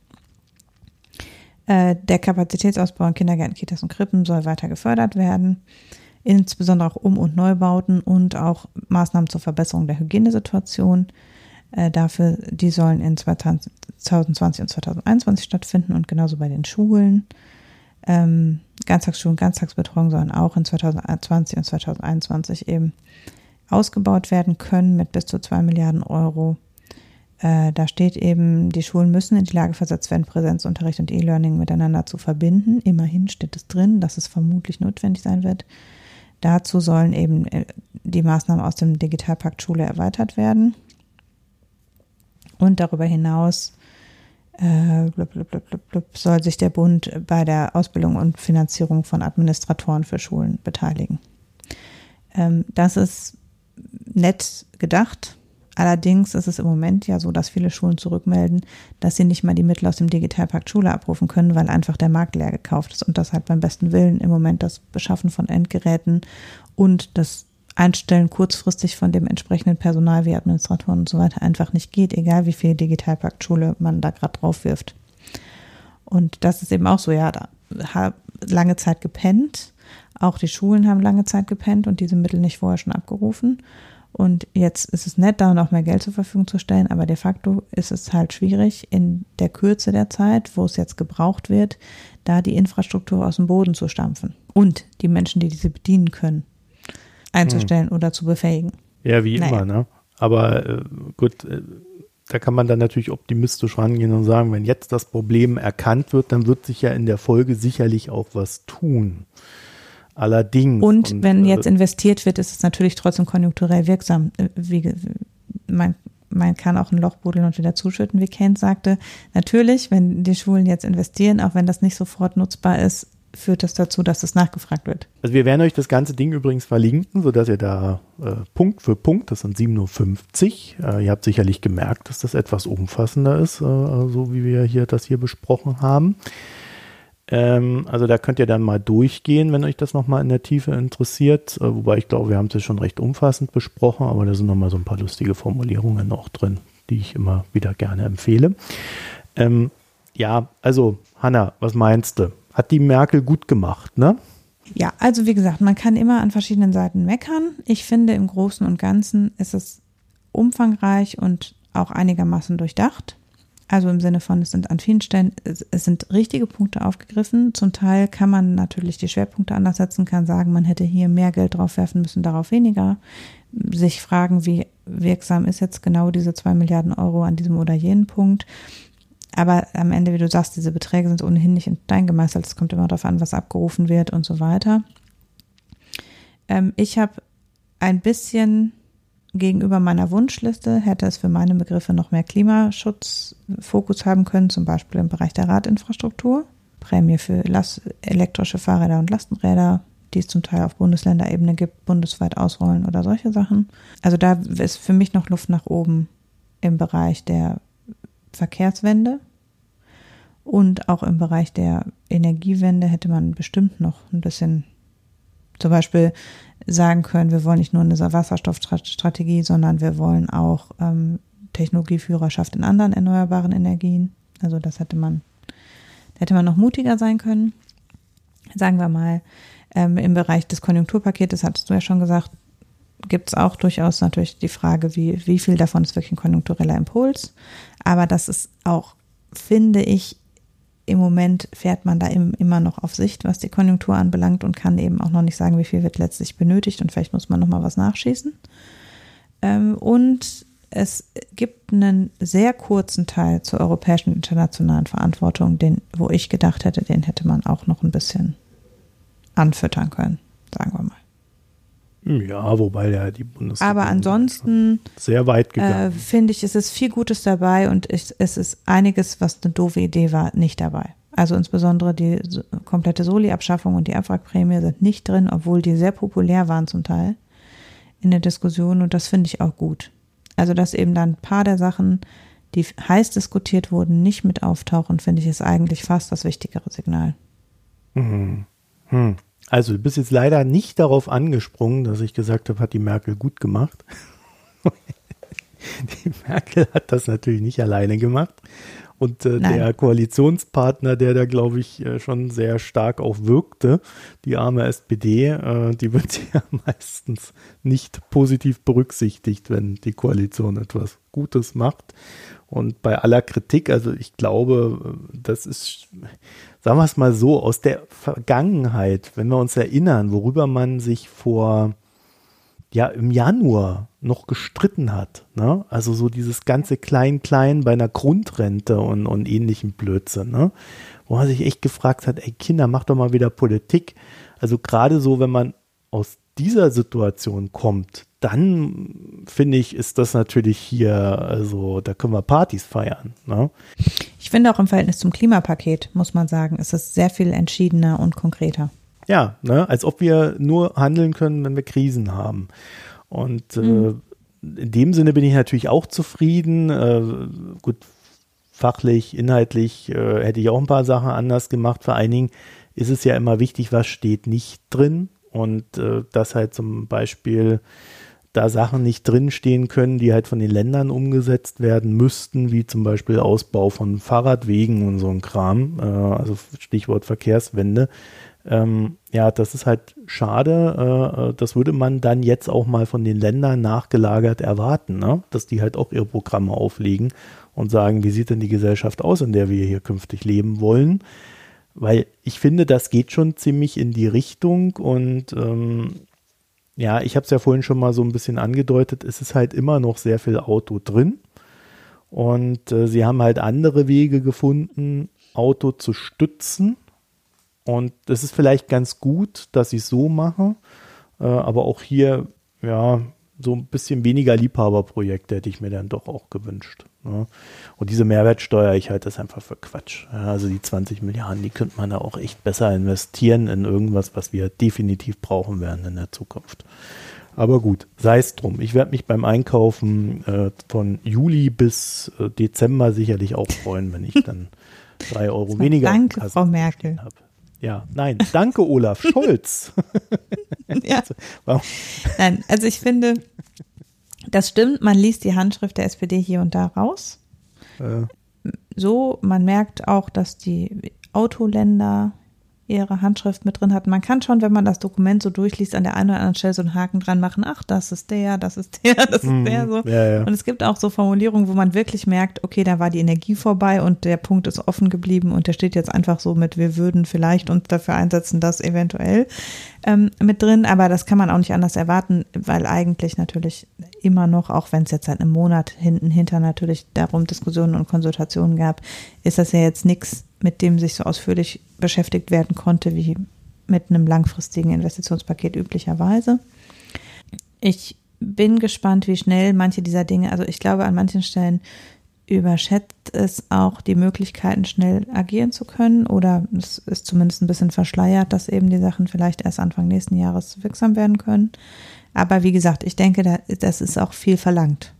Speaker 2: äh, der Kapazitätsausbau in Kindergärten, Kitas und Krippen soll weiter gefördert werden, insbesondere auch Um- und Neubauten und auch Maßnahmen zur Verbesserung der Hygienesituation. Äh, dafür, die sollen in zwanzig zwanzig und zwanzig einundzwanzig stattfinden und genauso bei den Schulen. Ähm, Ganztagsschulen, Ganztagsbetreuung sollen auch in zwanzig zwanzig und zwanzig einundzwanzig eben ausgebaut werden können mit bis zu zwei Milliarden Euro. Äh, da steht eben, die Schulen müssen in die Lage versetzt werden, Präsenzunterricht und E-Learning miteinander zu verbinden. Immerhin steht es drin, dass es vermutlich notwendig sein wird. Dazu sollen eben die Maßnahmen aus dem Digitalpakt Schule erweitert werden. Und darüber hinaus äh, blub, blub, blub, blub, blub, soll sich der Bund bei der Ausbildung und Finanzierung von Administratoren für Schulen beteiligen. Ähm, das ist nett gedacht. Allerdings ist es im Moment ja so, dass viele Schulen zurückmelden, dass sie nicht mal die Mittel aus dem Digitalpakt Schule abrufen können, weil einfach der Markt leer gekauft ist und das halt beim besten Willen im Moment das Beschaffen von Endgeräten und das Einstellen kurzfristig von dem entsprechenden Personal wie Administratoren und so weiter einfach nicht geht, egal wie viel Digitalpakt Schule man da gerade drauf wirft. Und das ist eben auch so, ja, da hat lange Zeit gepennt. Auch die Schulen haben lange Zeit gepennt und diese Mittel nicht vorher schon abgerufen. Und jetzt ist es nett, da noch mehr Geld zur Verfügung zu stellen, aber de facto ist es halt schwierig, in der Kürze der Zeit, wo es jetzt gebraucht wird, da die Infrastruktur aus dem Boden zu stampfen und die Menschen, die diese bedienen können, einzustellen hm. oder zu befähigen.
Speaker 1: Ja, wie
Speaker 2: naja.
Speaker 1: immer, ne? Aber äh, gut, äh, da kann man dann natürlich optimistisch rangehen und sagen, wenn jetzt das Problem erkannt wird, dann wird sich ja in der Folge sicherlich auch was tun. Allerdings.
Speaker 2: Und, und wenn
Speaker 1: äh,
Speaker 2: jetzt investiert wird, ist es natürlich trotzdem konjunkturell wirksam. Wie, man, man kann auch ein Loch buddeln und wieder zuschütten, wie Keynes sagte. Natürlich, wenn die Schulen jetzt investieren, auch wenn das nicht sofort nutzbar ist, führt das dazu, dass das nachgefragt wird.
Speaker 1: Also wir werden euch das ganze Ding übrigens verlinken, sodass ihr da äh, Punkt für Punkt, das sind sieben Uhr fünfzig, äh, ihr habt sicherlich gemerkt, dass das etwas umfassender ist, äh, so wie wir hier das hier besprochen haben. Ähm, also da könnt ihr dann mal durchgehen, wenn euch das nochmal in der Tiefe interessiert, äh, wobei ich glaube, wir haben es ja schon recht umfassend besprochen, aber da sind nochmal so ein paar lustige Formulierungen auch drin, die ich immer wieder gerne empfehle. Ähm, ja, also Hanna, was meinst du? Hat die Merkel gut gemacht, ne?
Speaker 2: Ja, also wie gesagt, man kann immer an verschiedenen Seiten meckern. Ich finde, im Großen und Ganzen ist es umfangreich und auch einigermaßen durchdacht. Also im Sinne von, es sind an vielen Stellen, es, es sind richtige Punkte aufgegriffen. Zum Teil kann man natürlich die Schwerpunkte anders setzen, kann sagen, man hätte hier mehr Geld drauf werfen müssen, darauf weniger. Sich fragen, wie wirksam ist jetzt genau diese zwei Milliarden Euro an diesem oder jenen Punkt. Aber am Ende, wie du sagst, diese Beträge sind ohnehin nicht in Stein gemeißelt. Es kommt immer darauf an, was abgerufen wird und so weiter. Ähm, ich habe ein bisschen gegenüber meiner Wunschliste, hätte es für meine Begriffe noch mehr Klimaschutzfokus haben können, zum Beispiel im Bereich der Radinfrastruktur. Prämie für Last- elektrische Fahrräder und Lastenräder, die es zum Teil auf Bundesländerebene gibt, bundesweit ausrollen oder solche Sachen. Also da ist für mich noch Luft nach oben im Bereich der Verkehrswende. Und auch im Bereich der Energiewende hätte man bestimmt noch ein bisschen zum Beispiel sagen können, wir wollen nicht nur eine Wasserstoffstrategie, sondern wir wollen auch ähm, Technologieführerschaft in anderen erneuerbaren Energien. Also das hätte man, da hätte man noch mutiger sein können. Sagen wir mal, ähm, im Bereich des Konjunkturpaketes, hattest du ja schon gesagt, gibt es auch durchaus natürlich die Frage, wie, wie viel davon ist wirklich ein konjunktureller Impuls. Aber das ist auch, finde ich, im Moment fährt man da im, immer noch auf Sicht, was die Konjunktur anbelangt und kann eben auch noch nicht sagen, wie viel wird letztlich benötigt und vielleicht muss man noch mal was nachschießen. Ähm, und es gibt einen sehr kurzen Teil zur europäischen internationalen Verantwortung, den, wo ich gedacht hätte, den hätte man auch noch ein bisschen anfüttern können, sagen wir mal.
Speaker 1: Ja, wobei ja die Bundesregierung
Speaker 2: Aber ansonsten
Speaker 1: sehr weit gegangen.
Speaker 2: Äh, finde ich, es ist viel Gutes dabei und ich, es ist einiges, was eine doofe Idee war, nicht dabei. Also insbesondere die so, komplette Soli-Abschaffung und die Abwrackprämie sind nicht drin, obwohl die sehr populär waren zum Teil in der Diskussion und das finde ich auch gut. Also dass eben dann ein paar der Sachen, die heiß diskutiert wurden, nicht mit auftauchen, finde ich, ist eigentlich fast das wichtigere Signal.
Speaker 1: Hm. Hm. Also du bist jetzt leider nicht darauf angesprungen, dass ich gesagt habe, hat die Merkel gut gemacht. Die Merkel hat das natürlich nicht alleine gemacht. Und äh, der Koalitionspartner, der da, glaube ich, äh, schon sehr stark auch wirkte, die arme S P D, äh, die wird ja meistens nicht positiv berücksichtigt, wenn die Koalition etwas Gutes macht. Und bei aller Kritik, also ich glaube, das ist, sagen wir es mal so, aus der Vergangenheit, wenn wir uns erinnern, worüber man sich vor, ja, im Januar noch gestritten hat, ne? Also so dieses ganze Klein-Klein bei einer Grundrente und, und ähnlichen Blödsinn, ne? Wo man sich echt gefragt hat, ey Kinder, macht doch mal wieder Politik. Also gerade so, wenn man aus dieser Situation kommt, dann finde ich, ist das natürlich hier, also da können wir Partys feiern, ne?
Speaker 2: Ich finde auch im Verhältnis zum Klimapaket, muss man sagen, ist es sehr viel entschiedener und konkreter.
Speaker 1: Ja, ne, als ob wir nur handeln können, wenn wir Krisen haben. Und mhm. äh, in dem Sinne bin ich natürlich auch zufrieden. Äh, gut, fachlich, inhaltlich äh, hätte ich auch ein paar Sachen anders gemacht. Vor allen Dingen ist es ja immer wichtig, was steht nicht drin. Und äh, dass halt zum Beispiel da Sachen nicht drinstehen können, die halt von den Ländern umgesetzt werden müssten, wie zum Beispiel Ausbau von Fahrradwegen und so ein Kram, äh, also Stichwort Verkehrswende. Ähm, ja, das ist halt schade. Äh, das würde man dann jetzt auch mal von den Ländern nachgelagert erwarten, ne? Dass die halt auch ihre Programme auflegen und sagen, wie sieht denn die Gesellschaft aus, in der wir hier künftig leben wollen? Weil ich finde, das geht schon ziemlich in die Richtung und ähm, ja, ich habe es ja vorhin schon mal so ein bisschen angedeutet, es ist halt immer noch sehr viel Auto drin und äh, sie haben halt andere Wege gefunden, Auto zu stützen. Und das ist vielleicht ganz gut, dass ich es so mache, äh, aber auch hier, ja, so ein bisschen weniger Liebhaberprojekte hätte ich mir dann doch auch gewünscht. Ne? Und diese Mehrwertsteuer, ich halte das einfach für Quatsch. Ja, also die zwanzig Milliarden, die könnte man da auch echt besser investieren in irgendwas, was wir definitiv brauchen werden in der Zukunft. Aber gut, sei es drum. Ich werde mich beim Einkaufen äh, von Juli bis äh, Dezember sicherlich auch freuen, wenn ich dann drei Euro weniger
Speaker 2: Danke, Frau Merkel.
Speaker 1: habe. Ja, nein, danke Olaf Scholz.
Speaker 2: Ja. Nein, also ich finde, das stimmt, man liest die Handschrift der S P D hier und da raus. Äh. So, man merkt auch, dass die Autoländer ihre Handschrift mit drin hatten. Man kann schon, wenn man das Dokument so durchliest, an der einen oder anderen Stelle so einen Haken dran machen. Ach, das ist der, das ist der, das ist mm, der. So.
Speaker 1: Ja, ja.
Speaker 2: Und es gibt auch so Formulierungen, wo man wirklich merkt, okay, da war die Energie vorbei und der Punkt ist offen geblieben und der steht jetzt einfach so mit, wir würden vielleicht uns dafür einsetzen, das eventuell ähm, mit drin. Aber das kann man auch nicht anders erwarten, weil eigentlich natürlich immer noch, auch wenn es jetzt seit einem Monat hinten hinter natürlich darum Diskussionen und Konsultationen gab, ist das ja jetzt nichts, mit dem sich so ausführlich beschäftigt werden konnte, wie mit einem langfristigen Investitionspaket üblicherweise. Ich bin gespannt, wie schnell manche dieser Dinge, also ich glaube, an manchen Stellen überschätzt es auch die Möglichkeiten, schnell agieren zu können, oder es ist zumindest ein bisschen verschleiert, dass eben die Sachen vielleicht erst Anfang nächsten Jahres wirksam werden können. Aber wie gesagt, ich denke, das ist auch viel verlangt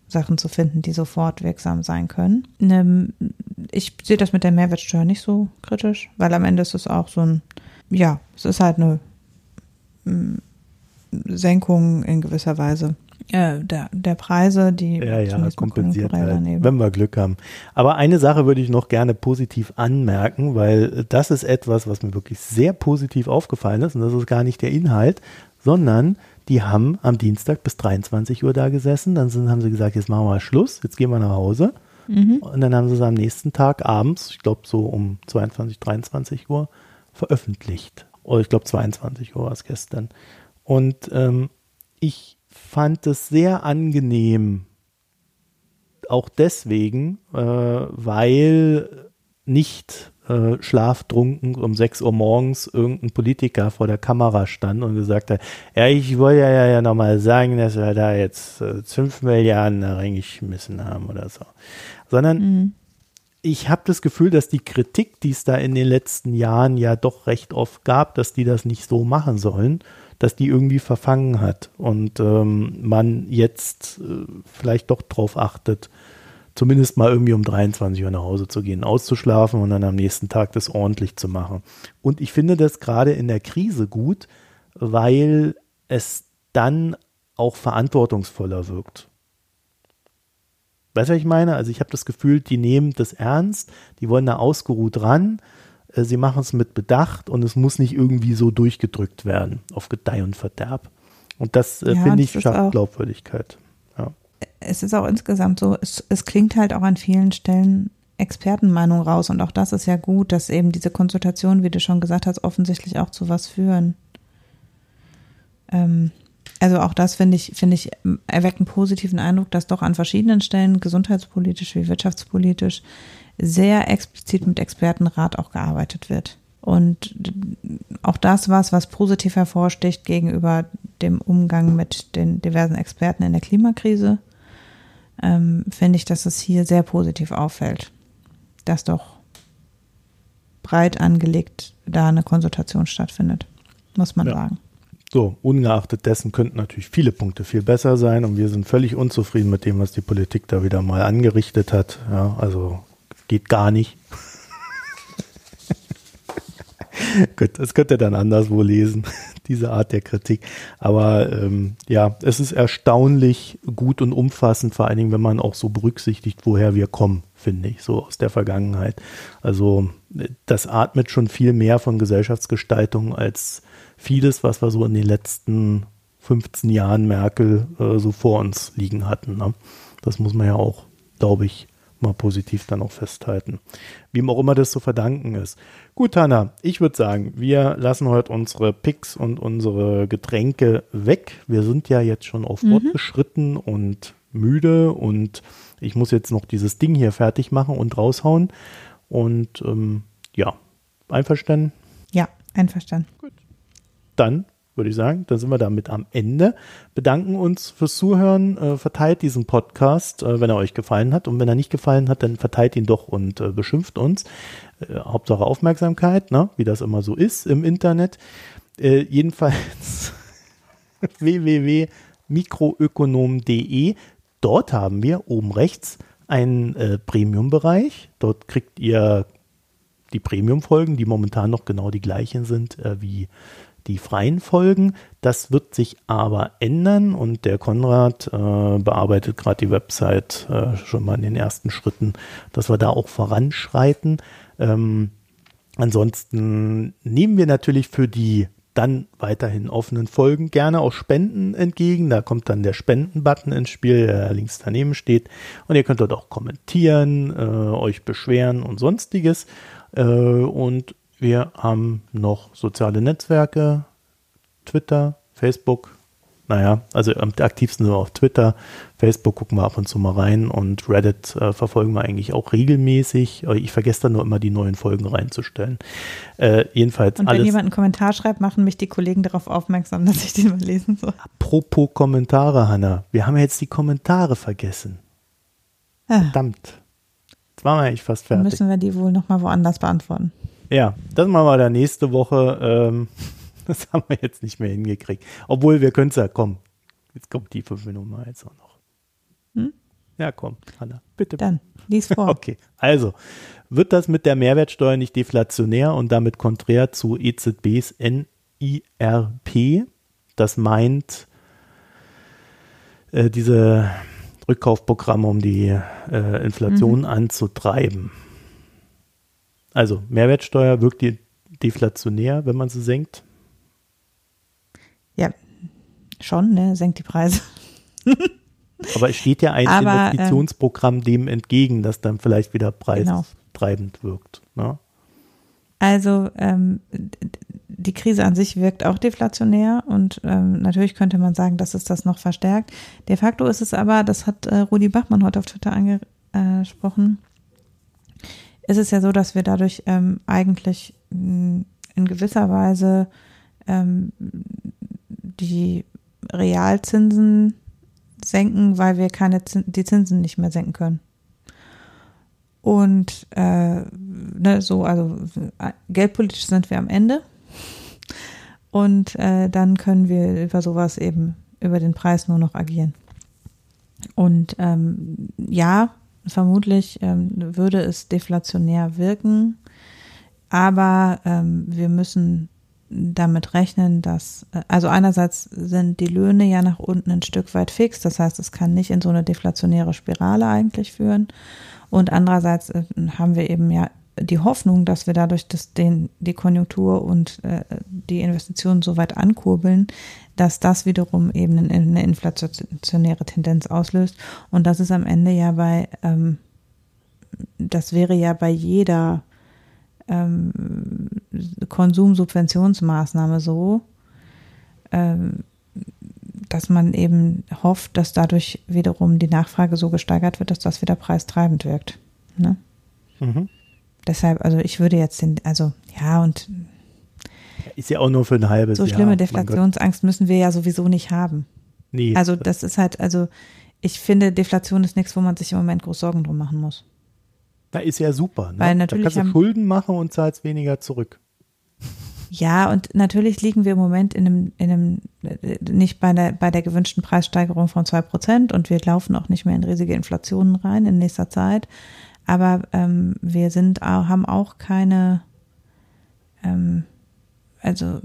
Speaker 2: Sachen zu finden, die sofort wirksam sein können. Ähm, ich sehe das mit der Mehrwertsteuer nicht so kritisch, weil am Ende ist es auch so ein, ja, es ist halt eine m, Senkung in gewisser Weise äh, der, der Preise, die
Speaker 1: ja, ja, kompensiert halt,
Speaker 2: daneben.
Speaker 1: Wenn wir Glück haben. Aber eine Sache würde ich noch gerne positiv anmerken, weil das ist etwas, was mir wirklich sehr positiv aufgefallen ist und das ist gar nicht der Inhalt, sondern die haben am Dienstag bis dreiundzwanzig Uhr da gesessen, dann sind, haben sie gesagt, jetzt machen wir mal Schluss, jetzt gehen wir nach Hause. Mhm. Und dann haben sie es am nächsten Tag abends, ich glaube so um zweiundzwanzig, dreiundzwanzig Uhr, veröffentlicht. Oder ich glaube zweiundzwanzig Uhr war es gestern. Und ähm, ich fand es sehr angenehm, auch deswegen, äh, weil nicht äh, schlaftrunken um sechs Uhr morgens irgendein Politiker vor der Kamera stand und gesagt hat, ja, ich wollte ja, ja nochmal sagen, dass wir da jetzt äh, fünf Milliarden reingeschmissen haben oder so. Sondern mhm. ich habe das Gefühl, dass die Kritik, die es da in den letzten Jahren ja doch recht oft gab, dass die das nicht so machen sollen, dass die irgendwie verfangen hat und ähm, man jetzt äh, vielleicht doch drauf achtet, zumindest mal irgendwie um dreiundzwanzig Uhr nach Hause zu gehen, auszuschlafen und dann am nächsten Tag das ordentlich zu machen. Und ich finde das gerade in der Krise gut, weil es dann auch verantwortungsvoller wirkt. Weißt du, was ich meine? Also ich habe das Gefühl, die nehmen das ernst, die wollen da ausgeruht ran, äh, sie machen es mit Bedacht und es muss nicht irgendwie so durchgedrückt werden, auf Gedeih und Verderb. Und das, äh, ja, finde ich, schafft Glaubwürdigkeit. Ja.
Speaker 2: Es ist auch insgesamt so, es, es klingt halt auch an vielen Stellen Expertenmeinung raus und auch das ist ja gut, dass eben diese Konsultationen, wie du schon gesagt hast, offensichtlich auch zu was führen. Ähm, also auch das finde ich, finde ich, erweckt einen positiven Eindruck, dass doch an verschiedenen Stellen, gesundheitspolitisch wie wirtschaftspolitisch, sehr explizit mit Expertenrat auch gearbeitet wird. Und auch das was, was positiv hervorsticht gegenüber dem Umgang mit den diversen Experten in der Klimakrise, ähm, finde ich, dass es hier sehr positiv auffällt, dass doch breit angelegt da eine Konsultation stattfindet, muss man ja sagen.
Speaker 1: So, ungeachtet dessen könnten natürlich viele Punkte viel besser sein und wir sind völlig unzufrieden mit dem, was die Politik da wieder mal angerichtet hat. Ja, also geht gar nicht. Gut, das könnt ihr dann anderswo lesen, diese Art der Kritik. Aber ähm, ja, es ist erstaunlich gut und umfassend, vor allen Dingen, wenn man auch so berücksichtigt, woher wir kommen, finde ich, so aus der Vergangenheit. Also das atmet schon viel mehr von Gesellschaftsgestaltung als vieles, was wir so in den letzten fünfzehn Jahren Merkel äh, so vor uns liegen hatten. Ne? Das muss man ja auch, glaube ich, mal positiv dann auch festhalten. Wem auch immer das zu verdanken ist. Gut, Hanna, ich würde sagen, wir lassen heute unsere Picks und unsere Getränke weg. Wir sind ja jetzt schon auf fortgeschritten mhm. und müde und ich muss jetzt noch dieses Ding hier fertig machen und raushauen. Und ähm, ja, einverstanden?
Speaker 2: Ja, einverstanden. Gut.
Speaker 1: Dann würde ich sagen, dann sind wir damit am Ende. Bedanken uns fürs Zuhören, äh, verteilt diesen Podcast, äh, wenn er euch gefallen hat. Und wenn er nicht gefallen hat, dann verteilt ihn doch und äh, beschimpft uns. Äh, Hauptsache Aufmerksamkeit, ne? Wie das immer so ist im Internet. Äh, jedenfalls w w w punkt mikroökonom punkt de. Dort haben wir oben rechts einen äh, Premium-Bereich. Dort kriegt ihr die Premium-Folgen, die momentan noch genau die gleichen sind äh, wie die freien Folgen. Das wird sich aber ändern und der Konrad äh, bearbeitet gerade die Website äh, schon mal in den ersten Schritten, dass wir da auch voranschreiten. Ähm, ansonsten nehmen wir natürlich für die dann weiterhin offenen Folgen gerne auch Spenden entgegen. Da kommt dann der Spenden-Button ins Spiel, der links daneben steht. Und ihr könnt dort auch kommentieren, äh, euch beschweren und sonstiges. Äh, und wir haben noch soziale Netzwerke, Twitter, Facebook. Naja, also am aktivsten sind wir auf Twitter. Facebook gucken wir ab und zu mal rein und Reddit äh, verfolgen wir eigentlich auch regelmäßig. Ich vergesse dann nur immer, die neuen Folgen reinzustellen. Äh, jedenfalls
Speaker 2: und wenn
Speaker 1: alles,
Speaker 2: jemand einen Kommentar schreibt, machen mich die Kollegen darauf aufmerksam, dass ich den mal lesen soll.
Speaker 1: Apropos Kommentare, Hanna. Wir haben ja jetzt die Kommentare vergessen. Ah. Verdammt. Jetzt waren wir eigentlich fast fertig.
Speaker 2: Dann müssen wir die wohl nochmal woanders beantworten.
Speaker 1: Ja, das machen wir dann nächste Woche. Ähm, das haben wir jetzt nicht mehr hingekriegt. Obwohl, wir können es ja, komm, jetzt kommt die fünf Minuten mal jetzt auch noch. Hm? Ja, komm, Hanna, bitte.
Speaker 2: Dann, lies vor.
Speaker 1: Okay, also, wird das mit der Mehrwertsteuer nicht deflationär und damit konträr zu E Z Bs N I R P? Das meint äh, diese Rückkaufprogramme, um die äh, Inflation mhm. anzutreiben. Also, Mehrwertsteuer wirkt die deflationär, wenn man sie senkt?
Speaker 2: Ja, schon, ne? Senkt die Preise.
Speaker 1: Aber es steht ja ein Aber, Investitionsprogramm ähm, dem entgegen, das dann vielleicht wieder preistreibend genau. wirkt. Ne?
Speaker 2: Also ähm, die Krise an sich wirkt auch deflationär und ähm, natürlich könnte man sagen, dass es das noch verstärkt. De facto ist es aber, das hat äh, Rudi Bachmann heute auf Twitter angesprochen, ist es ja so, dass wir dadurch ähm, eigentlich mh, in gewisser Weise ähm, die Realzinsen senken, weil wir keine Zins- die Zinsen nicht mehr senken können. Und äh, ne, so, also geldpolitisch sind wir am Ende. Und äh, dann können wir über sowas eben, über den Preis nur noch agieren. Und ähm, ja, vermutlich ähm, würde es deflationär wirken, aber ähm, wir müssen damit rechnen, dass, also einerseits sind die Löhne ja nach unten ein Stück weit fix, das heißt, es kann nicht in so eine deflationäre Spirale eigentlich führen und andererseits haben wir eben ja die Hoffnung, dass wir dadurch das den, die Konjunktur und äh, die Investitionen so weit ankurbeln, dass das wiederum eben eine, eine inflationäre Tendenz auslöst und das ist am Ende ja bei, ähm, das wäre ja bei jeder Ähm, Konsumsubventionsmaßnahme so, ähm, dass man eben hofft, dass dadurch wiederum die Nachfrage so gesteigert wird, dass das wieder preistreibend wirkt. Ne?
Speaker 1: Mhm.
Speaker 2: Deshalb, also ich würde jetzt den, also ja und
Speaker 1: ist ja auch nur für ein halbes
Speaker 2: so
Speaker 1: Jahr.
Speaker 2: So schlimme Deflationsangst müssen wir ja sowieso nicht haben.
Speaker 1: Nee.
Speaker 2: Also das ist halt, also ich finde, Deflation ist nichts, wo man sich im Moment groß Sorgen drum machen muss.
Speaker 1: Da ist ja super. Ne?
Speaker 2: Weil natürlich
Speaker 1: da kannst du
Speaker 2: haben,
Speaker 1: Schulden machen und zahlst weniger zurück.
Speaker 2: Ja, und natürlich liegen wir im Moment in einem, in einem nicht bei der, bei der gewünschten Preissteigerung von zwei Prozent und wir laufen auch nicht mehr in riesige Inflationen rein in nächster Zeit. Aber ähm, wir sind auch, haben auch keine, ähm, also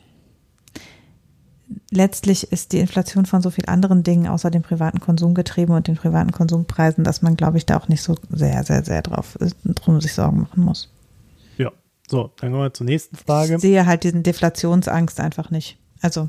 Speaker 2: letztlich ist die Inflation von so vielen anderen Dingen außer dem privaten Konsum getrieben und den privaten Konsumpreisen, dass man, glaube ich, da auch nicht so sehr, sehr, sehr drauf ist, drum sich Sorgen machen muss.
Speaker 1: Ja, so, dann kommen wir zur nächsten Frage.
Speaker 2: Ich sehe halt diesen Deflationsangst einfach nicht. Also.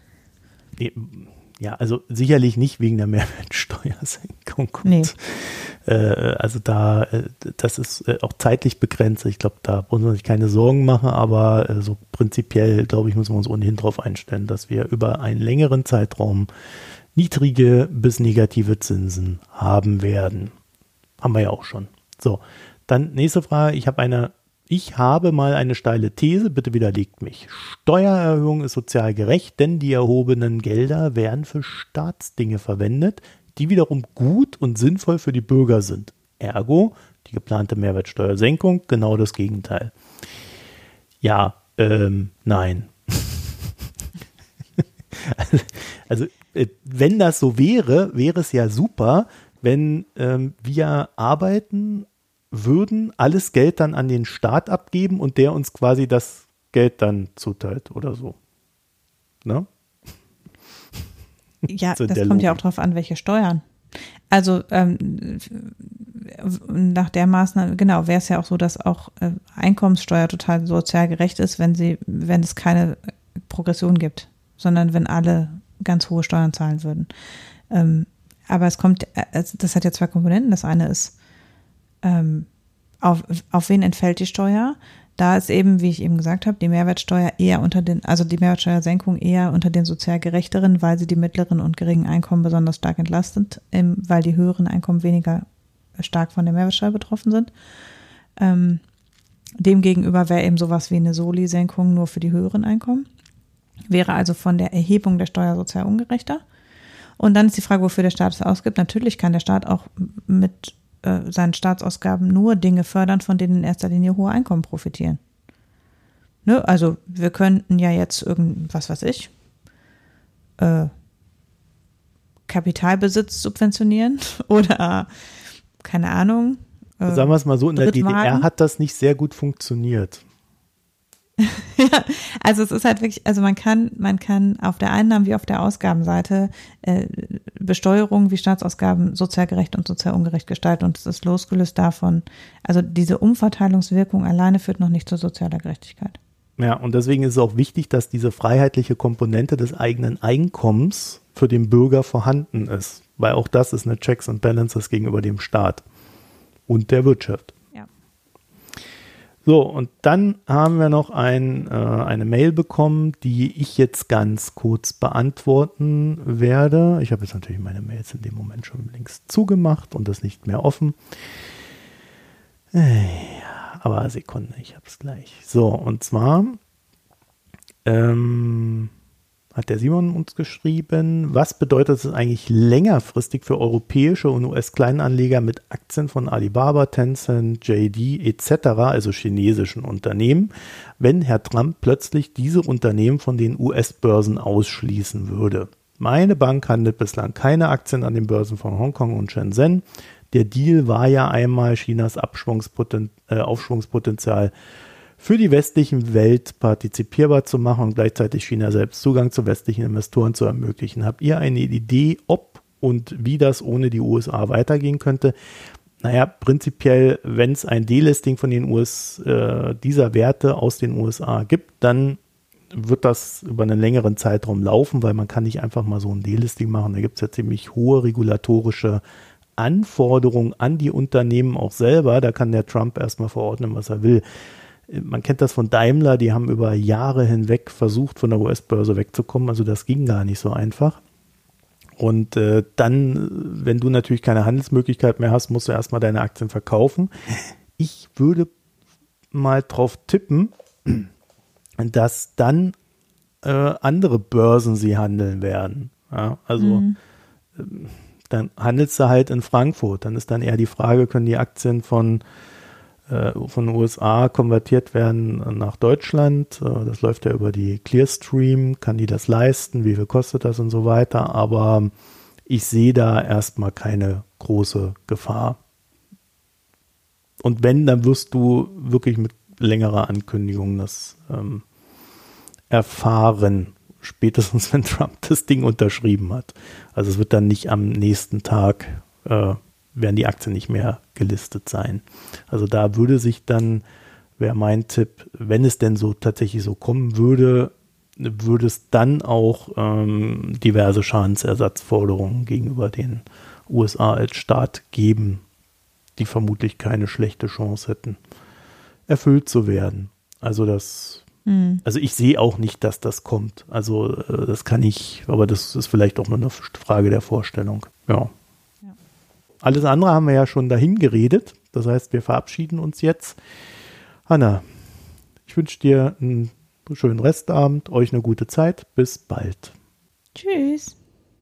Speaker 1: Ja, also sicherlich nicht wegen der Mehrwertsteuersenkung. Und,
Speaker 2: nee.
Speaker 1: Äh, also da, äh, das ist äh, auch zeitlich begrenzt. Ich glaube, da muss man sich keine Sorgen machen, aber äh, so prinzipiell, glaube ich, müssen wir uns ohnehin darauf einstellen, dass wir über einen längeren Zeitraum niedrige bis negative Zinsen haben werden. Haben wir ja auch schon. So, dann nächste Frage. Ich habe eine Ich habe mal eine steile These, bitte widerlegt mich. Steuererhöhung ist sozial gerecht, denn die erhobenen Gelder werden für Staatsdinge verwendet, die wiederum gut und sinnvoll für die Bürger sind. Ergo, die geplante Mehrwertsteuersenkung, genau das Gegenteil. Ja, ähm, nein. Also, äh, wenn das so wäre, wäre es ja super, wenn ähm, wir arbeiten würden, alles Geld dann an den Staat abgeben und der uns quasi das Geld dann zuteilt oder so. Ne?
Speaker 2: Ja, das kommt Logik. Ja auch drauf an, welche Steuern. Also ähm, nach der Maßnahme, genau, wäre es ja auch so, dass auch äh, Einkommenssteuer total sozial gerecht ist, wenn sie, wenn es keine Progression gibt, sondern wenn alle ganz hohe Steuern zahlen würden. Ähm, aber es kommt, äh, das hat ja zwei Komponenten. Das eine ist, ähm, auf, auf wen entfällt die Steuer? Da ist eben, wie ich eben gesagt habe, die Mehrwertsteuer eher unter den, also die Mehrwertsteuersenkung eher unter den sozial gerechteren, weil sie die mittleren und geringen Einkommen besonders stark entlastet, ähm, weil die höheren Einkommen weniger stark von der Mehrwertsteuer betroffen sind. Ähm, demgegenüber wäre eben sowas wie eine Soli-Senkung nur für die höheren Einkommen. Wäre also von der Erhebung der Steuer sozial ungerechter. Und dann ist die Frage, wofür der Staat es ausgibt. Natürlich kann der Staat auch mit seinen Staatsausgaben nur Dinge fördern, von denen in erster Linie hohe Einkommen profitieren. Ne? Also wir könnten ja jetzt irgend, was weiß ich, äh, Kapitalbesitz subventionieren oder keine Ahnung.
Speaker 1: Äh, Sagen wir es mal so, in der D D R hat das nicht sehr gut funktioniert.
Speaker 2: Ja, also es ist halt wirklich, also man kann, man kann auf der Einnahmen- wie auf der Ausgabenseite äh, Besteuerung wie Staatsausgaben sozial gerecht und sozial ungerecht gestalten und es ist losgelöst davon, also diese Umverteilungswirkung alleine führt noch nicht zu sozialer Gerechtigkeit.
Speaker 1: Ja, und deswegen ist es auch wichtig, dass diese freiheitliche Komponente des eigenen Einkommens für den Bürger vorhanden ist, weil auch das ist eine Checks and Balances gegenüber dem Staat und der Wirtschaft. So, und dann haben wir noch ein, äh, eine Mail bekommen, die ich jetzt ganz kurz beantworten werde. Ich habe jetzt natürlich meine Mails in dem Moment schon längst zugemacht und das nicht mehr offen. Äh, ja, aber Sekunde, ich habe es gleich. So, und zwar ähm, hat der Simon uns geschrieben, was bedeutet es eigentlich längerfristig für europäische und U S-Kleinanleger mit Aktien von Alibaba, Tencent, J D et cetera, also chinesischen Unternehmen, wenn Herr Trump plötzlich diese Unternehmen von den U S-Börsen ausschließen würde? Meine Bank handelt bislang keine Aktien an den Börsen von Hongkong und Shenzhen. Der Deal war ja einmal, Chinas Abschwungspoten- äh, Aufschwungspotenzial für die westliche Welt partizipierbar zu machen und gleichzeitig China selbst Zugang zu westlichen Investoren zu ermöglichen. Habt ihr eine Idee, ob und wie das ohne die U S A weitergehen könnte? Naja, prinzipiell, wenn es ein Delisting von den U S, äh, dieser Werte aus den U S A gibt, dann wird das über einen längeren Zeitraum laufen, weil man kann nicht einfach mal so ein Delisting machen. Da gibt es ja ziemlich hohe regulatorische Anforderungen an die Unternehmen auch selber. Da kann der Trump erstmal verordnen, was er will. Man kennt das von Daimler, die haben über Jahre hinweg versucht, von der U S-Börse wegzukommen. Also das ging gar nicht so einfach. Und äh, dann, wenn du natürlich keine Handelsmöglichkeit mehr hast, musst du erstmal deine Aktien verkaufen. Ich würde mal drauf tippen, dass dann äh, andere Börsen sie handeln werden. Ja, also mhm. äh, dann handelst du halt in Frankfurt. Dann ist dann eher die Frage, können die Aktien von von den U S A konvertiert werden nach Deutschland. Das läuft ja über die Clearstream. Kann die das leisten? Wie viel kostet das und so weiter? Aber ich sehe da erstmal keine große Gefahr. Und wenn, dann wirst du wirklich mit längerer Ankündigung das ähm, erfahren. Spätestens, wenn Trump das Ding unterschrieben hat. Also es wird dann nicht am nächsten Tag äh, werden die Aktien nicht mehr gelistet sein. Also da würde sich dann, wäre mein Tipp, wenn es denn so tatsächlich so kommen würde, würde es dann auch ähm, diverse Schadensersatzforderungen gegenüber den U S A als Staat geben, die vermutlich keine schlechte Chance hätten, erfüllt zu werden. Also das, mhm. also ich sehe auch nicht, dass das kommt. Also äh, das kann ich, aber das ist vielleicht auch nur eine Frage der Vorstellung. Ja. Alles andere haben wir ja schon dahin geredet. Das heißt, wir verabschieden uns jetzt. Hanna, ich wünsche dir einen schönen Restabend, euch eine gute Zeit. Bis bald.
Speaker 2: Tschüss.